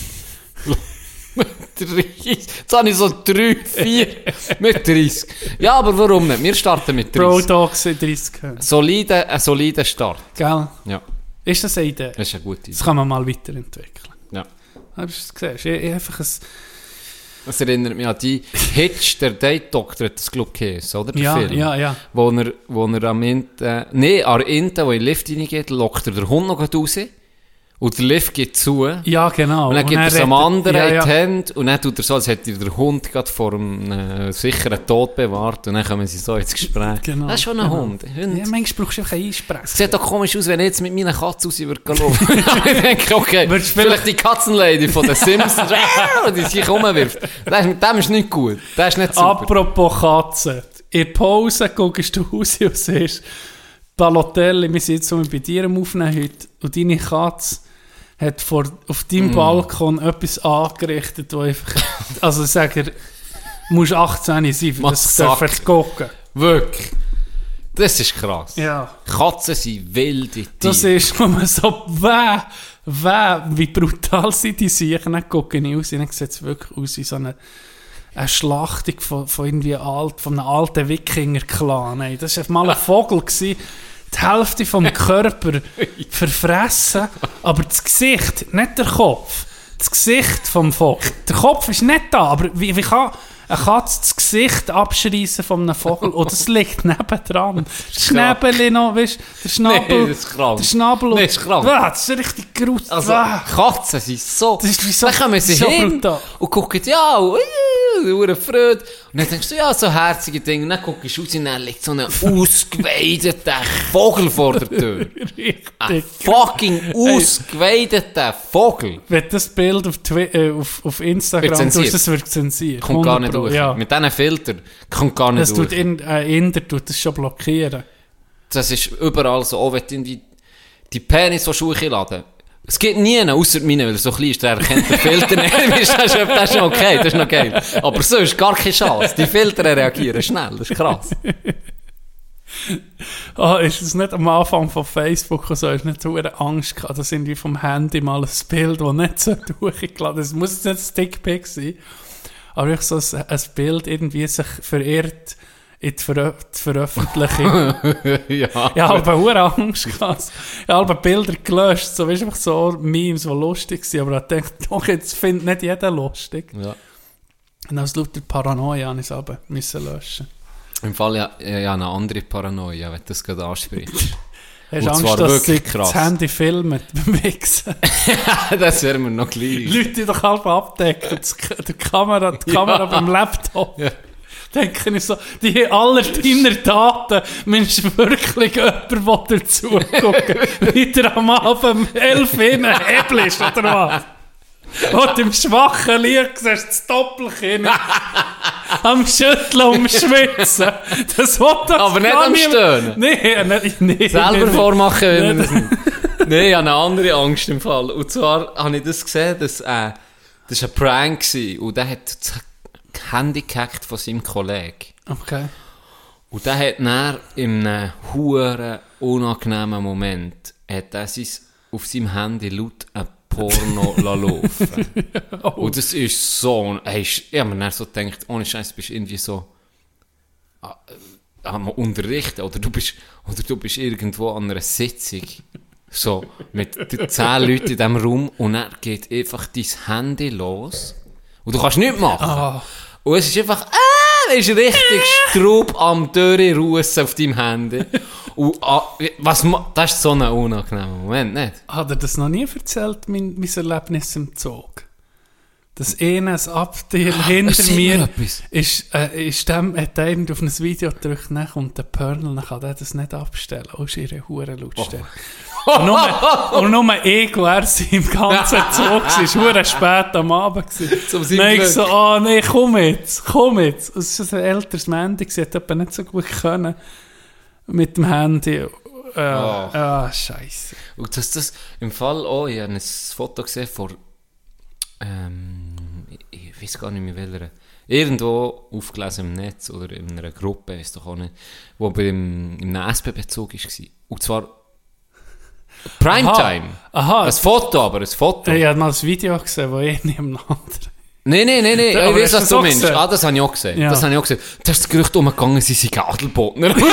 dreißig. Jetzt habe ich so drei, vier mit dreißig. Ja, aber warum nicht? Wir starten mit Bro dreißig. Dogs sind dreissig Hunde. Solide, ein solider Start. Gell? Ja, Ist das eine Idee? das ist eine gute Das Idee. kann man mal weiterentwickeln. Ja. Hast du es gesehen? Ich, ich einfach ein, Das erinnert mich an die Hitch, der Date-Doktor hat das, glaube ich, geheißen, oder? Der ja, Film. ja, ja. Wo er, wo er am Ende, nee, an der Ende, wo in den Lift reingeht, lockt er den Hund noch raus. Und der Lift geht zu. Ja, genau. Und dann gibt er es am rettet- anderen ja, in ja. die Hände und dann tut er so, als hätte er den Hund gerade vor einem äh, sicheren Tod bewahrt und dann kommen sie so ins Gespräch. Genau, Das ist schon ein genau. Hund. Ein Hund. Ja, manchmal brauchst du einfach einen Einsprecher. Es sieht doch komisch aus, wenn ich jetzt mit meiner Katze raus würde laufen. Ich denke, okay, Würdest du vielleicht die Katzenlady von den Simpsons, die sich rumwirft. Das- Mit dem ist nicht gut. Das ist nicht super. Apropos Katzen. In der Pause guckst du raus und siehst, Balotelli, wir sind jetzt so bei dir am Aufnehmen heute und deine Katze hat vor, auf deinem Mm. Balkon etwas angerichtet, wo einfach, also sag er, musst achtzehn sein, für das Massaker. dürfen zu gucken. Wirklich. Das ist krass. Ja. Katzen sind wilde Tiere. Das ist, wo man so, weh, weh, wie brutal sind die Siechen, dann gucke ich raus, dann sieht es wirklich aus wie so eine, eine Schlachtung von, von irgendwie alt, von einem alten Wikinger-Clan. Ey. Das war mal ein Vogel, gewesen, die Hälfte vom Körper verfressen, aber das Gesicht, nicht der Kopf. Das Gesicht vom Vogel. Der Kopf ist nicht da, aber wie, wie kann eine Katze das Gesicht abschreissen von einem Vogel? Und das liegt nebendran. Das Schnäbeli noch, weißt du, der Schnabel. Nee, das ist krank. Der Schnabel. Nee, das ist krank. Wow, das ist richtig gruselig. Also, Wow. Katzen sind so... Das ist wie so- Dann kommen sie so hin brutal. und gucken, ja, und, hure Freude. Und dann denkst du, ja, so herzige Dinge. Und dann guckst du raus und dann liegt so ein ausgeweideter Vogel vor der Tür. Ein fucking ausgeweideter Vogel. Wenn das Bild auf, Twi äh, auf, auf Instagram Wird zensiert. tust, das wird zensiert. Kommt gar nicht hundert Pro, durch. ja. Mit diesen Filtern kommt gar nicht Das durch. tut in, äh, Inder tut das schon blockieren. Das ist überall so, auch wenn du in die, die Penis so Schuhe laden. Es gibt nie einen, ausser meinen, weil er so klein ist, der erkennt den Filter nicht. Das ist, das ist noch okay, das ist noch geil. Aber sonst gar keine Chance. Die Filter reagieren schnell, das ist krass. Ah, ist es nicht am Anfang von Facebook oder so, hast du nicht so eine Angst gehabt, dass irgendwie vom Handy mal ein Bild, das nicht so durchgeladen ist. Es muss jetzt nicht ein Stickpic sein, aber ich so ein, ein Bild irgendwie sich verirrt in die, Verö die Veröffentlichung. Ja. Ich habe aber hohe Angst gehabt. Ich habe Bilder gelöscht, so weißt du, einfach so Memes, die lustig sind, aber ich dachte, doch, jetzt findet nicht jeder lustig. Ja. Und aus lauter Paranoia musste ich es aber müssen löschen. Im Fall ja, ja eine andere Paranoia, wenn du das gerade ansprichst. Hast du Und Angst, zwar dass wirklich sie krass. das Handy filmen beim Wichsen? Das wären wir noch gleich. Leute, die doch halb abdecken, das, die Kamera, die Kamera Ja. beim Laptop. Ja. Denke ich so, die haben alle deine Daten. Mensch, wirklich jemand, der dazu gucken, wie der am Abend um elf Uhr Hebel ist, oder was? Und im schwachen Licht siehst du das Doppelkinn am Schütteln und am Schwitzen. Das will doch Aber nicht gar am niemand- Stöhnen. Nee, nicht, nee. Selber nee, vormachen, wenn Nicht. man das nicht. Nein, ich habe eine andere Angst im Fall. Und zwar habe ich das gesehen, dass, äh, das war ein Prank gewesen, und der hat das Handy gehackt von seinem Kollegen. Okay. Und der hat dann in einem huren unangenehmen Moment hat er sein, auf seinem Handy laut ein Porno laufen. Und das ist so, hey, ich habe mir dann so gedacht, ohne Scheiß bist du irgendwie so ah, äh, am Unterrichten, oder du bist, oder du bist irgendwo an einer Sitzung, so, mit zehn Leuten in diesem Raum, und dann geht einfach dein Handy los, und du kannst nichts machen. Ah. Und es ist einfach, äh, ist richtig Strub am Dörre-Russen auf deinem Handy. Und, ah, was, ma- das ist so ein unangenehmer Moment, nicht? Hat er das noch nie erzählt, mein, mein Erlebnis im Zug? Das eine, ein Abteil hinter erzähl mir, mir etwas. ist, äh, ist dem, hat er irgendwie auf ein Video gedrückt, dann kommt der Pörnel, dann kann er das nicht abstellen. Oh, ist ihre hure Lautstärke. Und nur, und nur ich und er sind im ganzen Zug, es war hure spät am Abend. Zum Dann ich Glück. so, ah nee, komm jetzt, komm jetzt. Es war ein älteres Mandy, sie hat etwa nicht so gut können mit dem Handy. Äh, Oh. Ah, scheisse. Und das, das, im Fall auch, ich habe ein Foto gesehen von, ähm, ich, ich weiß gar nicht mehr welcher, irgendwo aufgelesen im Netz oder in einer Gruppe, weiß doch auch nicht, wo bei dem, in einem S B-Bezug war. Und zwar Primetime. Aha. Ein Foto aber, ein Foto. Ich habe mal ein Video gesehen, wo ich nicht am anderen. Nein, nein, nein, nein, Aber ich hast weiß, du was das du auch meinst. gesehen? Ah, das habe ich auch gesehen. Ja. Das habe ich auch gesehen. Da ist das Gerücht umgegangen, sie seien Adelbodner. Oh,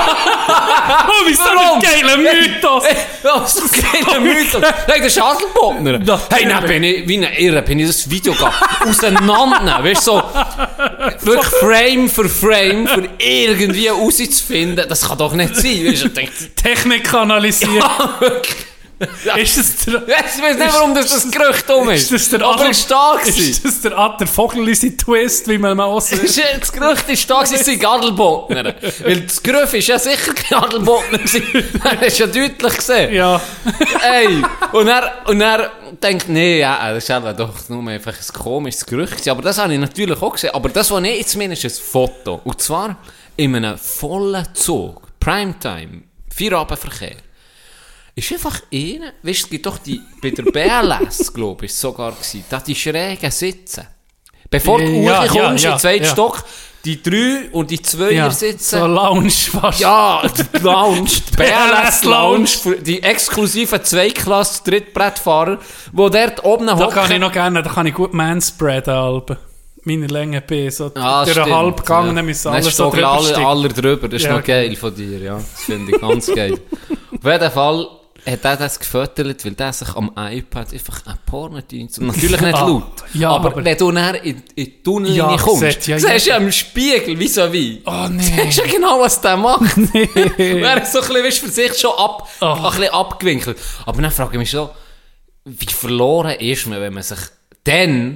wie so ein geiler Mythos! Ja, so ein geiler Mythos. Hey, das ist Adelbodner. Natürlich. Hey, dann bin ich, wie ein Irre, bin ich das Video gegangen, auseinander. Weißt du, so, wirklich Frame für Frame, für irgendwie rauszufinden. Das kann doch nicht sein. Weißt du, ich denke, Technik analysiert. wirklich. Ist das der... Ich weiß nicht, warum das, das Gerücht um ist. Ist das der Aber Adel- es war da. Ist das der Adler Vogelisi-Twist, wie man mal aussieht? Das Gerücht ist da, sie sind Adelbodner. Weil das Gerücht ist ja sicher kein Adelbodner. Das hast du ja deutlich gesehen. Ja. Ey, und er, und er denkt, nee, ja, das ist eben doch nur einfach ein komisches Gerücht gewesen. Aber das habe ich natürlich auch gesehen. Aber das, was ich jetzt meine, ist ein Foto. Und zwar in einem vollen Zug. Primetime. Feierabendverkehr. Ist einfach einer, weißt du, es gibt doch die, bei der B L S, glaube ich, sogar gewesen, da die schrägen Sitzen. Bevor du Ja, ja, kommst, ja, in ja, den zweiten ja. Stock, die drei und die Zweier Ja, sitzen. so Lounge fast. Ja, die Lounge, die B L S Lounge, Lounge. für die exklusiven Zweiklasse Trittbrettfahrer, die dort oben Da kann ich hocken. noch gerne, da kann ich gut manspreaden, Alben. Meine Länge B, so Ah, durch stimmt, einen Halbgang, ja. dann müssen Dann alle ist so doch drüber alle, steigen. alle drüber, das ist Ja, noch geil von dir, ja. Das finde ich ganz geil. Auf jeden Fall hat er das gefüttert, weil der sich am iPad einfach ein Porno dient. Und natürlich nicht Ah, laut. ja, aber, aber- wenn du dann in, in die Tunnellinie Ja, kommst, sieht ja siehst du jeder. ja im Spiegel, wie so wie. Oh, nee. Siehst du ja genau, was der macht. Nee. Und er ist so ein bisschen, weißt, für sich schon ab, Oh. ein bisschen abgewinkelt. Aber dann frage ich mich schon, wie verloren ist man, wenn man sich dann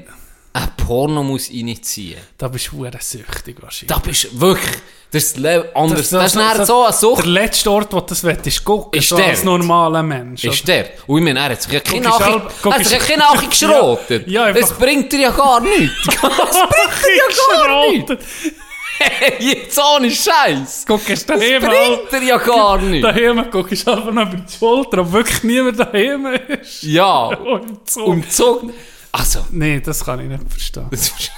ein Porno muss reinziehen. Da bist du verdammt süchtig wahrscheinlich. Da bist du wirklich, das ist le- anders. Das, Das- ist das- dann das- so eine Sucht. Der letzte Ort, wo du das willst, gucken, Ist so der. als normaler Mensch. Ist der. Und ich meine, er hat sich ja keine Guckst Nachricht, halb- guckst- er hat sich ja keine Nachricht geschrotet. Ja, ja, das einfach- bringt dir ja gar nichts. Das bringt dir ja gar nichts. Jetzt ohne Scheiß. Guckst Das daheim bringt dir ja gar nichts. Daheim guckst du einfach noch über die Schulter, ob wirklich niemand daheim ist. Ja. Und im Zug. Um Zug. Also. Nee, das kann ich nicht verstehen. Das ist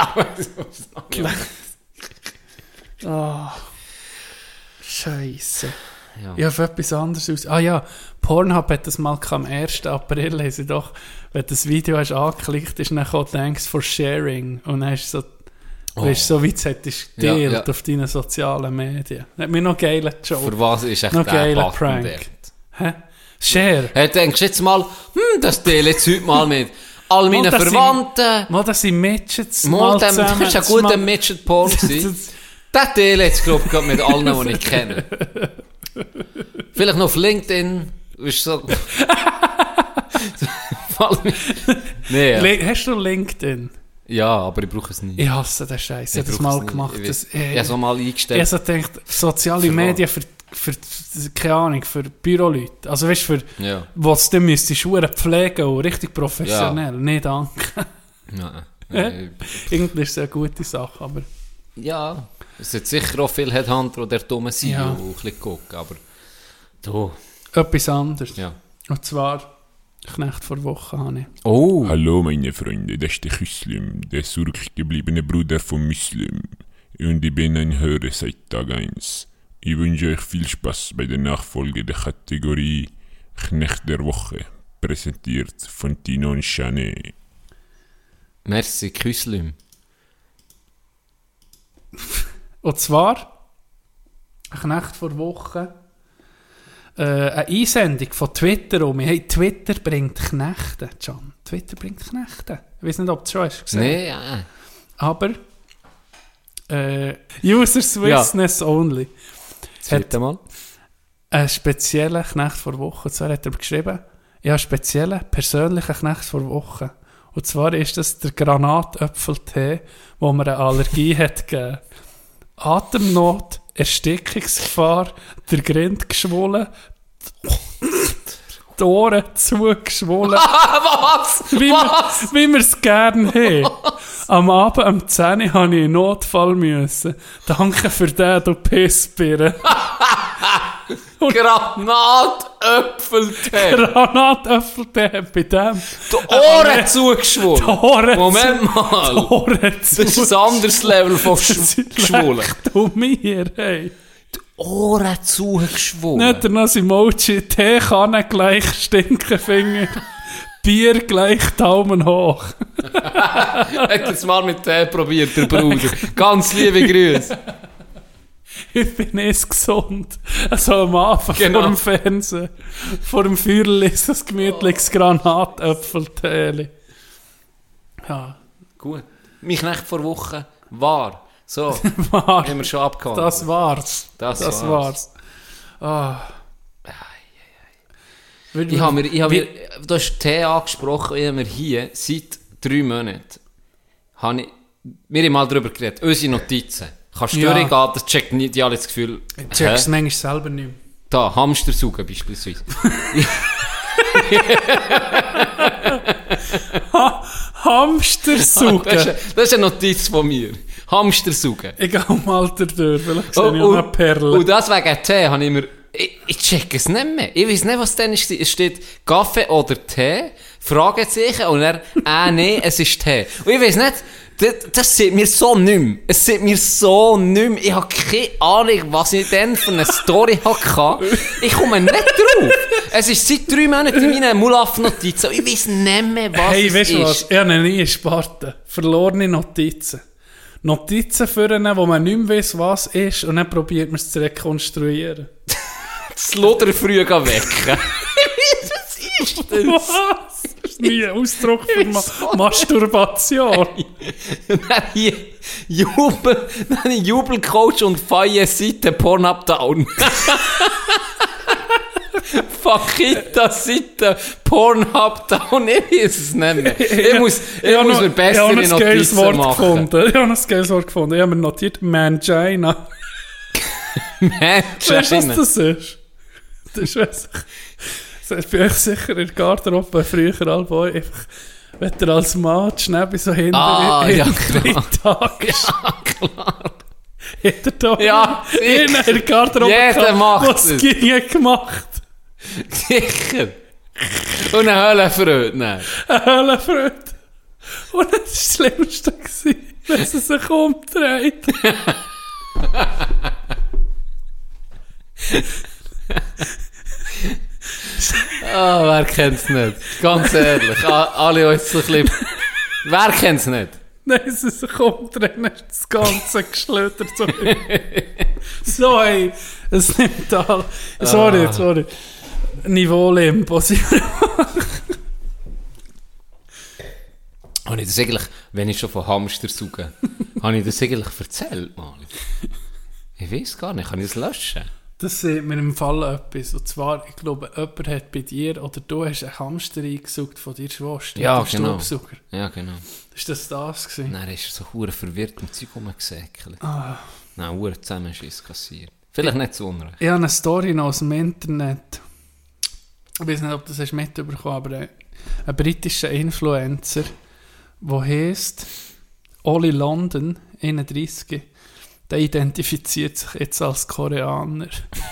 Ah, Scheiße. Ja. Ich habe etwas anderes aus. Ah ja, Pornhub hat das mal am ersten April, haben sie doch, wenn du das Video hast angeklickt, ist dann gekommen, thanks for sharing. Und dann hast du so, Oh. weißt, so weit hättest du Ja, geteilt ja. auf deinen sozialen Medien. Hat mir noch geiler Joke. Für was ist echt Noch der geiler Button Prank. dort? Hä? Share. Er denkst jetzt mal, hm, das teile ich jetzt heute mal mit all meinen Mal, das sind- Verwandten. Mal, das sind Midgets. Mal, dem, zusammen. das war ein guter Midget-Porn. Das- Das teile ich jetzt, glaube ich, gerade mit allen, die ich kenne. Vielleicht noch auf LinkedIn. Ist so... nee, ja. Le- Hast du LinkedIn? ja, aber ich brauche es nicht. Ich hasse den Scheiß. Ich habe das brauche es mal nicht. gemacht. Ich, Das, weiß- äh, ich habe so mal Ich eingestellt. habe so gedacht, soziale Für Medien für, für, keine Ahnung, für Büroleute. Also weißt du, für, Ja. was du müsstest, Schuhe pflegen und richtig professionell. Nee, danke. Nein. Hä? Äh, Irgendwie ist es eine gute Sache, aber... ja, es hat sicher auch viele Headhunter, die der dumme sind Ja. und ein bisschen gucken, aber... Du, Etwas anderes. ja. Und zwar, Knecht vor Woche habe ich. Oh! Hallo meine Freunde, das ist der Küslim, der zurückgebliebene Bruder von Muslim. Und ich bin ein Hörer seit Tag eins. Ich wünsche euch viel Spaß bei der Nachfolge der Kategorie Knecht der Woche, präsentiert von Tino und Chanet. Merci, Küslim. Und zwar, Knecht vor Woche, äh, eine Einsendung von Twitter um mich. Hey, Twitter bringt Knechte, John. Twitter bringt Knechte. Ich weiß nicht, ob du es schon hast gesehen. Nee, ja. Aber äh, User Swissness only. Zweite Mal. Einen speziellen Knecht vor Woche. Und zwar hat er geschrieben, ja, einen speziellen, persönlichen Knecht vor Woche. Und zwar ist das der Granatöpfeltee, wo mir eine Allergie hat gegeben. Atemnot, Erstickungsgefahr, der Grind geschwollen, die Ohren zugeschwollen. Was? Wie Was? wir, wie wir es gerne haben. Am Abend um zehn Uhr musste ich in Notfall müssen. Danke für den, du Pissbirne. Granatöpfeltee. Granatöpfeltee hat bei dem Die Ohren zugeschwollen. die Ohren Moment zu- mal. die Ohren Das ist ein anderes Level von Sch- geschwollen. Du mir, hey. Ohren zugeschwollen. Nicht nur das Emoji, Teekanne gleich Stinkefinger, Bier gleich Daumen hoch. Hat jetzt mal mit Tee probiert, der Bruder. Ganz liebe Grüße. Ich bin jetzt gesund. Also am Anfang Genau. vor dem Fernsehen, vor dem Feuerli ist das gemütliches Granatöpfeltee. Ja, Gut. Mich nicht vor Wochen war. So, war. haben wir schon abgehandelt. Das war's. Das Das war's. war's. Ah. Ich habe mir, ich habe mir, du hast Tee angesprochen, ich habe mir hier seit drei Monaten, habe ich, wir haben mal darüber geredet, unsere Notizen. Kannst du Ja. durchgehen, das checkt nicht, die alle das Gefühl, Ich check's hä? manchmal selber nicht mehr. Da, Hamster suchen beispielsweise. Hamster Das ist, suchen. das ist eine Notiz von mir. Hamster suchen. Ich gehe am Alter durch, vielleicht sehe Und, ich auch eine Perle. und das wegen Tee habe ich mir, ich, ich check es nicht mehr. Ich weiß nicht, was denn ist. Es steht Kaffee oder Tee, Fragezeichen, und er, äh, nee, es ist Tee. Und ich weiß nicht, das, das sieht mir so nicht mehr. Es sieht mir so nicht mehr. Ich habe keine Ahnung, was ich denn für eine Story hatte. Ich komme nicht drauf. Es ist seit drei Monaten in meinen Mulaff-Notizen und ich weiß nicht mehr, was Hey, es weißt ist. du was? Ich habe nie in Sparta. Verlorene Notizen. Notizen führen, wo man nicht mehr weiss, was ist, und dann probiert man es zu rekonstruieren. Das Luder früh gehen wecken. Was ist das? Was? Das ist nie ein Ausdruck für Ma Masturbation. Und dann hier Jubel, dann Jubelcoach und Feier Seite Pornhub Down. Fakita-Seite, Pornhub Down, ich weiß es nicht mehr. Ich muss, ich habe muss noch- mir bessere ich habe ein geiles Notizen Wort machen. gefunden. Ich habe noch ein geiles Wort gefunden. Ich habe mir notiert Mangina. Weißt du, was Mensch, das ist? Das weiss ich. Das ist bei euch sicher in der Garderobe früher alle einfach, wenn ihr als Mann schnell bei so hinter Ah, in, ja, in klar. drei Tagen ja, klar. hat er da Ja, in sicher. der Garderobe Jeder gehabt, macht was es. ging gemacht. Sicher. Und eine Höllenfreude, nein. Eine Höllenfreude. Und das war das Schlimmste, gewesen, wenn sie sich umdreht. Ah, wer kennt's nicht? Ganz ehrlich, a- alle uns so ein bisschen... Wer kennt's nicht? Nein, sie sich umdrehen, ist das Ganze geschlötert. So, so hey, es nimmt all... Sorry, Ah. sorry. Niveau-Limbo. Habe ich das eigentlich, wenn ich schon von Hamster suche, habe ich das eigentlich erzählt mal? Ich weiß gar nicht, kann ich das löschen? Das sieht mir im Fall etwas. Und zwar, ich glaube, jemand hat bei dir, oder du hast einen Hamster eingesucht von dir Schwester. Ja, der genau. Staubsauger. Ja, genau. Ist das das gewesen? Dann ist er so hure verwirrt mit Zeug rumgesäckelt. Ah. Nein, hure Zusammenschiss kassiert. Vielleicht nicht zu Unrecht. Ich habe eine Story noch aus dem Internet. Ich weiß nicht, ob du das hast mitbekommen, aber ein, ein britischer Influencer, der heisst Oli London, einunddreissig, der identifiziert sich jetzt als Koreaner.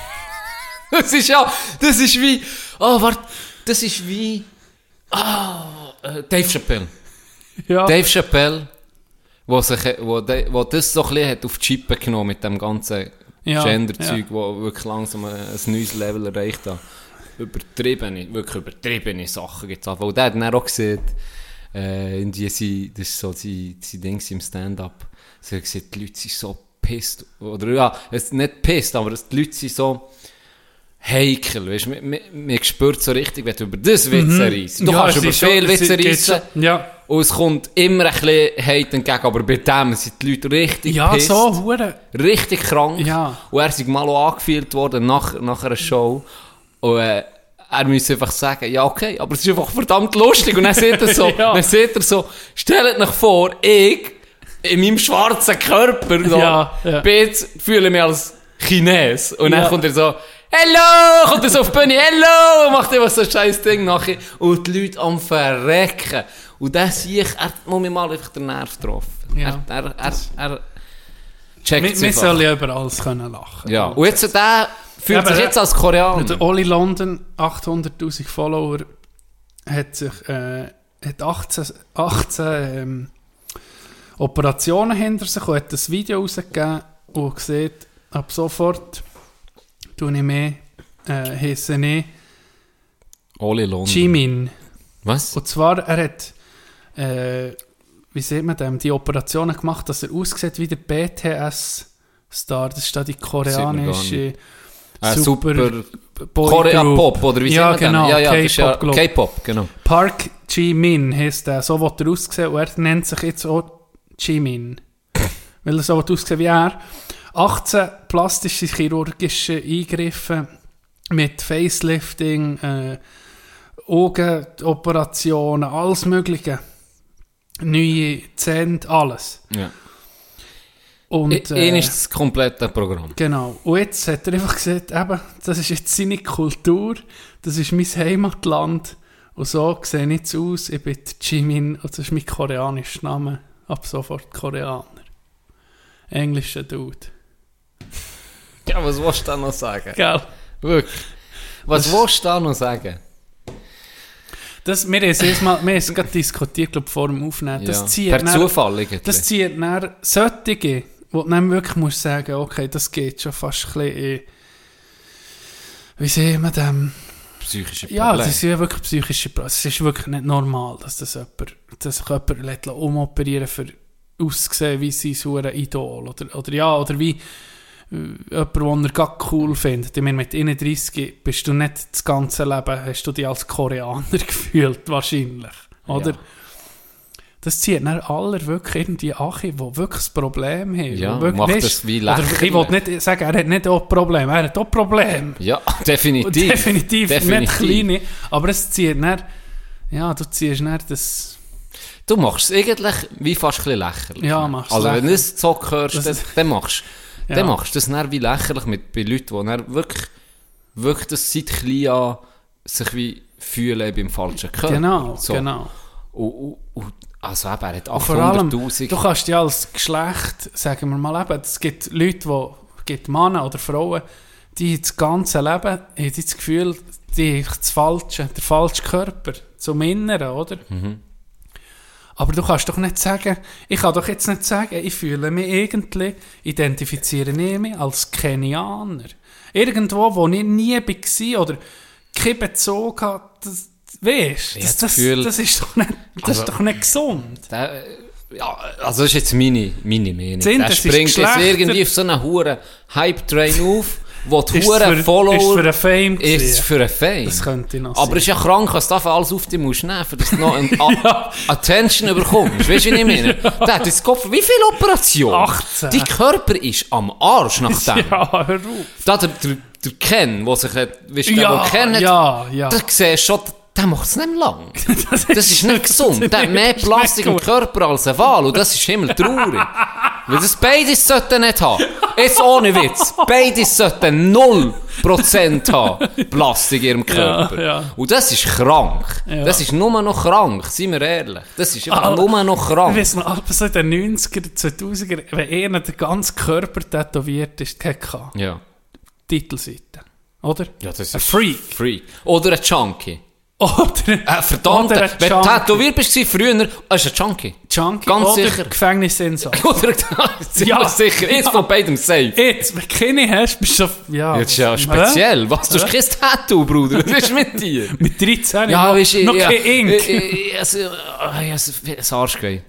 Das ist ja, das ist wie, oh, warte, das ist wie, ah, äh, Dave Chappelle. Ja, Dave Chappelle, wo, sich, wo, de, wo das so ein bisschen hat auf die Chippe genommen mit dem ganzen Ja, Gender-Zeug, ja. wo wirklich langsam ein, ein neues Level erreicht hat. Übertriebene, wirklich übertriebene Sachen gibt es. Weil der hat dann auch gesehen, äh, in die, sie, das ist so sein, sein Ding im Stand-up. Sie hat gesagt, die Leute sind so pisst. Oder ja, es ist nicht pisst, aber die Leute sind so heikel. Weißt, man, man, man spürt so richtig, wenn du über das Witze reissen. Du Ja, kannst es über ist schon- viel es Witze geht reissen. schon- Ja, Und es kommt immer ein bisschen Hate entgegen, aber bei dem sind die Leute richtig ja pisst, so, hure. richtig krank. Ja. Und er ist mal auch angefühlt worden nach, nach einer Show. Und äh, er muss einfach sagen, ja okay, aber es ist einfach verdammt lustig. Und dann sieht er so, Ja. dann sieht er so, stellt euch vor, ich in meinem schwarzen Körper so, Ja, ja. bin jetzt, fühle mich als Chines. Und dann Ja. kommt er so, hello, kommt er so auf die Bühne, hello, und macht einfach so ein scheiß Ding nachher. Und die Leute am Verrecken. Und dann sehe ich, er hat nur mir mal einfach den Nerv getroffen. Ja. Er, er, er, er checkt Wir, es wir einfach. sollen ja über alles können lachen. Ja, und jetzt der fühlt Ja, aber sich der- jetzt als Koreaner. Der Oli London, achthunderttausend Follower, hat sich äh, hat achtzehn, achtzehn ähm, Operationen hinter sich und hat das Video rausgegeben und sieht, ab sofort tue ich mehr, äh, heisse ich Oli London. Jimin. Was? Und zwar, er hat, äh, wie sieht man dem, die Operationen gemacht, dass er aussieht wie der B T S-Star. Das ist da die koreanische Äh, super, super Boy Korea Group. Pop, oder wie Ja, sieht man genau, den? Ja, ja, das ist ja K-Pop, glaub. K-Pop, genau. Park Ji-min heisst der, so wird er aussehen und er nennt sich jetzt auch Jimin. Weil er so wird aussehen wie er. achtzehn plastische chirurgische Eingriffe mit Facelifting, äh, Augenoperationen, alles Mögliche. Neue Zähne, alles. Ja. Und, Und, äh, Ihn ist das komplette Programm. Genau. Und jetzt hat er einfach gesagt, eben, das ist jetzt seine Kultur, das ist mein Heimatland. Und so sehe ich jetzt aus. Ich bin der Jimin, und das ist mein koreanischer Name. Ab sofort Koreaner. Englischer Dude. Ja, was willst du da noch sagen? Gell? Wirklich. Was Das- willst du da noch sagen? Das, wir haben es erst mal, wir haben es gerade diskutiert, glaube vor dem Aufnehmen. Das Ja. zieht Per dann- Zufall irgendwie. Das zieht dann solche, wo du dann wirklich musst sagen, okay, das geht schon fast ein bisschen in, wie sehen wir dem? Psychische Probleme. Ja, das ist ja wirklich psychische Probleme. Es ist wirklich nicht normal, dass das jemand, dass sich jemand lässt umoperieren für auszusehen wie sein sauer Idol. Oder, oder ja, oder wie äh, jemand, den er gar cool findet. Ich meine, mit einunddreissig bist du nicht das ganze Leben, hast du dich als Koreaner gefühlt, wahrscheinlich. Oder? Ja. das zieht dann alle wirklich irgendwie Achi, die wirklich ein Problem haben. Ja, die wirklich, macht weisst, das wie oder lächerlich. ich will nicht sagen, er hat nicht auch Probleme, er hat auch Probleme. Ja, definitiv. Definitiv, Definitiv. nicht kleine, aber es zieht dann, ja, du ziehst dann das... Du machst es eigentlich wie fast ein bisschen lächerlich. Ja, machst es Also wenn du lächerlich. es Zock hörst, Das dann, ist- dann machst Ja. dann machst du das dann wie lächerlich mit, bei Leuten, die dann wirklich, wirklich das seit klein an sich wie fühlen beim falschen Körper. Genau, So. genau. Und, und, und, also eben, er hat Und vor allem, achthunderttausend. du kannst ja als Geschlecht, sagen wir mal eben, es gibt Leute, die, gibt Männer oder Frauen, die das ganze Leben haben die das Gefühl, die haben das falsche, der falsche Körper zum Inneren, oder? Mhm. Aber du kannst doch nicht sagen, ich kann doch jetzt nicht sagen, ich fühle mich irgendwie, identifiziere ich mich als Kenianer. Irgendwo, wo ich nie war oder keinen Bezug hatte, das, weißt Ich das, hab das das, Gefühl- das, ist doch nicht, das Also- ist doch nicht gesund. Der, äh, ja, also das ist jetzt meine, meine Meinung. Sind, Der das ist springt jetzt Geschlechter- irgendwie auf so einen huren Hype-Train auf, wo die Ist huren für- Follower... ist für einen Fame Ist gewesen. für einen Fame. Das könnte ich noch Aber sein. es ist ja krank, was du dafür alles auf dich musst nehmen, für dass du noch ein A- Attention bekommst. Weißt du, wie ich meine? Der hat jetzt Kopf... Wie viele Operationen? achtzehn. Dein Körper ist am Arsch nach dem. Ja, hör auf. Da der, der, der Ken, der sich hat... Weißt du, der, Ja, der Ken hat... ja, ja. Da siehst du schon... Der macht es nicht lang. Das Das ist nicht gesund. Der hat mehr das ist Plastik nicht im gut. Körper als ein Wal. Und das ist himmeltraurig. Weil das beides sollten nicht haben. Jetzt ohne Witz. Beides sollten null Prozent haben. Plastik in ihrem Körper. Ja, ja. Und das ist krank. Ja. Das ist nur noch krank. Seien wir ehrlich. Das ist einfach Ah, nur noch Ich krank. weiss noch, aber so in den neunziger, zweitausender, wenn einer den ganzen Körper tätowiert ist, hatte Ja. Titelseite. Oder? Ja, das Ein ist Freak. Freak. Oder ein Junkie. Oder Äh, verdammt. Oder ein Wenn du Junkie. tätowiert bist früher, ist ein Junkie. Junkie Ganz oder sicher. Gefängnisinsass. Oder ziemlich Ja. sicher. Jetzt von beidem safe. Jetzt, wenn du keine hast, bist du so... Ja, Jetzt ist ja Hä? speziell. Was? Du hast kein Tattoo, Bruder. Was ist mit dir? Mit dreizehn Ja, noch, weißt du, noch ja, kein Ink. Ich, ich, ich, also, ah, ich, also, ein Arschgeweih.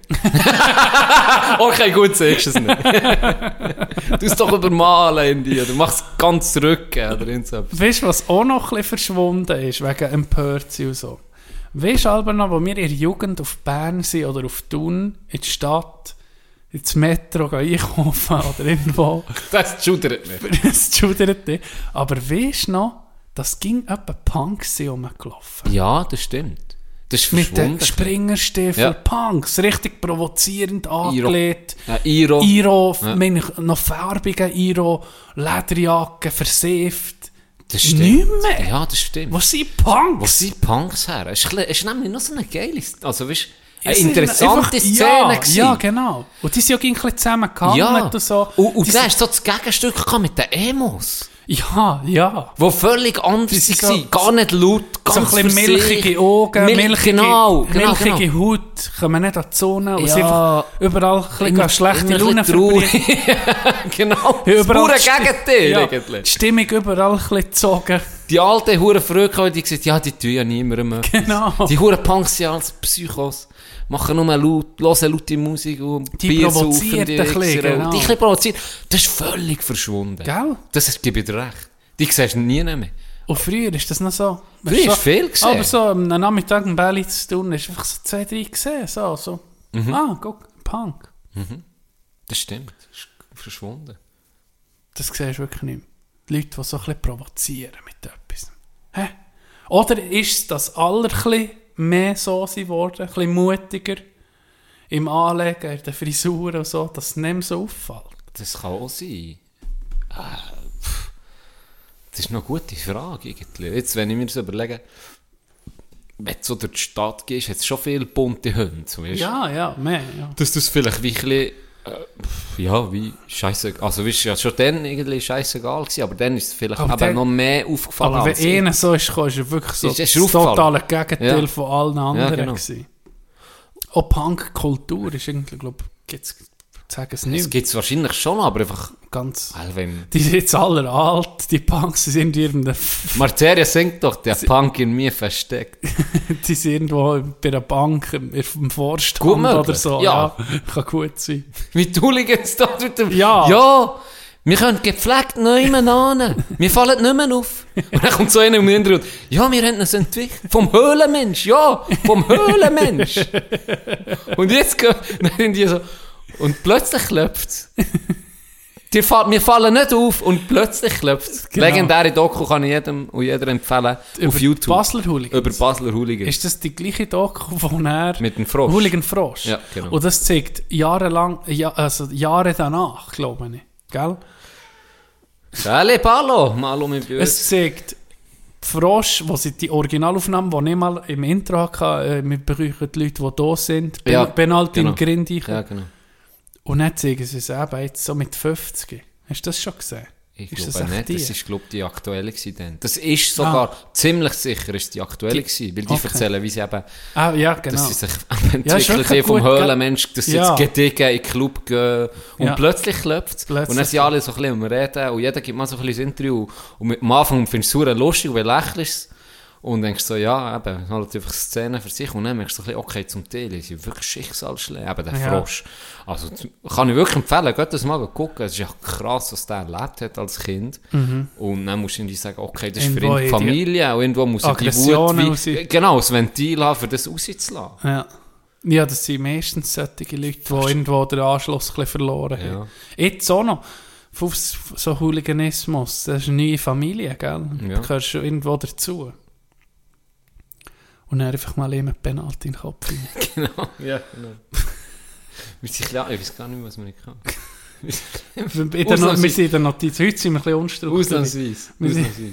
Okay, gut, sagst du es nicht. Du es doch übermalen in dir. Du machst es ganz zurück. Oder irgend so etwas. Weißt du, was auch noch ein bisschen verschwunden ist, wegen Empörzi und so? Weißt du, aber noch, wo wir in der Jugend auf Bern sind oder auf Thun, in die Stadt, ins Metro gehen einkaufen oder irgendwo, Das schudert nicht. das schudert nicht. Aber weißt du noch, das ging etwa Punks rumgelaufen. Ja, das stimmt. Das ist Mit verschwunden. den Springerstiefeln, Ja. Punks, richtig provozierend angelegt. Ja, Iro. Iro, Ja. meine ich, noch farbige Iro, Lederjacke, versifft. Das stimmt. Nicht mehr. Ja, das stimmt. Wo sind Punks? Wo sind Punks her? Es ist, es ist nämlich noch so eine geile, also weißt, eine Es sind interessante einfach- Szene ja, gewesen. ja, genau. Und die sind ja ein bisschen zusammengehangen Ja. und so. Und, und Die da sind- hast du so das Gegenstück gehabt mit den Emos. Ja, ja. Die völlig anders Die sind waren. so- Gar nicht laut, ganz So ein bisschen für sich. milchige Augen, Mil- milchige, genau, genau, milchige genau. Haut, kommen nicht an die Sonne und Ja. sind einfach überall ein Immer- bisschen schlechte immer ein Laune bisschen traurig. verbreitet. Genau, das Überall pure die Sti- Gegenteil ja, eigentlich. Die Stimmung überall ein bisschen gezogen. Die alten Huren früher, die gesagt ja, die tun ja niemandem etwas. Genau. Die Huren Punks sind als Psychos. Machen nur laut, hören laute Musik und Die Bier provoziert saufen, die ein bisschen, Wichser. genau. Die ein bisschen provoziert. Das ist völlig verschwunden. Gell? Das ist, gebe ich dir recht. Die siehst du nie mehr. Und früher ist das noch so. Früher so, ist viel gesehen. Aber so am Nachmittag im Belly zu tun, ist einfach so zwei, drei gesehen. So, so. Mhm. Ah, guck, Punk. Das stimmt. Das ist verschwunden. Das siehst du wirklich nicht mehr. Die Leute, die so ein bisschen provozieren mit etwas. Hä? Oder ist es, dass alle ein bisschen mehr so sind worden, ein bisschen mutiger im Anlegen, in der Frisur und so, dass es nicht mehr so auffällt? Das kann auch sein. Äh, pff. Das ist noch eine gute Frage eigentlich. Jetzt, wenn ich mir das überlege, wenn du so durch die Stadt gehst, hat es schon viele bunte Hunde. So, weißt? Ja, ja, mehr. Ja. Dass das vielleicht wie ein bisschen, äh, pff, ja, wie scheisse, also weißt, ja schon dann irgendwie scheissegal gewesen, aber dann ist es vielleicht Aber aber dann- noch mehr aufgefallen. Aber wenn als ich. einer so ist gekommen, ist er wirklich so Ist- ist das aufgefallen. totale Gegenteil Ja. von allen anderen genau. gewesen. Auch Punk-Kultur ist irgendwie, glaube ich, gibt's, sagen es Das nicht gibt es wahrscheinlich schon, aber einfach, ganz... also wenn... Die sind jetzt alle alt, die Punks, die sind irgendein... Marteria singt doch, der Punk in mir versteckt. Die sind irgendwo bei einer Bank im, im Vorstand Gut möglich. oder so. Ja. Ja. Kann gut sein. Wie du liegst da mit dem... Ja. Ja! Wir können gepflegt nehmen an. Wir fallen nicht mehr auf. Und dann kommt so einer um den Hintergrund. Ja, wir haben uns entwickelt. Vom Höhlenmensch. Ja, vom Höhlenmensch. Und jetzt gehen dann die so. Und plötzlich klopft's. Die fall, wir fallen nicht auf und plötzlich klopft's. Genau. Legendäre Doku kann ich jedem und jeder empfehlen. Über auf YouTube. die Basler Hooligans. Über Basler Hooligans. Ist das die gleiche Doku, wo er... Mit dem Frosch. Hooligan Frosch. Ja, genau. Und das zeigt jahrelang, ja, also Jahre danach, glaube ich. Gell? Salut, Palo. Mal um mich bei uns. Es zeigt Frosch, wo sie die Originalaufnahmen, die ich mal im Intro hatte, äh, wir begrüßen die Leute, die da sind. Ben, Ja, Benaltin genau. Grindi. Ja, genau. Und dann zeigen sie es eben jetzt so mit fünfzig. Hast du das schon gesehen? Ich Ist das glaube echt nicht, die? das ist glaube die aktuelle gewesen dann. Das ist sogar ziemlich sicher ist die aktuelle Die- gewesen, weil die okay. erzählen, wie sie eben, Ah, ja, genau. dass sie sich Ja, ist entwickelt wirklich haben vom gut, gell? Höhlenmensch, dass sie Ja. jetzt gediegen in den Club gehen und Ja. plötzlich klopft es. Und Plötzlich. dann sind alle so ein bisschen am Reden und jeder gibt mal so ein bisschen das Interview und mit, am Anfang findest du es verdammt lustig und lächelst und denkst so, ja, eben, halt einfach Szenen für sich und dann merkst du so ein bisschen, okay, zum Teil ist ja wirklich Schicksalsschläge, eben der Ja. Frosch. Also z- kann ich wirklich empfehlen, geht das mal gucken, es ist ja krass, was der erlebt hat als Kind. Und dann musst du irgendwie sagen, okay, das ist für Irgendwo ihn die in die Familie und irgendwo muss er die Wut, Aggressionen wie, raus- genau, das Ventil haben, für das rauszulassen. Ja. Ja, das sind meistens solche Leute, die irgendwo den Anschluss ein bisschen verloren haben. Ja. Jetzt auch noch, auf so Hooliganismus, das ist eine neue Familie, gell? Ja. Du gehörst schon irgendwo dazu. Und dann einfach mal jemand Penalty in den Kopf rein. Genau, ja, genau. Wir sind klar, ich weiß gar nicht, was man nicht kann. In der No- wir sind in der Notiz, heute sind wir ein bisschen unstrukturiert. Ausnahmsweise. Wir sind- Ausnahmsweise.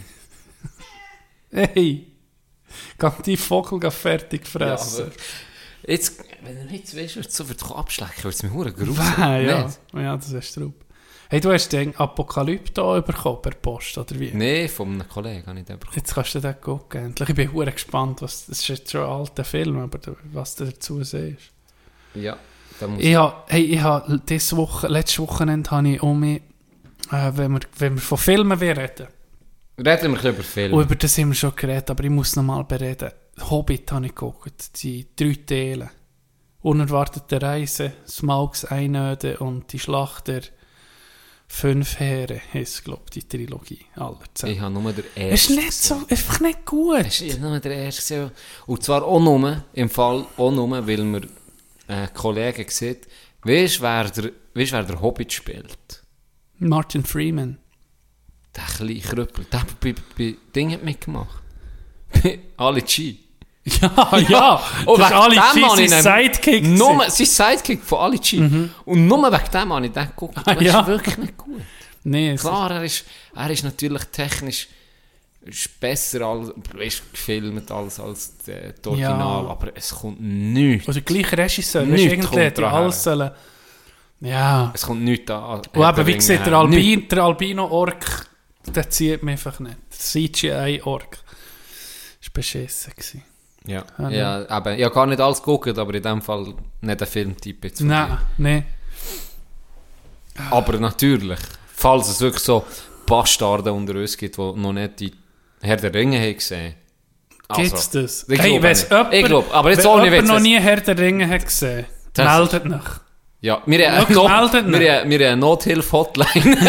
Hey, geh die Vogel geh fertig Ja, fressen. aber jetzt, wenn du nicht weißt, wird es so für dich abschlecken, wird es mir verdammt gruselig. Ja, ja. Nicht? ja, das ist Straub. Hey, du hast den Apokalypto bekommen per Post, oder wie? Nein, von einem Kollegen habe ich den bekommen. Jetzt kannst du den gucken. Endlich. Ich bin verdammt gespannt, was, das ist jetzt schon ein alter Film, aber da- was du dazu siehst. Ja, da muss Ich habe, hey, ich habe diese Woche, letztes Wochenende habe ich um mich, äh, wenn, wir, wenn wir von Filmen will reden, Reden wir ein bisschen über Filme. und über das haben wir schon geredet, aber ich muss noch mal bereden. Hobbit habe ich geguckt, die drei Teile. Unerwartete Reise, Smaugs Einöde und die Schlacht der Fünf Heere, heisst, glaube ich, die Trilogie aller Zeiten. Ich habe nur den Es ersten ist nicht so, einfach nicht gut. Es ist nur der erste gesehen. Und zwar auch nur, im Fall auch nur, weil mir ein Kollege sieht, weißt du, wer der, weißt, wer der Hobbit spielt? Martin Freeman. Der kleine Krüppel. Der hat bei, bei Ding hat mitgemacht. Bei Ali G. Ja, ja. Oh, das ist wegen Ali dem G, habe ich sein ihn- Sidekick. Nur, sein Sidekick von Ali G. Und nur wegen dem habe ich den geguckt. Ah, Das ja. ist wirklich nicht gut. Nee, es Klar, er ist, er ist natürlich technisch ist besser als, ist gefilmt als, als der das Original, Ja. aber es kommt nichts. Also gleich Regisseur, weißt, Nichts irgendwie kommt hätte ja dran alles sollen. Ja. Es kommt nichts an. Und eben, wie gesagt, der, Nichts. Albi, der Albino-Ork, der zieht mich einfach nicht. Der C G I-Ork. Das war beschissen. Gewesen. Ja, Ah, ja, aber ich habe gar nicht alles geguckt, aber in dem Fall nicht ein Filmtyp jetzt von Nein, nein. dir. Aber natürlich, falls es wirklich so Bastarde unter uns gibt, die noch nicht die Herr der Ringe haben gesehen. Gibt's das? Ich Hey, glaube wenn's nicht. jemand- Ich glaube, aber jetzt wenn ohne jemand Witz. noch es- nie Herr der Ringe hat gesehen, Das- meldet nach. Ja, wir haben Schau, eine Not- meldet wir nicht. haben- wir haben eine Nothilfe-Hotline.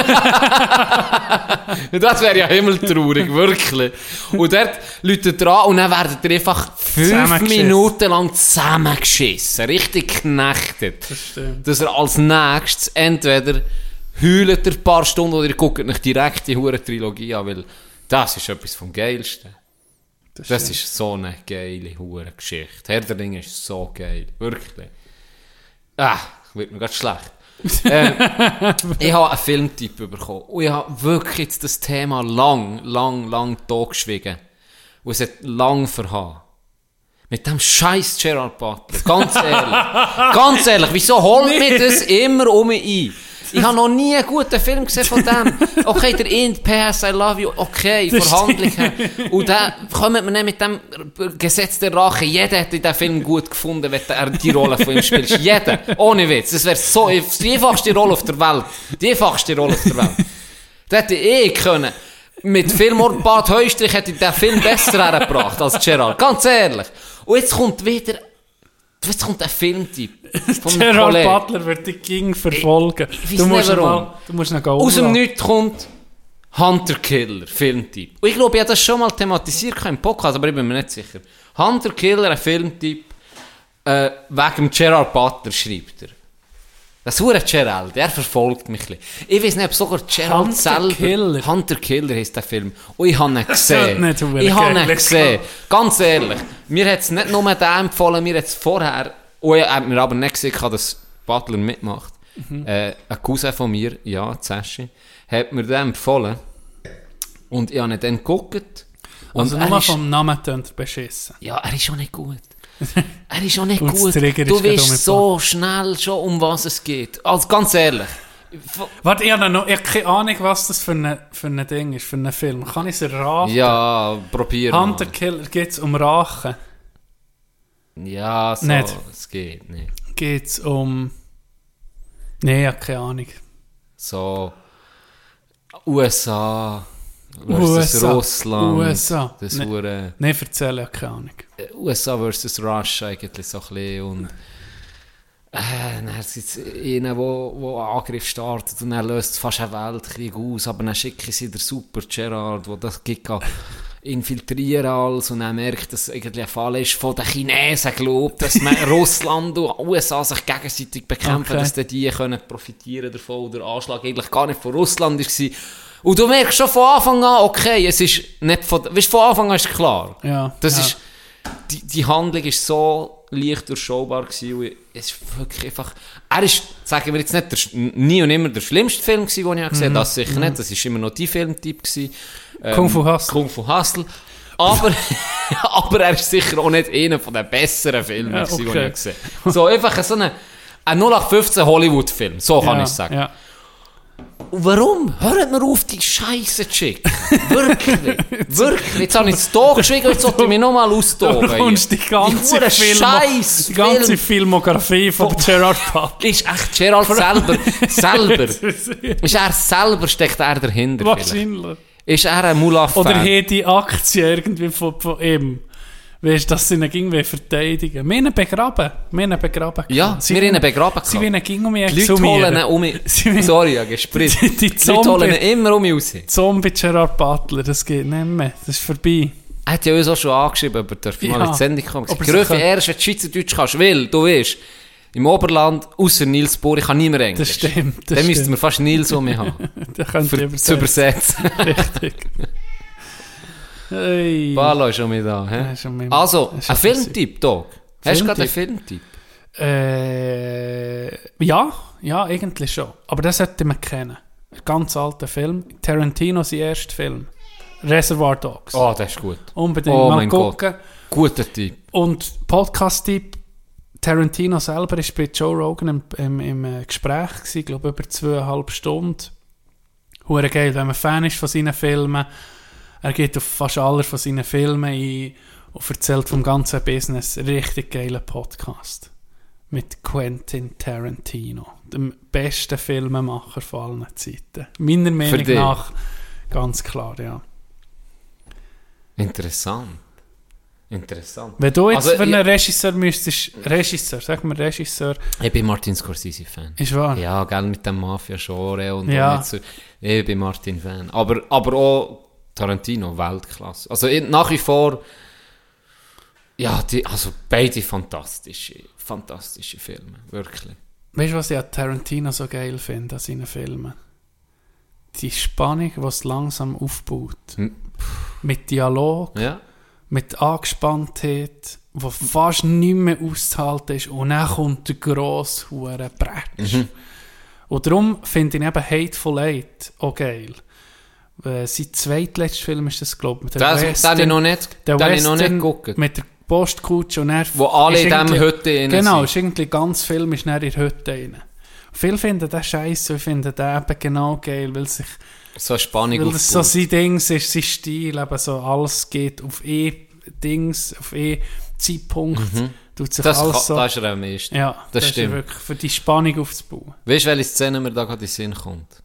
Das wäre ja himmeltraurig, wirklich. Und dort läutet er an und dann werdet ihr einfach fünf Zusammengeschissen. Minuten lang zusammengeschissen. Richtig geknechtet. Das stimmt. Dass er als nächstes entweder heult er ein paar Stunden oder ihr guckt nicht direkt die Hure-Trilogie an, weil das ist etwas vom Geilsten. Das, Das stimmt. ist so eine geile Hure-Geschichte. Herr der Ringe ist so geil. Wirklich. Ah, wird mir gerade schlecht. ähm, ich habe einen Filmtipp bekommen. Und ich habe wirklich jetzt das Thema lang, lang, lang totgeschwiegen. Und es hat lang verhauen. Mit dem scheiß Gerard Butler. Ganz ehrlich. Ganz ehrlich, wieso holt mich das immer um mich ein? Ich habe noch nie einen guten Film gesehen von dem. Okay, der Ind, P S, I love you, okay, Das Verhandlung her. Und dann kommt man nicht mit dem Gesetz der Rache. Jeder hätte den Film gut gefunden, wenn er die Rolle von ihm spielt. Jeder. Ohne Witz. Das wäre so, die einfachste Rolle auf der Welt. Die einfachste Rolle auf der Welt. Das hätte ich können. Mit Filmort Bad Heustrich hätte ich den Film besser hergebracht als Gerard. Ganz ehrlich. Und jetzt kommt wieder die Jetzt kommt ein Filmtipp von einem Gerard Kollegen. Butler wird dich ging verfolgen. Ich- ich weiss du, musst nicht, ihn warum. mal, du musst ihn gehen Aus dem umladen. Nichts kommt Hunter Killer, Filmtipp. Und ich glaube, ich habe das schon mal thematisiert im Podcast, aber ich bin mir nicht sicher. Hunter Killer, ein Filmtipp, äh, wegen dem Gerard Butler schreibt er. Das ist ein Gerald, der verfolgt mich ein bisschen. Ich weiß nicht, ob sogar Gerald Hunter selber... Killer. Hunter Killer heisst der Film. Und ich habe ihn gesehen. nicht verdammt ich habe geil, ihn gesehen. Ganz ehrlich. Mir hat es nicht nur den empfohlen, mir hat es vorher... Und er hat mir aber nicht gesehen, dass Butler mitmacht. Mhm. Äh, ein Cousin von mir, ja, Zeschi, hat mir den empfohlen. Und ich habe ihn dann geguckt. Und Also er nur ist- vom Namen tönt beschissen. ja, er ist schon nicht gut. Er ist schon nicht Und das gut. Trigger ist Du gerade weißt um so schnell schon, um was es geht. Also ganz ehrlich. F- Warte, ich habe noch ich habe keine Ahnung, was das für ein für ein Ding ist, für einen Film. Kann ich es erraten? Ja, probier mal. Hunter Killer, geht es um Rache? Ja, so, Nicht. es geht nicht. Geht es um... Nein, ich habe keine Ahnung. So, U S A versus U S A. Russland. U S A. Das Nee. hure Nein, erzähle, ich habe keine Ahnung. äh, U S A versus Russia eigentlich so ein bisschen und äh, dann gibt es einen, wo, wo einen Angriff startet und er löst fast einen Weltkrieg aus, aber dann schicken sie den Super Gerard, der das gibt, kann infiltrieren alles und er merkt, dass eigentlich ein Fall ist von den Chinesen, glaubt, dass man Russland und U S A sich gegenseitig bekämpfen, Okay. dass dann die können profitieren davon und der Anschlag eigentlich gar nicht von Russland war. Und du merkst schon von Anfang an, okay, es ist nicht von, weißt, von Anfang an ist klar. Ja, Das ja. ist, die, die Handlung ist so leicht durchschaubar gewesen und es ist wirklich einfach, er ist, sagen wir jetzt nicht, der, sch- nie und immer der schlimmste Film gewesen, den ich habe gesehen habe, das sicher nicht, das ist immer noch die Filmtyp gewesen. Ähm, Kung Fu Hustle. Kung Fu Hustle. Aber, aber er ist sicher auch nicht einer von den besseren Filmen Ja, gewesen, die okay. ich habe gesehen habe. So einfach so ein, ein null acht fünfzehn Hollywood-Film, so kann ja, ich sagen. Ja. Und warum? Hört mir auf, die Scheiße zu schicken. Wirklich. Wirklich. Jetzt habe ich es hier geschwiegen, jetzt sollte ich mich nochmal austoben. Du kommst die ganze, Die Filmo Scheiß die ganze Film. Filmografie von Gerard Butler. Ist echt Gerald selber. selber. Ist er selber, steckt er dahinter. vielleicht? Wahrscheinlich. Ist er ein Mullah-Fan? Oder hat die Aktie irgendwie von, von ihm. Weißt du, dass sie ihn irgendwie verteidigen. Wir haben ihn begraben. Wir haben ihn begraben. Ja, Sie wir haben ihn wollen- begraben Sie gehabt. wollen ihn ging um mich Die Leute holen ihn exhumieren. um mich. Sie wollen- Sorry, ja, gespritzt. Die- die Die Leute holen Zombie- ihn immer um mich raus. Zombie Gerard Butler, das geht nicht mehr. Das ist vorbei. Er hat ja uns auch schon angeschrieben, ob er darf mal Ja. in die Sendung kommen. Ob er Ich rufe sich- erst, wenn du Schweizerdeutsch kannst, weil, du weißt, im Oberland, außer Nils Bohr, ich kann niemand Englisch. Das stimmt. Das Dann müssten stimmt. wir fast Nils um mich haben. Da könnt ihr Für, zu übersetzen. übersetzen. Richtig. Hey. Palo ist schon mit da. Ja, Hä? ist schon mit- Also, ist ein schon Filmtipp, Dog. Hast du gerade einen Filmtipp? Filmtipp? Äh, ja, ja, eigentlich schon. Aber das sollte man kennen. Ein ganz alter Film. Tarantino, sein erster Film. Reservoir Dogs. Oh, das ist gut. Unbedingt Oh mal mein gucken. Guter Tipp. Und Podcast-Tipp, Tarantino selber war bei Joe Rogan im, im, im äh, Gespräch gewesen, glaube über zweieinhalb Stunden. Hure geil, wenn man Fan ist von seinen Filmen. Er geht auf fast alle von seinen Filmen ein und erzählt vom ganzen Business. Richtig geiler Podcast. Mit Quentin Tarantino, dem besten Filmemacher von allen Zeiten. Meiner Meinung dich? nach ganz klar, ja. Interessant. Interessant. Wenn du jetzt Also, für einen ja- Regisseur müsstest, Regisseur, sag mal Regisseur, Ich bin Martin Scorsese-Fan. ist wahr? Ja, gell, mit dem Mafia-Genre und Ja. auch mit so, ich bin Martin-Fan. Aber, aber auch Tarantino, Weltklasse. Also ich, nach wie vor, ja, die, also beide fantastische, fantastische Filme, wirklich. Weißt du, was ich an Tarantino so geil finde an seinen Filmen? Die Spannung, die es langsam aufbaut. Hm. Mit Dialog, Ja, mit Angespanntheit, wo fast nicht mehr auszuhalten ist. Und dann kommt der grosse hure Bretsch. Mhm. Und darum finde ich eben Hateful Eight auch geil. Äh, sein zweitletzter Film ist das, glaube ich. das, das habe ich noch nicht, der den habe ich noch nicht Western geguckt. mit der Postkutsche und er Wo alle ist in diesem irgendwie- Hütte drin Genau, sind. ist irgendwie ganz Film ist dann in der Hütte rein. Viele finden den scheiße und finden den eben genau geil, weil, sich, So eine Spannung weil das so aufbaut. sein Dings ist, sein Stil, eben so alles geht auf eh Dings, auf eh Zeitpunkt, tut sich Das, alles kann, so... das ist er am meisten. ja, das das stimmt. ist wirklich für die Spannung aufzubauen. Weißt du, welche Szene mir da gerade in den Sinn kommt?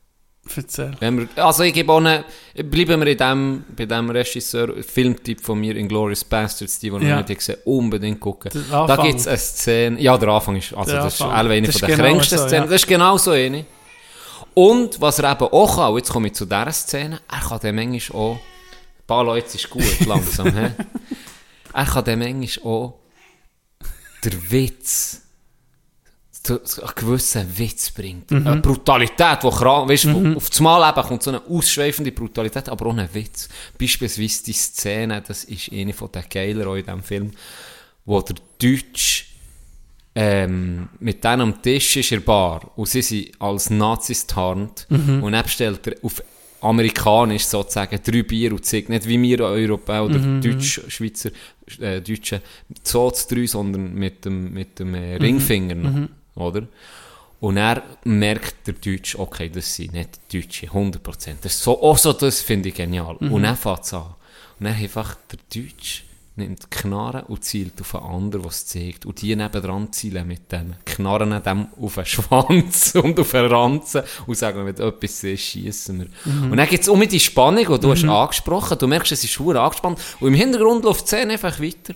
Erzähl. Wenn wir, also ich gebe auch eine, bleiben wir in dem, bei dem Regisseur, Filmtipp von mir, Inglourious Basterds, die, die Ja. noch nicht gesehen haben, unbedingt gucken. Der Anfang. Da gibt es eine Szene, ja, der Anfang ist, also Der das ist Anfang. eine Das von ist der genau kränksten so, Szenen, ja. das ist genau so eine. Und was er eben auch kann, und jetzt komme ich zu dieser Szene, er kann dann manchmal auch, ein paar Leute ist gut, langsam, he? Er kann dann manchmal auch der Witz, zu- zu- einen gewissen Witz bringt. Mhm. Eine Brutalität, die krank, weißt, mhm. auf das Mal eben kommt so eine ausschweifende Brutalität, aber auch ein Witz. Beispielsweise die Szene, das ist eine von den Geiler auch in diesem Film, wo der Deutsch ähm, mit denen am Tisch ist in der Bar und sie sind als Nazis tarnt Mhm. und dann bestellt er auf amerikanisch sozusagen drei Bier und Zick, nicht wie wir Europäer oder Mhm. Deutsch, Schweizer, äh, Deutsche, so zu drei, sondern mit dem, mit dem äh, Ringfinger noch, Mhm. oder? Und er merkt der Deutsche, okay, das sind nicht Deutsche, hundert Prozent. Das ist so, auch so, das finde ich genial. Mhm. Und dann fängt es an. Und dann einfach der Deutsche nimmt die Knarre und zielt auf einen anderen, was es zeigt. Und die nebendran zielen mit dem Knarren dem auf den Schwanz und auf den Ranzen und sagen, wenn du etwas siehst, schiessen wir. Mhm. Und dann gibt es um die Spannung, die du hast angesprochen. Du merkst, es ist verdammt angespannt. Und im Hintergrund läuft die Szene einfach weiter.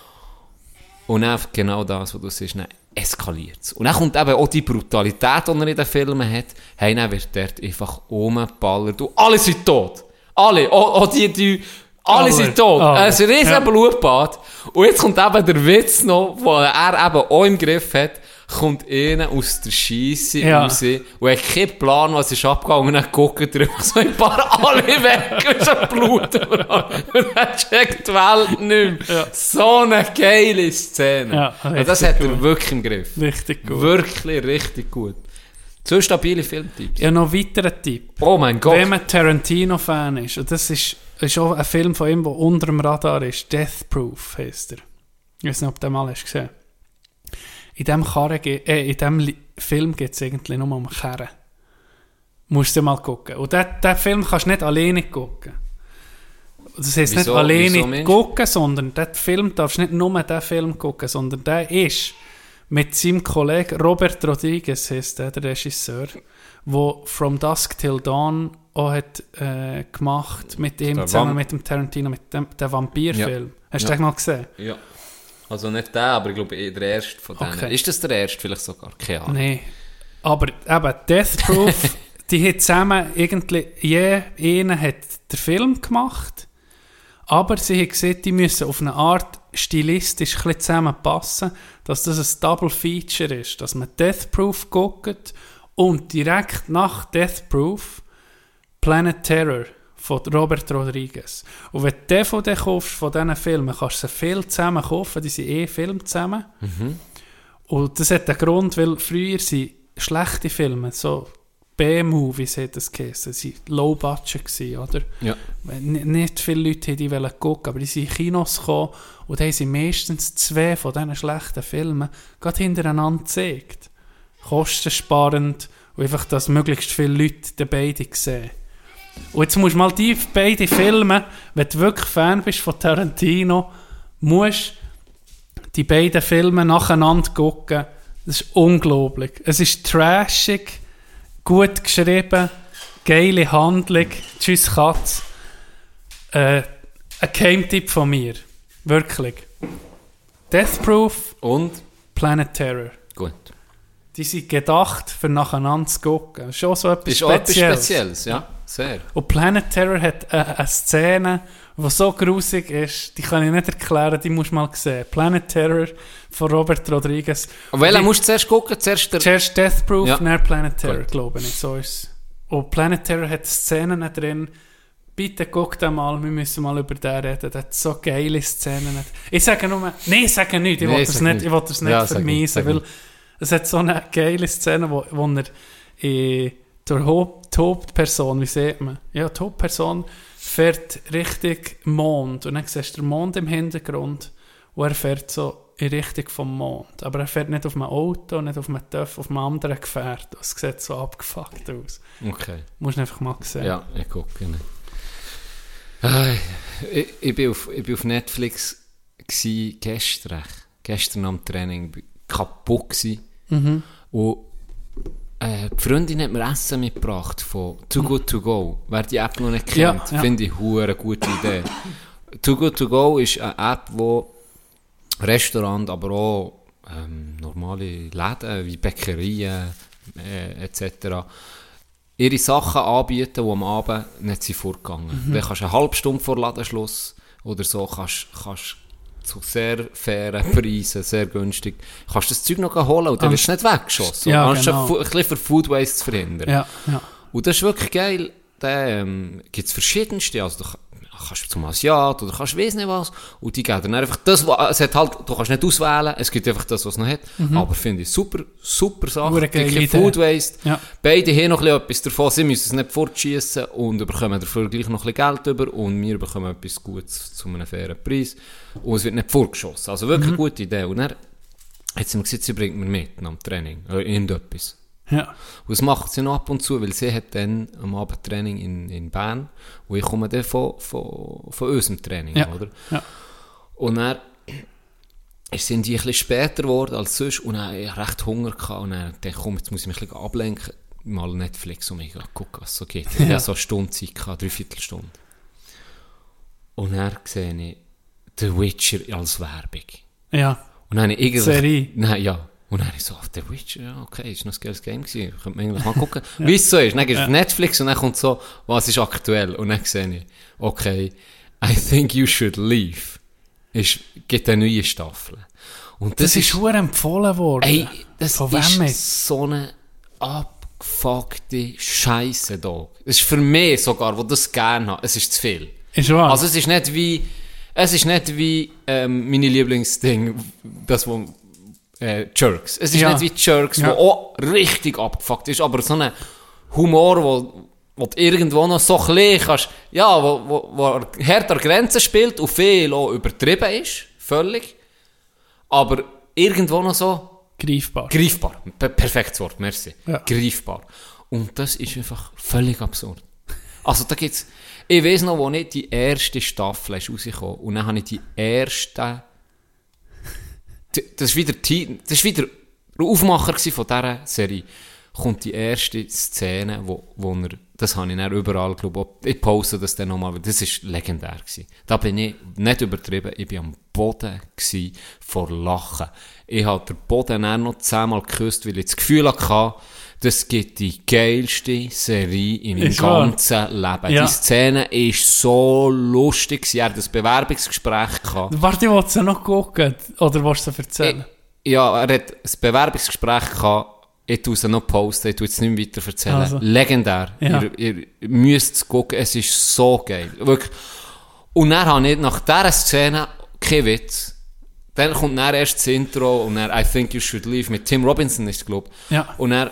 Und dann genau das, was du siehst, dann eskaliert es. Und dann kommt eben auch die Brutalität, die er in den Filmen hat. Hey, dann wird dort einfach umgeballert. Und alle sind tot. Alle. Auch, auch die, die, alle, Alle. sind tot. Alle. Es ist ein riesen Ja. Blutbad. Und jetzt kommt eben der Witz noch, den er eben auch im Griff hat, kommt einer aus der Scheisse Ja. raus und hat keinen Plan, was ist abgegangen. Und dann guckt er einfach so ein paar alle weg und ist ein Blut überall. Und dann checkt die Welt nicht mehr. Ja. So eine geile Szene. Ja, und das richtig hat er gut. wirklich im Griff. Richtig gut. Wirklich richtig gut. So stabile Filmtipps. Ja, noch einen weiteren Tipp. Oh mein Gott. Wenn man Tarantino-Fan ist, und das ist, ist auch ein Film von ihm, der unter dem Radar ist, Death Proof heisst er. Ich weiß nicht, ob du den mal hast gesehen. In diesem Karren, ge- äh, in diesem Li- Film geht es eigentlich nur um Karren. Musst du dir mal gucken. Und diesen diesen Film kannst du nicht alleine gucken. Das heisst nicht Wieso? Wieso alleine meinst du? gucken, sondern diesen Film darfst du nicht nur diesen Film gucken, sondern der ist mit seinem Kollegen Robert Rodriguez, heisst der, der Regisseur, der From Dusk Till Dawn auch hat, äh, gemacht, mit ihm Der zusammen Vamp- mit dem Tarantino, mit dem der Vampirfilm. Hast du Ja. den mal gesehen? Ja. Also nicht der, aber ich glaube eh der erste von denen. Okay. Ist das der erste vielleicht sogar? Keine Ahnung. Nein. Aber eben, Death Proof, die hat zusammen irgendwie, je einer hat den Film gemacht, aber sie hat gesehen, die müssen auf eine Art stilistisch ein bisschen zusammenpassen, dass das ein Double Feature ist, dass man Death Proof guckt und direkt nach Death Proof Planet Terror von Robert Rodriguez. Und wenn du D V D kaufst von diesen Filmen, kannst du sie viel zusammen kaufen, die sind eh Filme zusammen. Und das hat einen Grund, weil früher sind schlechte Filme, so B-Movies hat das geheißen, sie waren low budget gewesen, oder? Ja. N- Nicht viele Leute haben die wollen gucken, aber die sind in Kinos gekommen und da haben sie meistens zwei von diesen schlechten Filmen gerade hintereinander gezeigt. Kostensparend und einfach, dass möglichst viele Leute die beiden sehen. Und jetzt musst du mal die beiden Filme, wenn du wirklich Fan bist von Tarantino, musst die beiden Filme nacheinander gucken. Das ist unglaublich. Es ist trashig, gut geschrieben, geile Handlung. Tschüss Katz. Äh, ein Geheimtipp von mir. Wirklich. Death Proof, Und? Planet Terror. Gut. Die sind gedacht, für nacheinander zu gucken. Das ist auch so etwas Ist auch etwas Spezielles. Spezielles, ja. Sehr. Und Planet Terror hat äh, eine Szene, die so grusig ist, die kann ich nicht erklären, die musst du mal sehen. Planet Terror von Robert Rodriguez. Und welchen Die- musst du zuerst gucken? Zuerst der... Zuerst Death Proof, Ja. dann Planet Terror, Gut. glaube ich. So ist es. Und Planet Terror hat Szenen drin. Bitte guck den mal, wir müssen mal über den reden. Der hat so geile Szenen. Ich sage nur, nein, ich sage nicht, ich Nee, will das sag nicht, nicht. ich will das nicht Ja, sag nicht, vermiesen, sag weil nicht. es hat so eine geile Szene, wo, wo er äh, der Haupt, die Hauptperson, wie sieht man? Ja, die Hauptperson fährt Richtung Mond und dann siehst du den Mond im Hintergrund und er fährt so in Richtung vom Mond. Aber er fährt nicht auf einem Auto, nicht auf einem Töff, auf einem anderen Gefährt. Es sieht so abgefuckt aus. Okay. Musst du einfach mal sehen. Ja, ich gucke nicht. Ah, Ich, ich, bin auf, ich bin auf Netflix gsi gestern. Gestern am Training. Ich war kaputt gsi. Mhm. Und Äh, die Freundin hat mir Essen mitgebracht von Too Good To Go. Wer die App noch nicht Ja, kennt, ja. finde ich eine gute Idee. Too Good To Go ist eine App, wo Restaurant, aber auch ähm, normale Läden wie Bäckerien äh, et cetera ihre Sachen anbieten, die am Abend nicht sind vorgegangen. Mhm. Dann kannst du eine halbe Stunde vor Ladenschluss oder so kannst, kannst zu sehr fairen Preisen, sehr günstig, kannst du das Zeug noch holen und dann wirst du nicht weggeschossen. Ja, Anstatt genau. fu- ein bisschen für Food Waste zu verhindern. Ja, ja. Und das ist wirklich geil. Da ähm, gibt es verschiedenste. Also, du ka- kannst zum Asiat oder kannst weiss nicht was. Und die geben dann einfach das, was es hat halt, du kannst nicht auswählen, es gibt einfach das, was es noch hat. Aber finde ich super, super Sache. Hure geile Wirklich Idee. Food Waste. Ja. Beide haben noch ein bisschen etwas davon. Sie müssen es nicht fortschießen und bekommen dafür gleich noch ein bisschen Geld über. Und wir bekommen etwas Gutes zu einem fairen Preis. Und es wird nicht vorgeschossen. Also wirklich eine gute Idee. Und dann hat sie mir gesagt, sie bringt mir mit am Training. Oder irgendetwas. Ja. Und das macht sie noch ab und zu, weil sie hat dann am Abend Training in, in Bern und ich komme dann von, von, von unserem Training, Ja. oder? Ja. Und dann sind die ein bisschen später geworden als sonst und dann hatte ich recht Hunger gehabt und dann dachte ich, komm, jetzt muss ich mich ein bisschen ablenken, mal Netflix und mich gucken, was so geht. Ich hatte so eine Stunde Zeit gehabt, dreiviertel Stunde. Und dann sehe ich The Witcher als Werbung. Ja. Und dann habe ich irgendwie... Serie. Nein, ja. Und dann habe ich so, The Witcher, ja, okay, ist noch ein geiles Game gewesen. Könnte man eigentlich mal gucken, wie es so ist. Dann gehst du auf Netflix und dann kommt so, was ist aktuell? Und dann sehe ich, okay, I think you should leave. Es gibt eine neue Staffel. Und Das, das, ist schon empfohlen worden. ey, das Von wem ist jetzt? so eine abgefuckte Scheisse da. Das ist für mich sogar, wo das gerne hat, es ist zu viel. Ist wahr. Also es ist nicht wie, es ist nicht wie ähm, meine Lieblingsding, das wo äh, Jerks. Es ist Ja. nicht wie Jerks, Ja. wo auch richtig abgefuckt ist, aber so ein Humor, wo, wo du irgendwo noch so klein kannst, ja, wo, wo, wo hart an Grenzen spielt und viel auch übertrieben ist, völlig, aber irgendwo noch so Greifbar. greifbar. Per perfektes Wort, merci. Ja. Greifbar. Und das ist einfach völlig absurd. Also da gibt's, ich weiss noch, wo nicht die erste Staffel ist rausgekommen und dann habe ich die erste, das ist wieder, die- das ist wieder der Aufmacher gewesen von dieser Serie, kommt die erste Szene, wo, wo er, das habe ich dann überall, glaube ich, ich poste das dann nochmal, weil das ist legendär gewesen. Da bin ich nicht übertrieben, ich bin am Boden gewesen vor Lachen. Ich habe den Boden dann noch zehnmal geküsst, weil ich das Gefühl hatte, das gibt die geilste Serie in meinem Ist wahr. ganzen Leben. Ja. Die Szene ist so lustig gewesen. Er hat ein Bewerbungsgespräch gehabt. Warte, willst du noch gucken? Oder willst du es erzählen? Ja, er hat ein Bewerbungsgespräch gehabt. Ich tue es noch posten, ich tue es nicht weiter erzählen. Also. Legendär. Ja. Ihr, ihr müsst es gucken, es ist so geil. Wirklich. Und dann habe ich nach dieser Szene keinen Witz. Dann kommt dann erst das Intro und dann I Think You Should Leave mit Tim Robinson ist es, glaube ich. Ja. Und dann,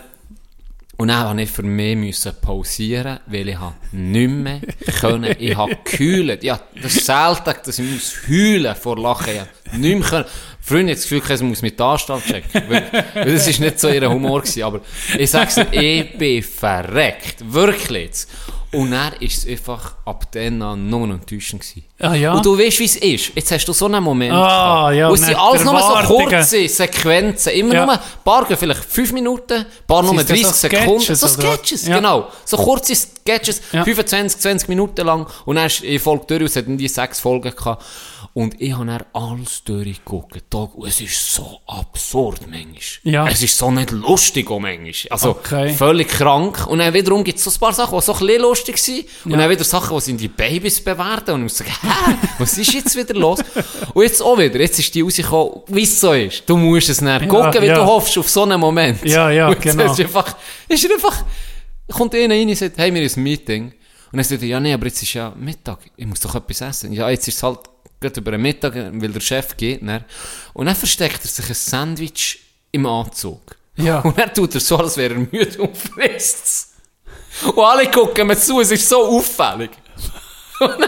und dann habe ich für mich müssen pausieren, weil ich habe nicht mehr können. Ich habe geheult. Ja, das ist selten, dass ich muss heulen vor Lachen. Ich habe nicht mehr können. Freunde, jetzt das Gefühl, ich muss mit der Anstalt checken. Weil, weil das ist nicht so ihr Humor gewesen. Aber ich sag's dir, ich bin verreckt. Wirklich jetzt. Und dann ist es einfach ab dann an nur noch enttäuschend gewesen. Ah, ja? Und du weißt, wie es ist. Jetzt hast du so einen Moment Ah, gehabt, ja, wo es sind nicht alles nur so Erwartungen. kurze Sequenzen. Immer Ja. nur ein paar gehen vielleicht fünf Minuten, ein paar nur Sind das dreißig so Sekunden. Sketches, So oder was? Sketches, Ja. genau. So kurze Sketches, Ja. fünfundzwanzig, zwanzig Minuten lang. Und dann ist die Folge durch, es hat die sechs Folgen gehabt. Und ich habe dann alles durchgeguckt. Tag- Und es ist so absurd manchmal. Ja. Es ist so nicht lustig auch manchmal. Also Okay. völlig krank. Und dann wiederum gibt es so ein paar Sachen, die so ein bisschen lustig sind. Und dann wieder Sachen, die sind die Babys bewerten. Und ich muss sagen, hä, was ist jetzt wieder los? Und jetzt auch wieder, jetzt ist die rausgekommen, wie es so ist. Du musst es dann gucken, weil ja. du hoffst auf so einen Moment. Ja, ja, Und jetzt genau. Ist einfach, ist er einfach, kommt einer rein und sagt, hey, wir haben ein Meeting. Und dann sagt er, ja, nee, aber jetzt ist ja Mittag. Ich muss doch etwas essen. Ja, jetzt ist es halt gerade über den Mittag, weil der Chef geht. Ne? Und dann versteckt er sich ein Sandwich im Anzug. Ja. Und dann tut er so, als wäre er müde und frisst es. Und alle gucken mir zu, es ist so auffällig. Und dann,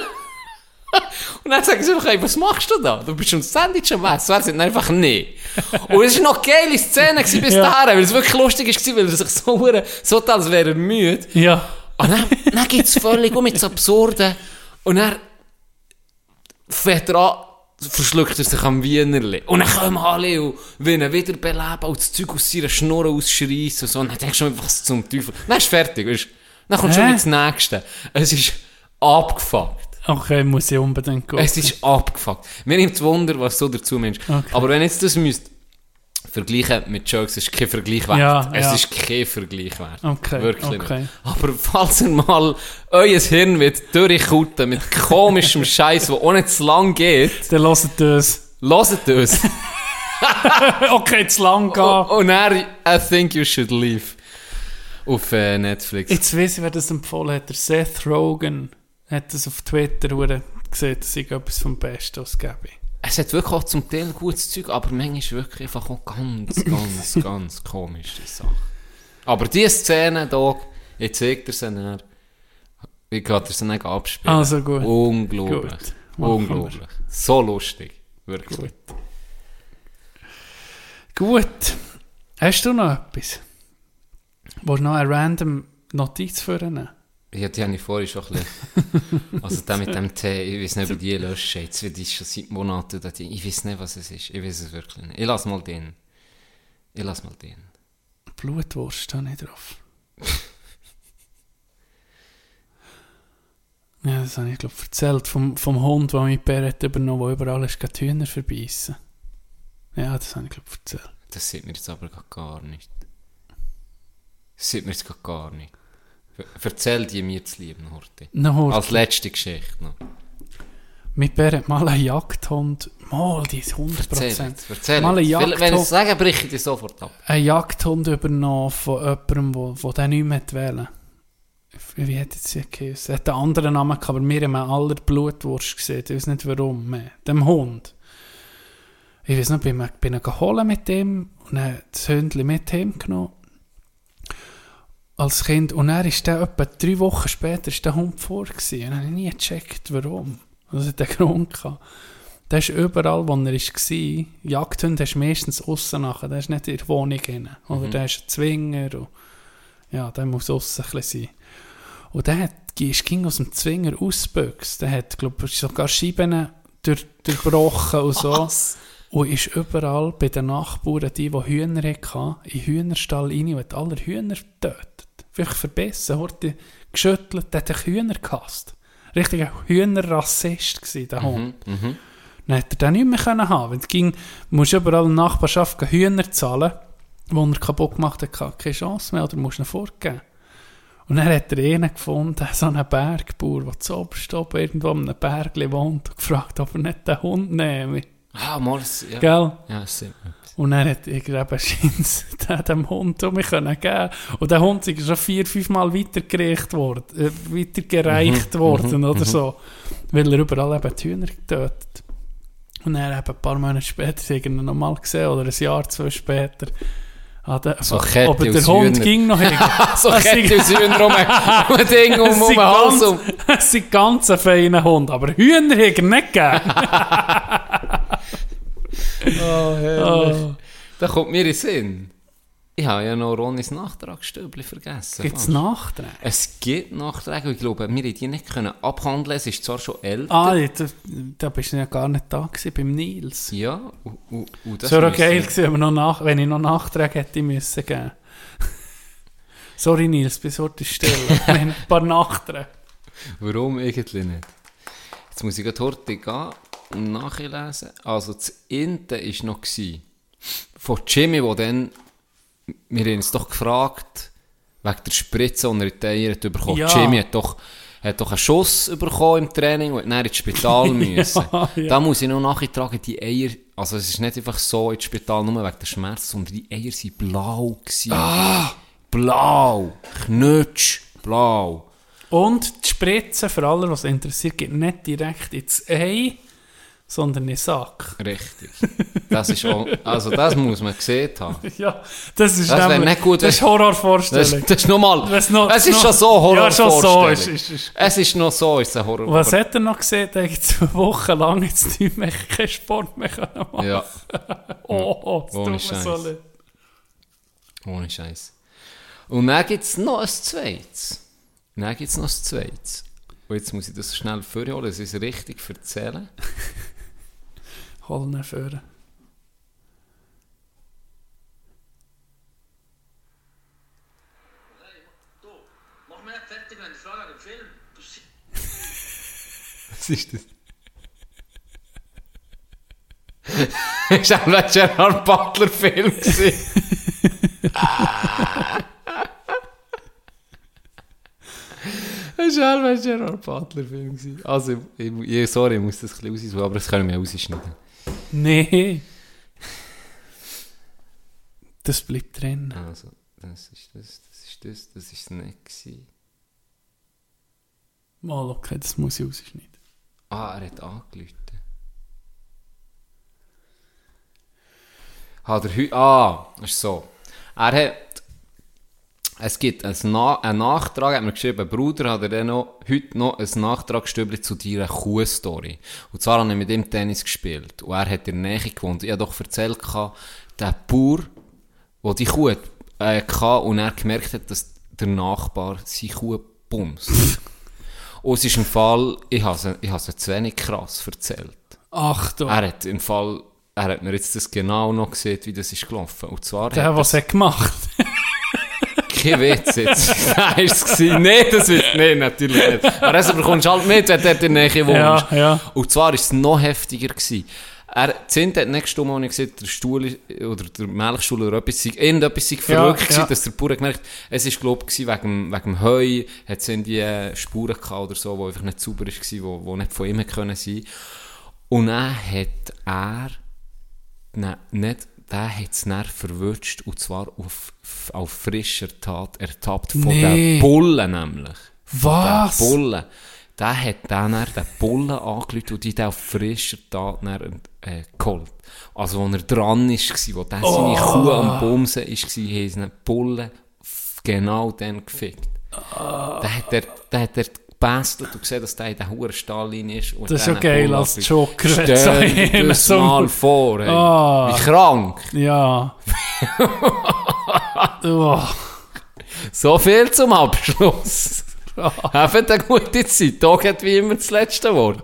und dann sagen sie einfach, hey, was machst du da? Du bist ein Sandwich am Essen. Er sagt einfach, nee. Und es war noch eine geile Szene gewesen bis Ja. dahin, weil es wirklich lustig war, weil er sich so, hure- so tat, als wäre er müde. Ja. Und dann, dann gibt es völlig um mit so Absurden. Und dann fährt er an, verschluckt er sich am Wienerli. Und dann kommen alle und wollen ihn wiederbeleben und das Zeug aus seiner Schnur ausschreissen und so. Und dann denkst du schon, was zum Teufel. Dann ist fertig, weißt du. Dann kommt Hä? schon das Nächste. Es ist abgefuckt. Okay, muss ich unbedingt gucken. Es ist abgefuckt. Mir nimmt es Wunder, was du dazu meinst. Okay. Aber wenn jetzt das müsst vergleichen mit Jokes, ist kein Vergleich wert. Ja, es ja. ist kein Vergleich wert. Okay, Wirklich okay. nicht. Aber falls ihr mal euer Hirn wird durchkutten mit komischem Scheiß, der auch nicht zu lang geht, Dann hört das. hört das. Okay, zu lang gehen. und, und dann, I think you should leave. Auf äh, Netflix. Jetzt weiss ich, wer das empfohlen hat. Der Seth Rogen hat das auf Twitter hure gesehen, dass ich etwas vom Besten ausgebe. Es hat wirklich auch zum Teil gutes Zeug, aber manchmal ist wirklich einfach auch ganz, ganz, ganz komische Sachen. Aber diese Szene hier, ich zeige dir sie näher. Ich kann dir sie nicht abspielen. Also gut. Unglaublich. Gut. Machen Unglaublich. So lustig. Wirklich. Gut. Gut. Hast du noch etwas? Willst du noch eine random Notiz führen? Ja, die habe ich vorhin schon ein bisschen. Also der mit dem Tee, ich weiß nicht, ob ich die lösche. Jetzt wird ich schon seit Monaten da. Ich weiß nicht, was es ist. Ich weiß es wirklich nicht. Ich lasse mal den. Ich lasse mal den. Blutwurst steht nicht drauf. Ja, das habe ich, glaube ich, erzählt. Vom, vom Hund, der mein Bär hat übernommen, der überall ist, geht die Hühner verbeissen. Ja, das habe ich, glaube ich, erzählt. Das sieht mir jetzt aber gar nicht. Das sieht mir jetzt gar nicht. Ver- Erzähl die mir zu lieben, Horti. Na, Horti. Als letzte Geschichte noch. Mein Bär hat mal einen Jagdhund. Mal, die ist hundert Erzähl Prozent. jetzt, erzähl Mal einen jetzt. Wenn ich Jagdhund, es sage, breche ich dich sofort ab. einen Jagdhund übernommen von jemandem, der, der den nicht mehr wählen. Wie hat jetzt sie geheißen? Er hat einen anderen Namen gehabt, aber wir haben alle Blutwurst gesehen. Ich weiß nicht warum. Mehr. Dem Hund. Ich weiß noch, bin ich bin ihn geholt mit dem und dann das Hündchen mit ihm genommen. Als Kind. Und dann ist der etwa drei Wochen später ist der Hund vor gewesen. Und dann habe ich nie gecheckt, warum. Das hat den Grund gehabt. Der ist überall, wo er war. Jagdhund hast du meistens aussen nachher. Der ist nicht in der Wohnung drin. Oder Mhm. der ist ein Zwinger. Und ja, der muss aussen ein bisschen sein. Und der hat, ist, ging aus dem Zwinger ausgebüchst. Der hat, glaube ich, sogar Scheiben durch, durchbrochen und so. Was? Und ist überall bei den Nachbarn, die, die Hühner hatten, in den Hühnerstall rein und hat alle Hühner getötet. Vielleicht verbissen, hat die geschüttelt, der hat den Hühner gehasst. Richtig ein Hühnerrassist gsi, der Hund. Mhm. Mhm. Dann hat er den nicht mehr können haben. Wenn es ging, musst du überall in der Nachbarschaft Hühner zahlen, die er kaputt gemacht hat, keine Chance mehr, oder musst du ihn fortgeben. Und dann hat er einen gefunden, so einen Bergbauer, der zu oberst oben irgendwo an einem Bergli wohnt, und gefragt, ob er nicht den Hund nehme. Ah, mal, das- ja. Gell? Ja, das sieht man. Und dann hat irgendwann scheint's den- dem Hund um mich können geben. Und der Hund ist schon vier, fünf Mal weitergereicht worden, äh, weitergereicht worden oder so. Weil er überall eben die Hühner getötet. Und dann eben ein paar Monate später habe ich ihn nochmal gesehen, oder ein Jahr, zwei später. Ah, der, So Kette aber der aus Hund Hühner. ging noch hin. So Es Kette sind- aus Hühner um um ein Ding um, Es um sind den Hals um. ganz- Es sind ganz ein feiner Hund, aber Hühner hat er nicht gegeben. Oh, herrlich. Oh. Da kommt mir in den Sinn. Ich habe ja noch Ronis Nachtragsstübli vergessen. Gibt es fast. Nachträge? Es gibt Nachträge, ich glaube, wir haben die nicht können abhandeln. Es ist zwar schon älter. Ah, da, da bist du ja gar nicht da gewesen, beim Nils. Ja, und, und, und Das wäre auch müssen- geil gewesen, wenn, wir noch nach, wenn ich noch Nachträge hätte müssen geben. Sorry Nils, bis heute ist still. Wir haben ein paar Nachträge. Warum eigentlich nicht? Jetzt muss ich gerade heute gehen und nachlesen. Also das Inte war noch gewesen, von Jimmy, der dann, wir haben uns doch gefragt, wegen der Spritze, die er in die Eier hat bekommen. Ja. Jimmy hat doch, hat doch einen Schuss bekommen im Training und hat dann ins Spital müssen. ja. Da muss ich noch nachtragen, die Eier, also es ist nicht einfach so ins Spital, nur wegen der Schmerzen, sondern die Eier waren blau gewesen. Ah. Blau, knutsch, blau. Und die Spritze, für alle, was interessiert, geht nicht direkt ins Ei, sondern in den Sack. Richtig. Das ist auch, also das muss man gesehen haben. Ja, das ist, Das wär nämlich- nicht gut, das ist wenn- Horrorvorstellung. Das, das ist nochmal, Was noch- es ist noch- schon so Ja, schon so. Horrorvorstellung. Ist, ist, ist. Es ist noch so, ist es ein Horror. Was hat er noch gesehen? Er hat zwei Wochen lang jetzt nicht mehr, keinen Sport mehr können machen. Ja, Oh, das tut Ohne mir so Scheiß. leid. ohne Scheiß. Und dann gibt es noch ein zweites. Dann gibt es noch ein zweites. Und jetzt muss ich das schnell vorholen, dass ich es richtig erzähle. Hol ihn vor. Mach mir nicht fertig, wenn ich frage an den Film. Was ist das? Das war ein Gerard Butler-Film. Das war ein Gerard Butler-Film. Also, ich, ich, sorry, ich muss das ein bisschen raussuchen, aber das können wir rausschneiden. Nee. Das bleibt drin. Also, das ist das, das ist das, das ist es nicht gewesen. Mal, okay, das muss ich rausschneiden. Ah, er hat angerufen. Hat er heute... Ah, ist so. Er hat... Es gibt ein Na- einen Nachtrag, hat mir geschrieben, Bruder, hat er dann noch, heute noch ein Nachtragsstübli zu deiner Kuh-Story. Und zwar habe ich mit ihm Tennis gespielt. Und er hat in der Nähe gewohnt. Ich habe doch erzählt, der Bauer, der die Kuh äh, hatte, und er gemerkt hat, dass der Nachbar seine Kuh bumst. Und es ist im Fall, ich habe es, ich habe es zu wenig krass erzählt. Ach du. Er hat im Fall, er hat mir jetzt das genau noch gesehen, wie das ist gelaufen. Und zwar Der, hat was er gemacht kein Witz jetzt. Nein, ist es gewesen. Nein, das wird, nein, natürlich nicht. Aber das bekommst du halt mit, wenn du in der Nähe wohnst. Ja, ja. Und zwar war es noch heftiger gewesen. Er, Zint hat nicht gestimmt, als ich gesagt, der Stuhl oder der Melkstuhl oder etwas, sei- irgendetwas sei verrückt ja. gewesen, dass der Bauer gemerkt hat, es war, glaube ich, wegen, dem- wegen dem Heu, hat es irgendwie äh, Spuren gehabt oder so, die einfach nicht sauber waren, wo, wo nicht von ihm hätte können sein. Und dann hat er, nein, nicht, der hat es dann verwünscht, und zwar auf, auf frischer Tat ertappt, von Nee. den Bullen nämlich. Von Was? den Bullen. Der hat dann, dann den Bullen angerufen und die den auf frischer Tat dann, äh, geholt. Also, als er dran war, wo der Oh. seine Kuh am Bumsen war, haben sie den Bullen f- genau dann gefickt. Oh. Da hat er, da hat er gebastelt und gesehen, dass der in der hohen Stalllinie ist. Und Das ist dann ja geil Bullen als angefickt. Joker, wenn Stell so dir einer das so- mal vor, ey. Ah. Wie krank. Ja. oh. So viel zum Abschluss. Habt eine gute Zeit. Tag hat wie immer das letzte Wort.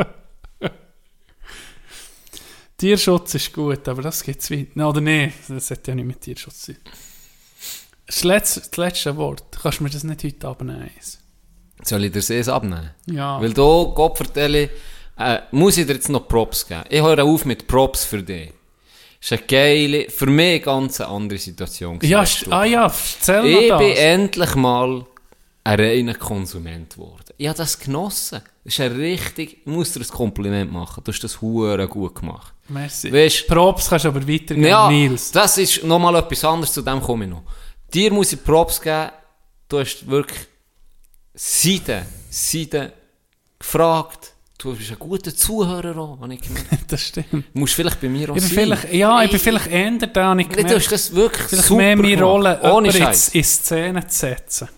Tierschutz ist gut, aber das geht zu weit. Nein, oder nee, das hat ja nicht mit Tierschutz zu tun. Das letzte, das letzte Wort. Kannst du mir das nicht heute abnehmen? Soll ich dir das abnehmen? Ja. Weil du, Gott vertelle, äh, muss ich dir jetzt noch Props geben. Ich höre auf mit Props für dich. Das ist eine geile, für mich eine ganz andere Situation gewesen Ja, letzte st- Woche. ah ja, erzähl Ich noch bin das. endlich mal ein reiner Konsument geworden. Ich habe das genossen. Das ist ein richtig, ich muss dir ein Kompliment machen. Du hast das hure gut gemacht. Merci. Weisst- Props kannst du aber weitergeben, Ja, Nils. das ist nochmal etwas anderes, zu dem komme ich noch. Dir muss ich Props geben, du hast wirklich Seiten, Seiten gefragt. Du bist ein guter Zuhörer auch, habe ich gemerkt. Das stimmt. Du musst vielleicht bei mir auch Ich bin sein. vielleicht, ja, ich bin vielleicht eher da, habe ich Du hast gemerkt, das wirklich vielleicht super mehr meine gemacht. Rolle, Ohne jemanden Scheiß. in Szene zu setzen.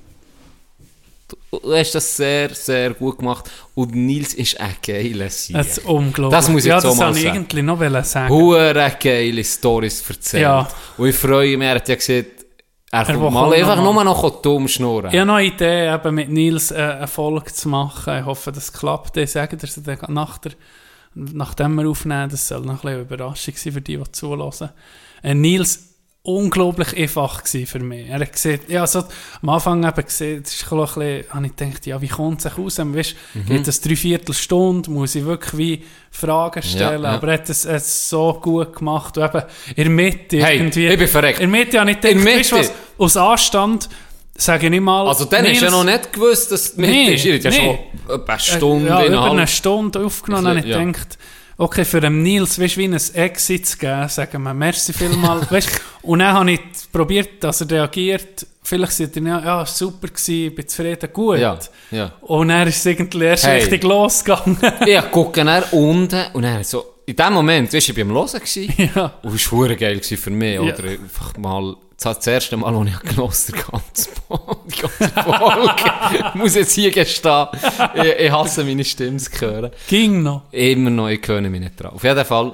Du hast das sehr, sehr gut gemacht. Und Nils ist ein geiler Sieger. Das ist unglaublich. Das muss ich ja, jetzt auch das mal wollte ich sagen. irgendwie noch wollen sagen. Hure geile Storys erzählt. Ja. Und ich freue mich, er hat ja gesagt, er kommt will mal kommen einfach noch nur noch dumm schnurren. Ich habe noch eine Idee, eben mit Nils äh, eine Folge zu machen. Ich hoffe, das klappt. Ich sage dir dann nach der, nachdem wir aufnehmen, das soll noch ein bisschen eine Überraschung sein für die, die zuhören. Äh, Nils, unglaublich einfach gewesen für mich. Er hat gesehen, ja, so, am Anfang eben gesehen, das ist ein bisschen, habe ich gedacht, ja, wie kommt es sich raus? Weißt, Mhm. geht das dreiviertel Stunde, muss ich wirklich wie Fragen stellen, Ja, ja. aber er hat es, es so gut gemacht. Und eben in der Mitte Hey, irgendwie. ich bin verreckt. In der Mitte habe ich gedacht, In der weißt du Mitte? was, aus Anstand sage ich nicht mal. Also dann hast du ja Nils- noch nicht gewusst, dass es mit Nee, ist. Ihr habt ja nee. schon etwa eine Stunde, ja, über innerhalb- eine Stunde aufgenommen, Ein und ich bisschen, ja. gedacht, okay, für den Nils, weißt du, wie ein Exit zu geben, sagen wir, merci vielmal, weißt, und dann habe ich probiert, dass er reagiert, vielleicht sagt er, ja, ja, super gewesen, bin zufrieden, gut. Ja, ja. Und dann ist es irgendwie erst Hey. richtig losgegangen. Ich gucke nach unten und dann so, in dem Moment, weißt du, ich war am Hören gewesen. Ja. Und es war verdammt geil gewesen für mich, Ja. oder? Einfach mal, das, das erste Mal, als ich genossen habe, die ganze Folge, die ganze Folge. Ich muss jetzt hier gestehen, ich, ich hasse meine Stimme zu hören. Ging noch. Immer noch, ich gewöhne mich nicht dran. Auf jeden Fall,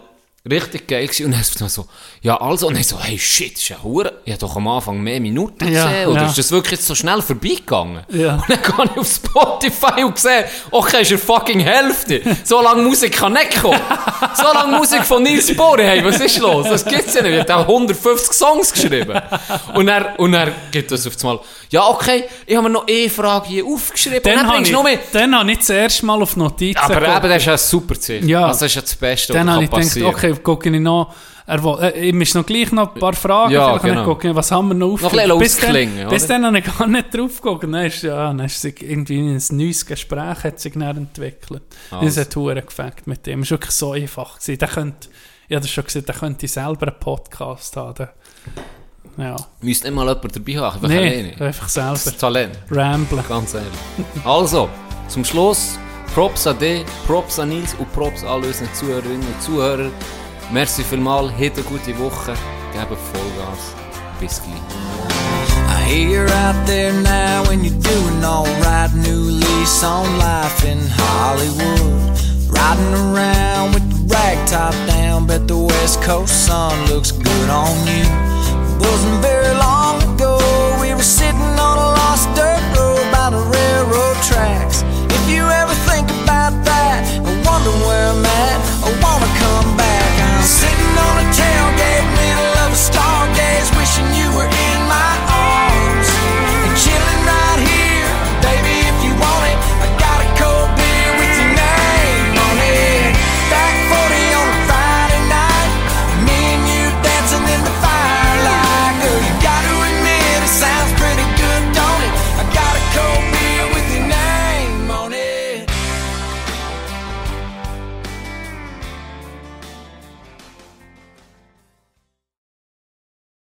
Richtig geil gewesen. Und dann ist es so, ja also, und dann so, hey shit, das ist ja hure. Ich hab doch am Anfang mehr Minuten Ja, gesehen. Oder ja. ist das wirklich jetzt so schnell vorbeigegangen? Ja. Und dann gehe ich auf Spotify und sehe, okay, ist ja fucking Hälfte. So lange Musik kann nicht kommen. So lange Musik von Nils Bohre, hey, was ist los? Das gibt's ja nicht. Er hat auch hundertfünfzig Songs geschrieben. Und er, und er gibt das auf einmal, ja okay, ich habe mir noch eine Frage hier aufgeschrieben. Dann und dann habe bringst ich, du noch mehr. dann habe ich das erste Mal auf Notizen Aber geguckt. eben, das ist ja ein super Ziel. Ja. Also das ist ja das Beste, Dann was habe kann ich gedacht, passieren. okay, gucke ich noch, er will, äh, ihm ist noch gleich noch ein paar Fragen, Ja, vielleicht genau. nicht gucken, was haben wir noch Noch ein aufgeschrieben. bisschen Bis dann, ausklingen, bis oder? dann habe ich gar nicht drauf geguckt. Dann ist, ja, dann ist sich irgendwie ein neues Gespräch hat sich dann entwickelt. Also. Das hat verdammt gefällt mit dem. Es war wirklich so einfach gewesen. Der könnte, ich habe das schon gesagt, der könnte selber einen Podcast haben. Der, ja. Müsste nicht mal jemand dabei haben, einfach Nee, alleine. einfach selber. Das Talent, Ramblen. ganz ehrlich. Also, zum Schluss, Props an dich, Props an Nils und Props an alle unsere Zuhörerinnen und Zuhörer. Merci vielmals, habt eine gute Woche, gebt Vollgas. Bis gleich. I hear you're out there now and you're doing alright. New lease on life in Hollywood. Riding around with the rag top down, bet the West Coast sun looks good on you.